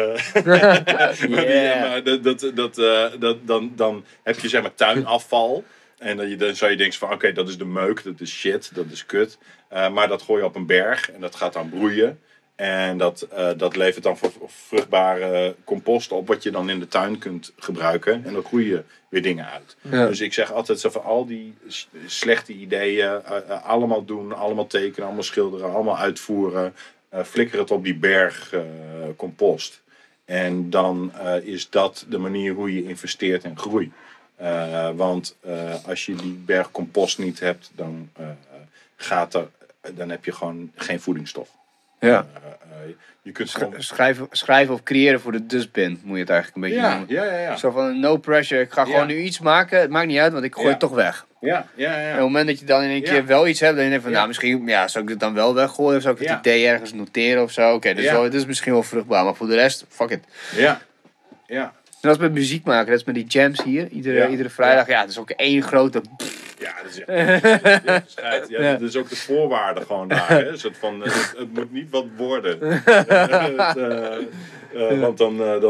Dan heb je zeg maar tuinafval. En dan zou je denken van oké, dat is de meuk, dat is shit, dat is kut. Maar dat gooi je op een berg en dat gaat dan broeien. En dat levert dan vruchtbare compost op, wat je dan in de tuin kunt gebruiken. En dan groeien weer dingen uit. Ja. Dus ik zeg altijd zo van al die slechte ideeën, allemaal doen, allemaal tekenen, allemaal schilderen, allemaal uitvoeren. Flikker het op die berg compost. En dan is dat de manier hoe je investeert en groeit. Want als je die berg compost niet hebt, dan heb je gewoon geen voedingsstof. Ja. Je kunt schrijven of creëren voor de dustbin, moet je het eigenlijk een beetje noemen. Ja. Zo van no pressure, ik ga gewoon nu iets maken, het maakt niet uit, want ik gooi het toch weg. Ja. En op het moment dat je dan in één keer wel iets hebt, dan denk je van, nou misschien, zou ik het dan wel weggooien, of zou ik het idee ergens noteren of zo. Oké, dit is misschien wel vruchtbaar, maar voor de rest, fuck it. Ja. En dat is met muziek maken, dat is met die jams hier, iedere vrijdag. Ja, het is ook één grote Ja, dat is echt scheid. Ja, dat is ook de voorwaarde gewoon daar. Hè? Een soort van, het moet niet wat worden. Want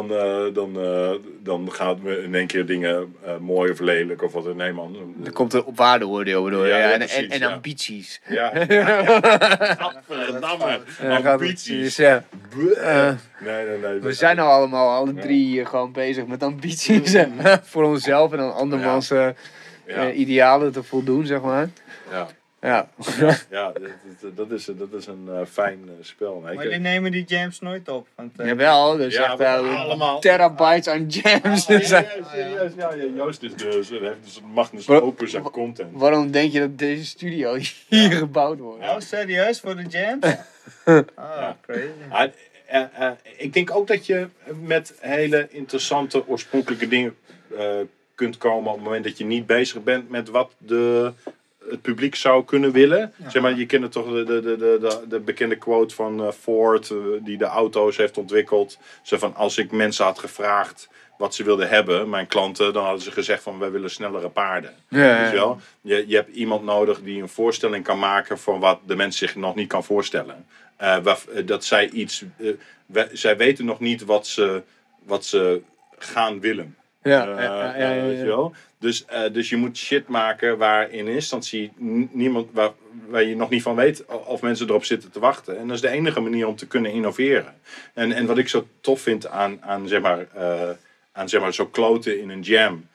dan gaan we in één keer dingen mooi of lelijk of wat. Nee man. Er komt een op waardeoordeel bedoel je. Ja, En precies, ambities. Ja. Gadverdamme. Ambities. Ja. Nee. We zijn nou allemaal alle drie gewoon bezig met ambities. Voor onszelf en aan andermans idealen te voldoen, zeg maar. Ja, dat is een fijn spel. Maar jullie nemen die jams nooit op? Want, Jawel, dus echt allemaal terabytes aan jams. Serieus, Joost is heeft dus Magnus Opus aan content. Waarom denk je dat deze studio hier gebouwd wordt? Oh, serieus? Voor de jams? Crazy. Ik denk ook dat je met hele interessante oorspronkelijke dingen kunt komen op het moment dat je niet bezig bent met wat het publiek zou kunnen willen. Ja. Zeg maar, je kent toch de bekende quote van Ford, die de auto's heeft ontwikkeld. Zo van, als ik mensen had gevraagd wat ze wilden hebben, mijn klanten, dan hadden ze gezegd van, wij willen snellere paarden. Ja. Weet je wel? Je hebt iemand nodig die een voorstelling kan maken van wat de mens zich nog niet kan voorstellen. Dat zij zij weten nog niet wat ze gaan willen. Weet je wel? Dus je moet shit maken waar in eerste instantie niemand, waar je nog niet van weet of mensen erop zitten te wachten. En dat is de enige manier om te kunnen innoveren. En wat ik zo tof vind aan zo kloten in een jam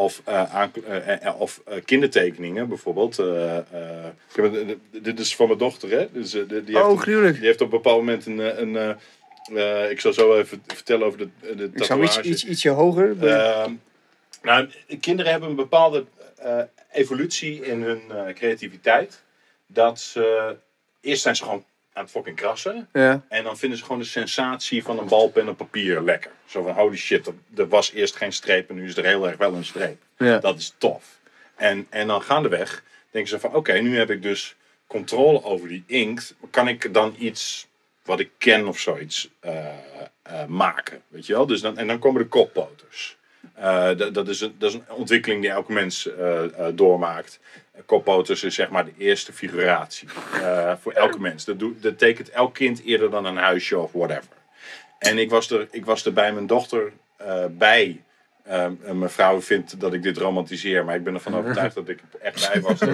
of kindertekeningen bijvoorbeeld. Dit is van mijn dochter, hè? Dus, die heeft op een bepaald moment een ik zal zo even vertellen over de tatoeage. Ik zou ietsje hoger. Kinderen hebben een bepaalde evolutie in hun creativiteit. Dat ze eerst zijn ze gewoon aan het fucking krassen. Ja. En dan vinden ze gewoon de sensatie van een balpen op papier lekker. Zo van holy shit, er was eerst geen streep en nu is er heel erg wel een streep. Ja. Dat is tof. En dan gaandeweg denken ze van oké, nu heb ik dus controle over die inkt. Kan ik dan iets wat ik ken of zoiets maken? Weet je wel? Dus dan komen de koppoters. Dat is een ontwikkeling die elke mens doormaakt. Koppoters is zeg maar de eerste figuratie voor elke mens. Dat tekent elk kind eerder dan een huisje of whatever. En ik was er bij mijn dochter bij. Mijn vrouw vindt dat ik dit romantiseer, maar ik ben ervan overtuigd dat ik er echt bij was.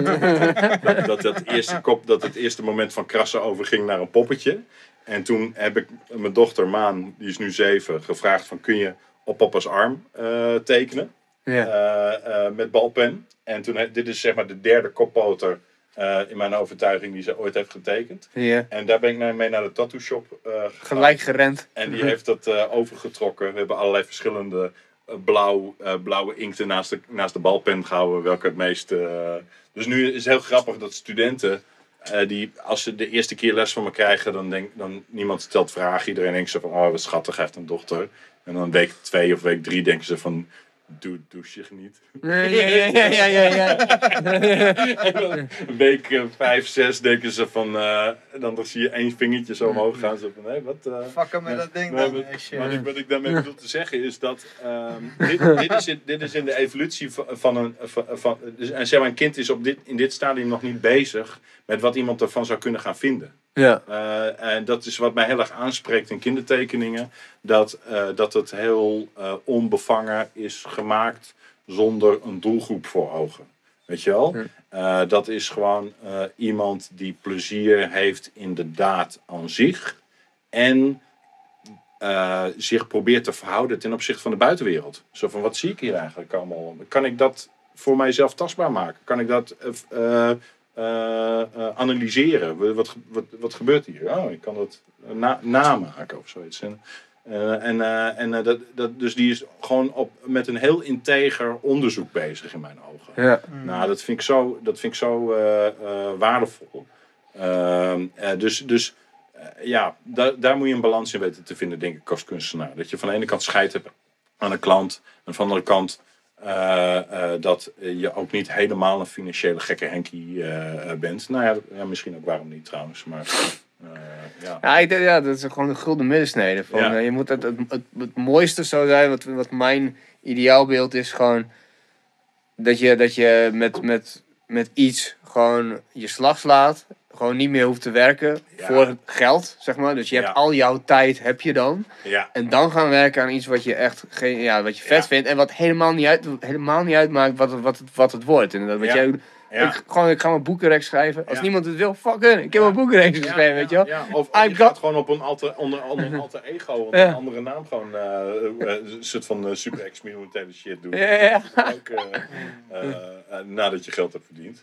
Dat het eerste moment van krassen overging naar een poppetje. En toen heb ik mijn dochter Maan, die is nu 7, gevraagd van kun je op papa's arm tekenen. Ja. Met balpen. En toen, dit is zeg maar de derde koppoter in mijn overtuiging die ze ooit heeft getekend. Ja. En daar ben ik mee naar de tattoo shop gegaan. Gelijk gerend. En die heeft dat overgetrokken. We hebben allerlei verschillende blauwe inkten naast de balpen gehouden. Welke het meest... Dus nu is het heel grappig dat studenten... die, als ze de eerste keer les van me krijgen, dan niemand stelt vragen. Iedereen denkt zo van, oh wat schattig, hij heeft een dochter. En dan week 2 of week 3 denken ze van, douche je niet. Ja. Week 5, 6 denken ze van, dan zie je 1 vingertje zo omhoog gaan. Zo van, hé, wat... Fucken met dat ding dan. Wat ik daarmee bedoel te zeggen is dat, dit is in de evolutie van en zeg maar, een kind is in dit stadium nog niet bezig met wat iemand ervan zou kunnen gaan vinden. Ja. En dat is wat mij heel erg aanspreekt in kindertekeningen. Dat het heel onbevangen is gemaakt zonder een doelgroep voor ogen. Weet je wel? Ja. Dat is gewoon iemand die plezier heeft in de daad aan zich. En zich probeert te verhouden ten opzichte van de buitenwereld. Zo van, wat zie ik hier eigenlijk allemaal? Kan ik dat voor mijzelf tastbaar maken? Kan ik dat... analyseren. Wat gebeurt hier? Oh, ik kan dat namaken of zoiets. Dus die is gewoon met een heel integer onderzoek bezig in mijn ogen. Ja. Nou, dat vind ik zo waardevol. Daar moet je een balans in weten te vinden, denk ik, als kunstenaar. Dat je van de ene kant scheid hebt aan een klant en van de andere kant dat je ook niet helemaal een financiële gekke Henkie bent. Nou ja, misschien ook waarom niet trouwens. Maar, ik denk, dat is gewoon een gulden middensnede. Van, je moet het mooiste zou zijn, wat mijn ideaalbeeld is, gewoon dat je met iets gewoon je slag slaat. Gewoon niet meer hoeft te werken voor geld, zeg maar. Dus je hebt al jouw tijd, heb je dan. Ja. En dan gaan werken aan iets wat je echt wat je vet vindt. En wat helemaal niet uitmaakt wat het wordt. En dat wat jij... Ik ga mijn boekenreeks schrijven. Als niemand het wil, fuck it. Ik heb mijn boekenreeks geschreven, weet je wel. Ja. Of je gaat gewoon op een onder een alter ego, onder een andere naam gewoon een soort van super experimentele shit doen. Ja. Ook, nadat je geld hebt verdiend.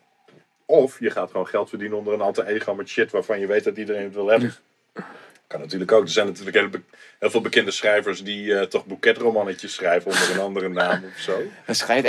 Of je gaat gewoon geld verdienen onder een alter ego met shit waarvan je weet dat iedereen het wil hebben. Kan natuurlijk ook. Er zijn natuurlijk heel veel bekende schrijvers die toch boeketromannetjes schrijven onder een andere naam of zo. Het schijnt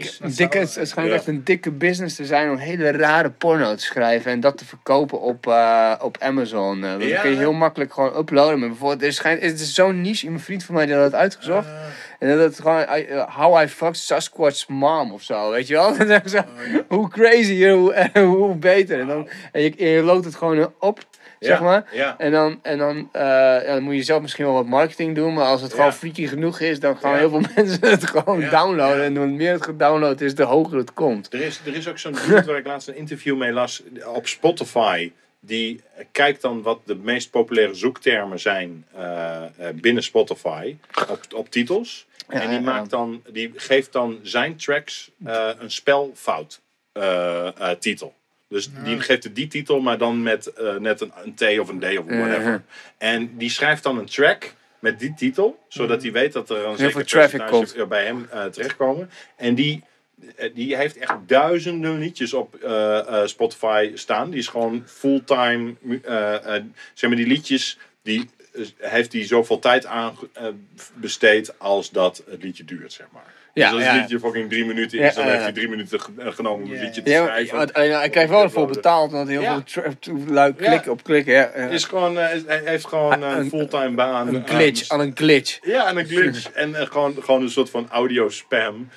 echt een dikke business te zijn om hele rare porno te schrijven en dat te verkopen op Amazon. Dat kun je heel makkelijk gewoon uploaden. Maar bijvoorbeeld, het is zo'n niche. Een vriend van mij die had het uitgezocht. En dat het gewoon How I Fucked Sasquatch's Mom of zo, weet je wel? Hoe crazy, hoe beter. En je loopt het gewoon op. Zeg maar. Ja. En dan moet je zelf misschien wel wat marketing doen. Maar als het gewoon freaky genoeg is, dan gaan heel veel mensen het gewoon downloaden. Ja. En hoe meer het gedownload is, de hoger het komt. Er is ook zo'n dude waar ik laatst een interview mee las op Spotify. Die kijkt dan wat de meest populaire zoektermen zijn binnen Spotify op titels. Ja, en die geeft dan zijn tracks een spelfout titel. Dus die geeft die titel, maar dan met net een T of een D of whatever. En die schrijft dan een track met die titel, zodat hij weet dat er een zeker percentage bij hem terechtkomen. En die heeft echt duizenden liedjes op Spotify staan. Die is gewoon fulltime, zeg maar die liedjes, die heeft hij zoveel tijd aan besteed als dat het liedje duurt, zeg maar. Dus als het liedje fucking 3 minuten is, dan heeft hij 3 minuten genomen om het liedje te schrijven. Hij krijgt wel ervoor betaald, want heel veel klikken. Hij heeft gewoon een fulltime baan. Een glitch. Ja, aan een glitch. En gewoon een soort van audio spam.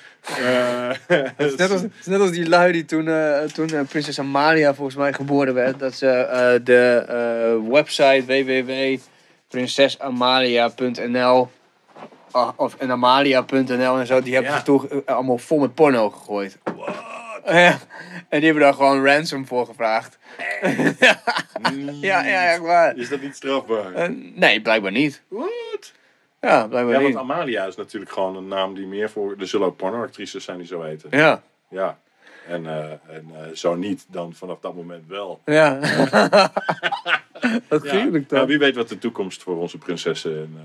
Het is net als die lui die toen prinses Amalia volgens mij geboren werd. Dat ze de website www.prinsesamalia.nl of Amalia.nl en zo, die hebben ze toch allemaal vol met porno gegooid. What? En die hebben daar gewoon ransom voor gevraagd. Ja, echt waar. Is dat niet strafbaar? Nee, blijkbaar niet. What? Ja, blijkbaar niet. Want Amalia is natuurlijk gewoon een naam die meer voor... Er zullen ook pornoactrices zijn die zo heten. Ja. Ja. En zo niet, dan vanaf dat moment wel. Ja. Dat gruwelijk toch? Nou, wie weet wat de toekomst voor onze prinsessen...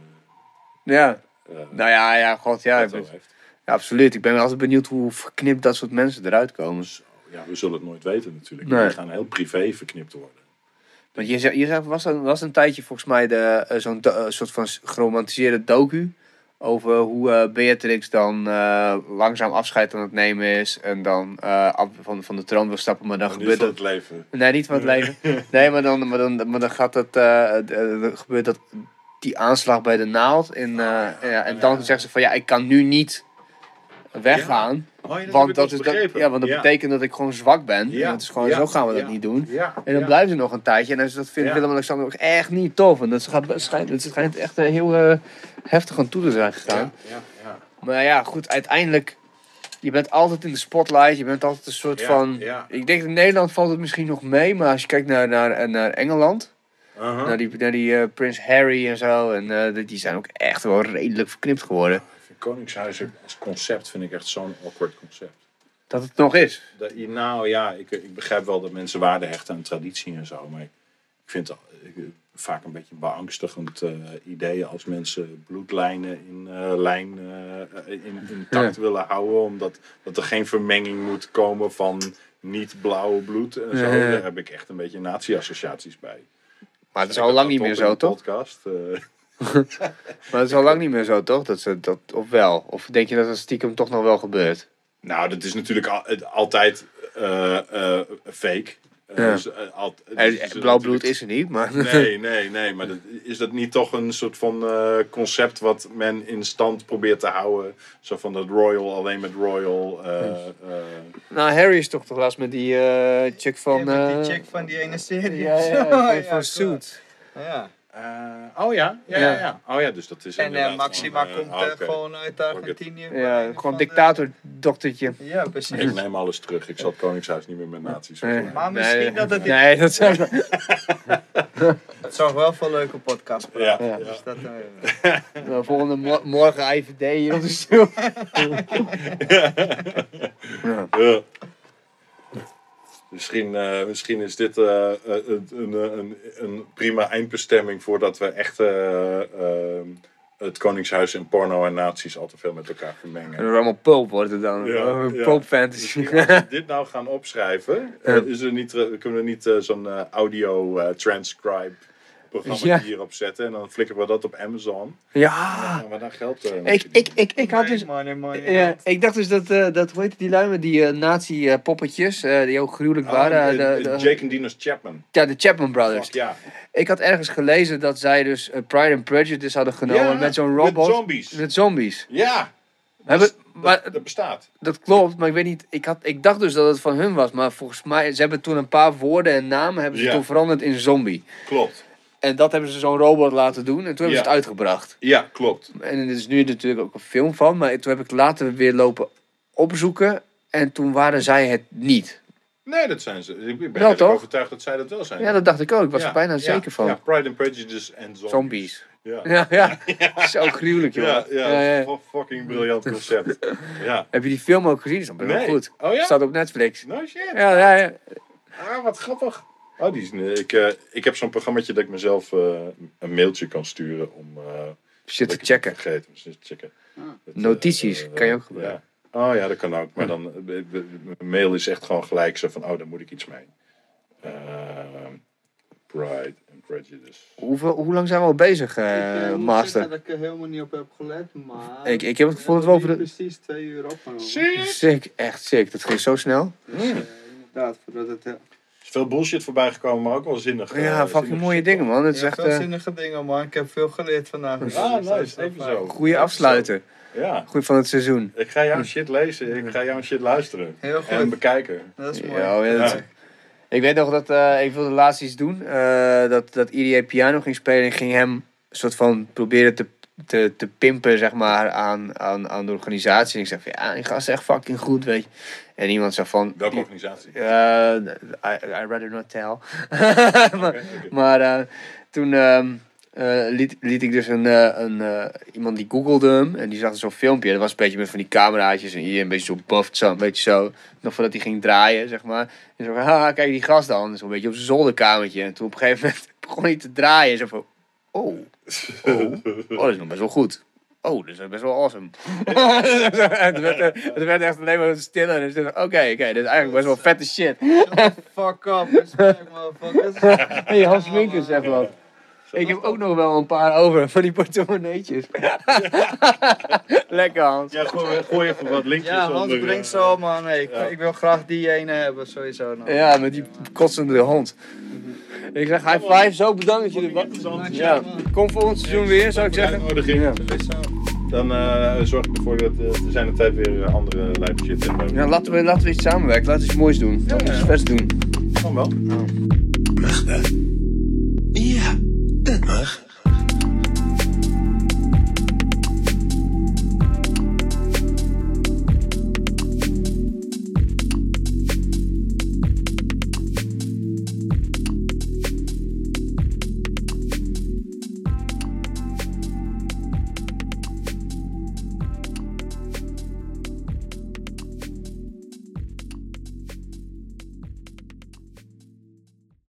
God, ja, absoluut. Ik ben altijd benieuwd hoe verknipt dat soort mensen eruit komen. Ja, we zullen het nooit weten natuurlijk. Nee. Die gaan heel privé verknipt worden. Want je zei, was een tijdje volgens mij zo'n soort van geromantiseerde docu over hoe Beatrix dan langzaam afscheid aan het nemen is en dan van de troon wil stappen, maar dan gebeurt dat... Niet van het leven. Nee, niet van het leven. Nee, maar dan gaat het... gebeurt dat... Die aanslag bij de naald. En dan zegt ze van ik kan nu niet weggaan. Want dat betekent dat ik gewoon zwak ben. En dat is gewoon zo gaan we dat niet doen. En dan blijven ze nog een tijdje. En dat vindt Willem-Alexander ook echt niet tof. En dat schijnt echt heel heftig aan toe te zijn gegaan. Maar goed, uiteindelijk... Je bent altijd in de spotlight. Je bent altijd een soort van... Ik denk in Nederland valt het misschien nog mee. Maar als je kijkt naar Engeland... Naar die Prins Harry en zo. En die zijn ook echt wel redelijk verknipt geworden. Koningshuis als concept vind ik echt zo'n awkward concept. Dat het nog is? Ik begrijp wel dat mensen waarde hechten aan traditie en zo. Maar ik vind het vaak een beetje een beangstigend idee als mensen bloedlijnen intact willen houden. Omdat dat er geen vermenging moet komen van niet blauw bloed en zo. Daar heb ik echt een beetje nazi-associaties bij. Maar het is al lang niet meer zo, toch? Maar het is al lang niet meer zo, toch? Of wel? Of denk je dat het stiekem toch nog wel gebeurt? Nou, dat is natuurlijk altijd fake. Blauw bloed is er niet, maar... Nee. Maar is dat niet toch een soort van concept wat men in stand probeert te houden? Zo van dat royal, alleen met royal... Nou, Harry is toch laatst met die chick van... met die chick van die ene serie. Van Suits. Ja. Oh ja. Oh ja, dus dat is En Maxima komt gewoon uit Argentinië. Ja, gewoon dictator-doktertje. Ja, precies. Ik neem alles terug. Ik zal het Koningshuis niet meer met nazi's. Maar misschien dat het... Nee, dat zou... Het zorgt wel voor leuke podcasts. Ja. Dus dat, Nou, volgende morgen IVD hier op de stoel. Ja. Misschien is dit een prima eindbestemming voordat we echt het Koningshuis en porno en nazi's al te veel met elkaar vermengen. En allemaal pulp wordt het dan. Pulp fantasy. Als we dit nou gaan opschrijven, kunnen we niet zo'n audio transcribe programma hierop zetten en dan flikkeren we dat op Amazon. Ja. Maar dan geld. Ik had dus. Ik dacht dus dat hoe heet die lui met die nazi-poppetjes die ook gruwelijk waren. Jake en Dinos Chapman. Ja, de Chapman Brothers. Ja. Ik had ergens gelezen dat zij dus Pride and Prejudice hadden genomen met zo'n robot. Met zombies. Ja. Dat bestaat. Dat klopt, maar ik weet niet. Ik dacht dus dat het van hun was, maar volgens mij ze hebben toen een paar woorden en namen toen veranderd in zombie. Klopt. En dat hebben ze zo'n robot laten doen en toen hebben ze het uitgebracht. Ja, klopt. En er is nu natuurlijk ook een film van, maar toen heb ik later weer lopen opzoeken en toen waren zij het niet. Nee, dat zijn ze. Ik ben ervan overtuigd dat zij dat wel zijn. Ja, dat dacht ik ook. Ik was er bijna zeker van. Ja, Pride and Prejudice en zombies. Ja. Zo gruwelijk, joh. Ja. Fucking briljant concept. Ja. Heb je die film ook gezien? Dat is wel goed. Oh ja? Staat op Netflix. No shit. Ja. Ah, wat grappig. Oh, ik heb zo'n programmaatje dat ik mezelf een mailtje kan sturen om shit te checken. Notities kan je ook gebruiken. Ja. Oh ja, dat kan ook. Maar dan mijn mail is echt gewoon gelijk zo van, daar moet ik iets mee. Pride and Prejudice. Hoe lang zijn we al bezig, Master? Ik dat ik er helemaal niet op heb gelet, maar... Ik heb het gevoel dat we over de... precies 2 uur opgenomen. Sick, echt sick. Dat ging zo snel. Inderdaad, voordat het... Er is veel bullshit voorbij gekomen, maar ook wel zinnig. Fucking mooie dingen, man. Het is echt veel zinnige dingen, man. Ik heb veel geleerd vandaag. Nice. Even zo. Goeie afsluiter. Ja. Goed van het seizoen. Ik ga jouw shit lezen. Ik ga jouw shit luisteren. Heel goed. En bekijken. Dat is mooi. Ik weet nog dat ik wilde laatst iets doen. Dat IDA piano ging spelen en ging hem een soort van proberen te pimpen, zeg maar, aan de organisatie. En ik zei van, die gast is echt fucking goed, weet je. En iemand zei van... Welke organisatie? I rather not tell. Maar toen liet ik dus iemand die googelde hem. En die zag zo'n filmpje. Dat was een beetje met van die cameraatjes. En iedereen een beetje zo buffed, zo, een beetje zo. Nog voordat hij ging draaien, zeg maar. En zo van, kijk die gast dan. Zo'n beetje op zijn zolderkamertje. En toen op een gegeven moment begon hij te draaien. Zo van, dat is nog best wel goed. Dat is best wel awesome. Het werd echt alleen maar stiller. En dus oké, dit is eigenlijk best wel vette shit. Shut the fuck up, respect, motherfuckers. Hey, Hans Winkers zegt wat. Ik heb ook nog wel een paar over van die portemonneetjes. Lekker, Hans. Ja, gooi even wat linkjes onder. Ja, Hans brengt zo, man. Hey, ik wil graag die ene hebben, sowieso. Nou. Ja, met die kotsende hond. Ik zeg high five, zo bedankt dat je er was. Ja. Kom volgend seizoen weer, zou ik zeggen. Ja. Dan zorg ik ervoor dat er zijn de tijd weer andere live shit hebben. Ja, laten we iets samenwerken. Laten we iets moois doen. Laten we iets vets doen. Kan wel. Magda.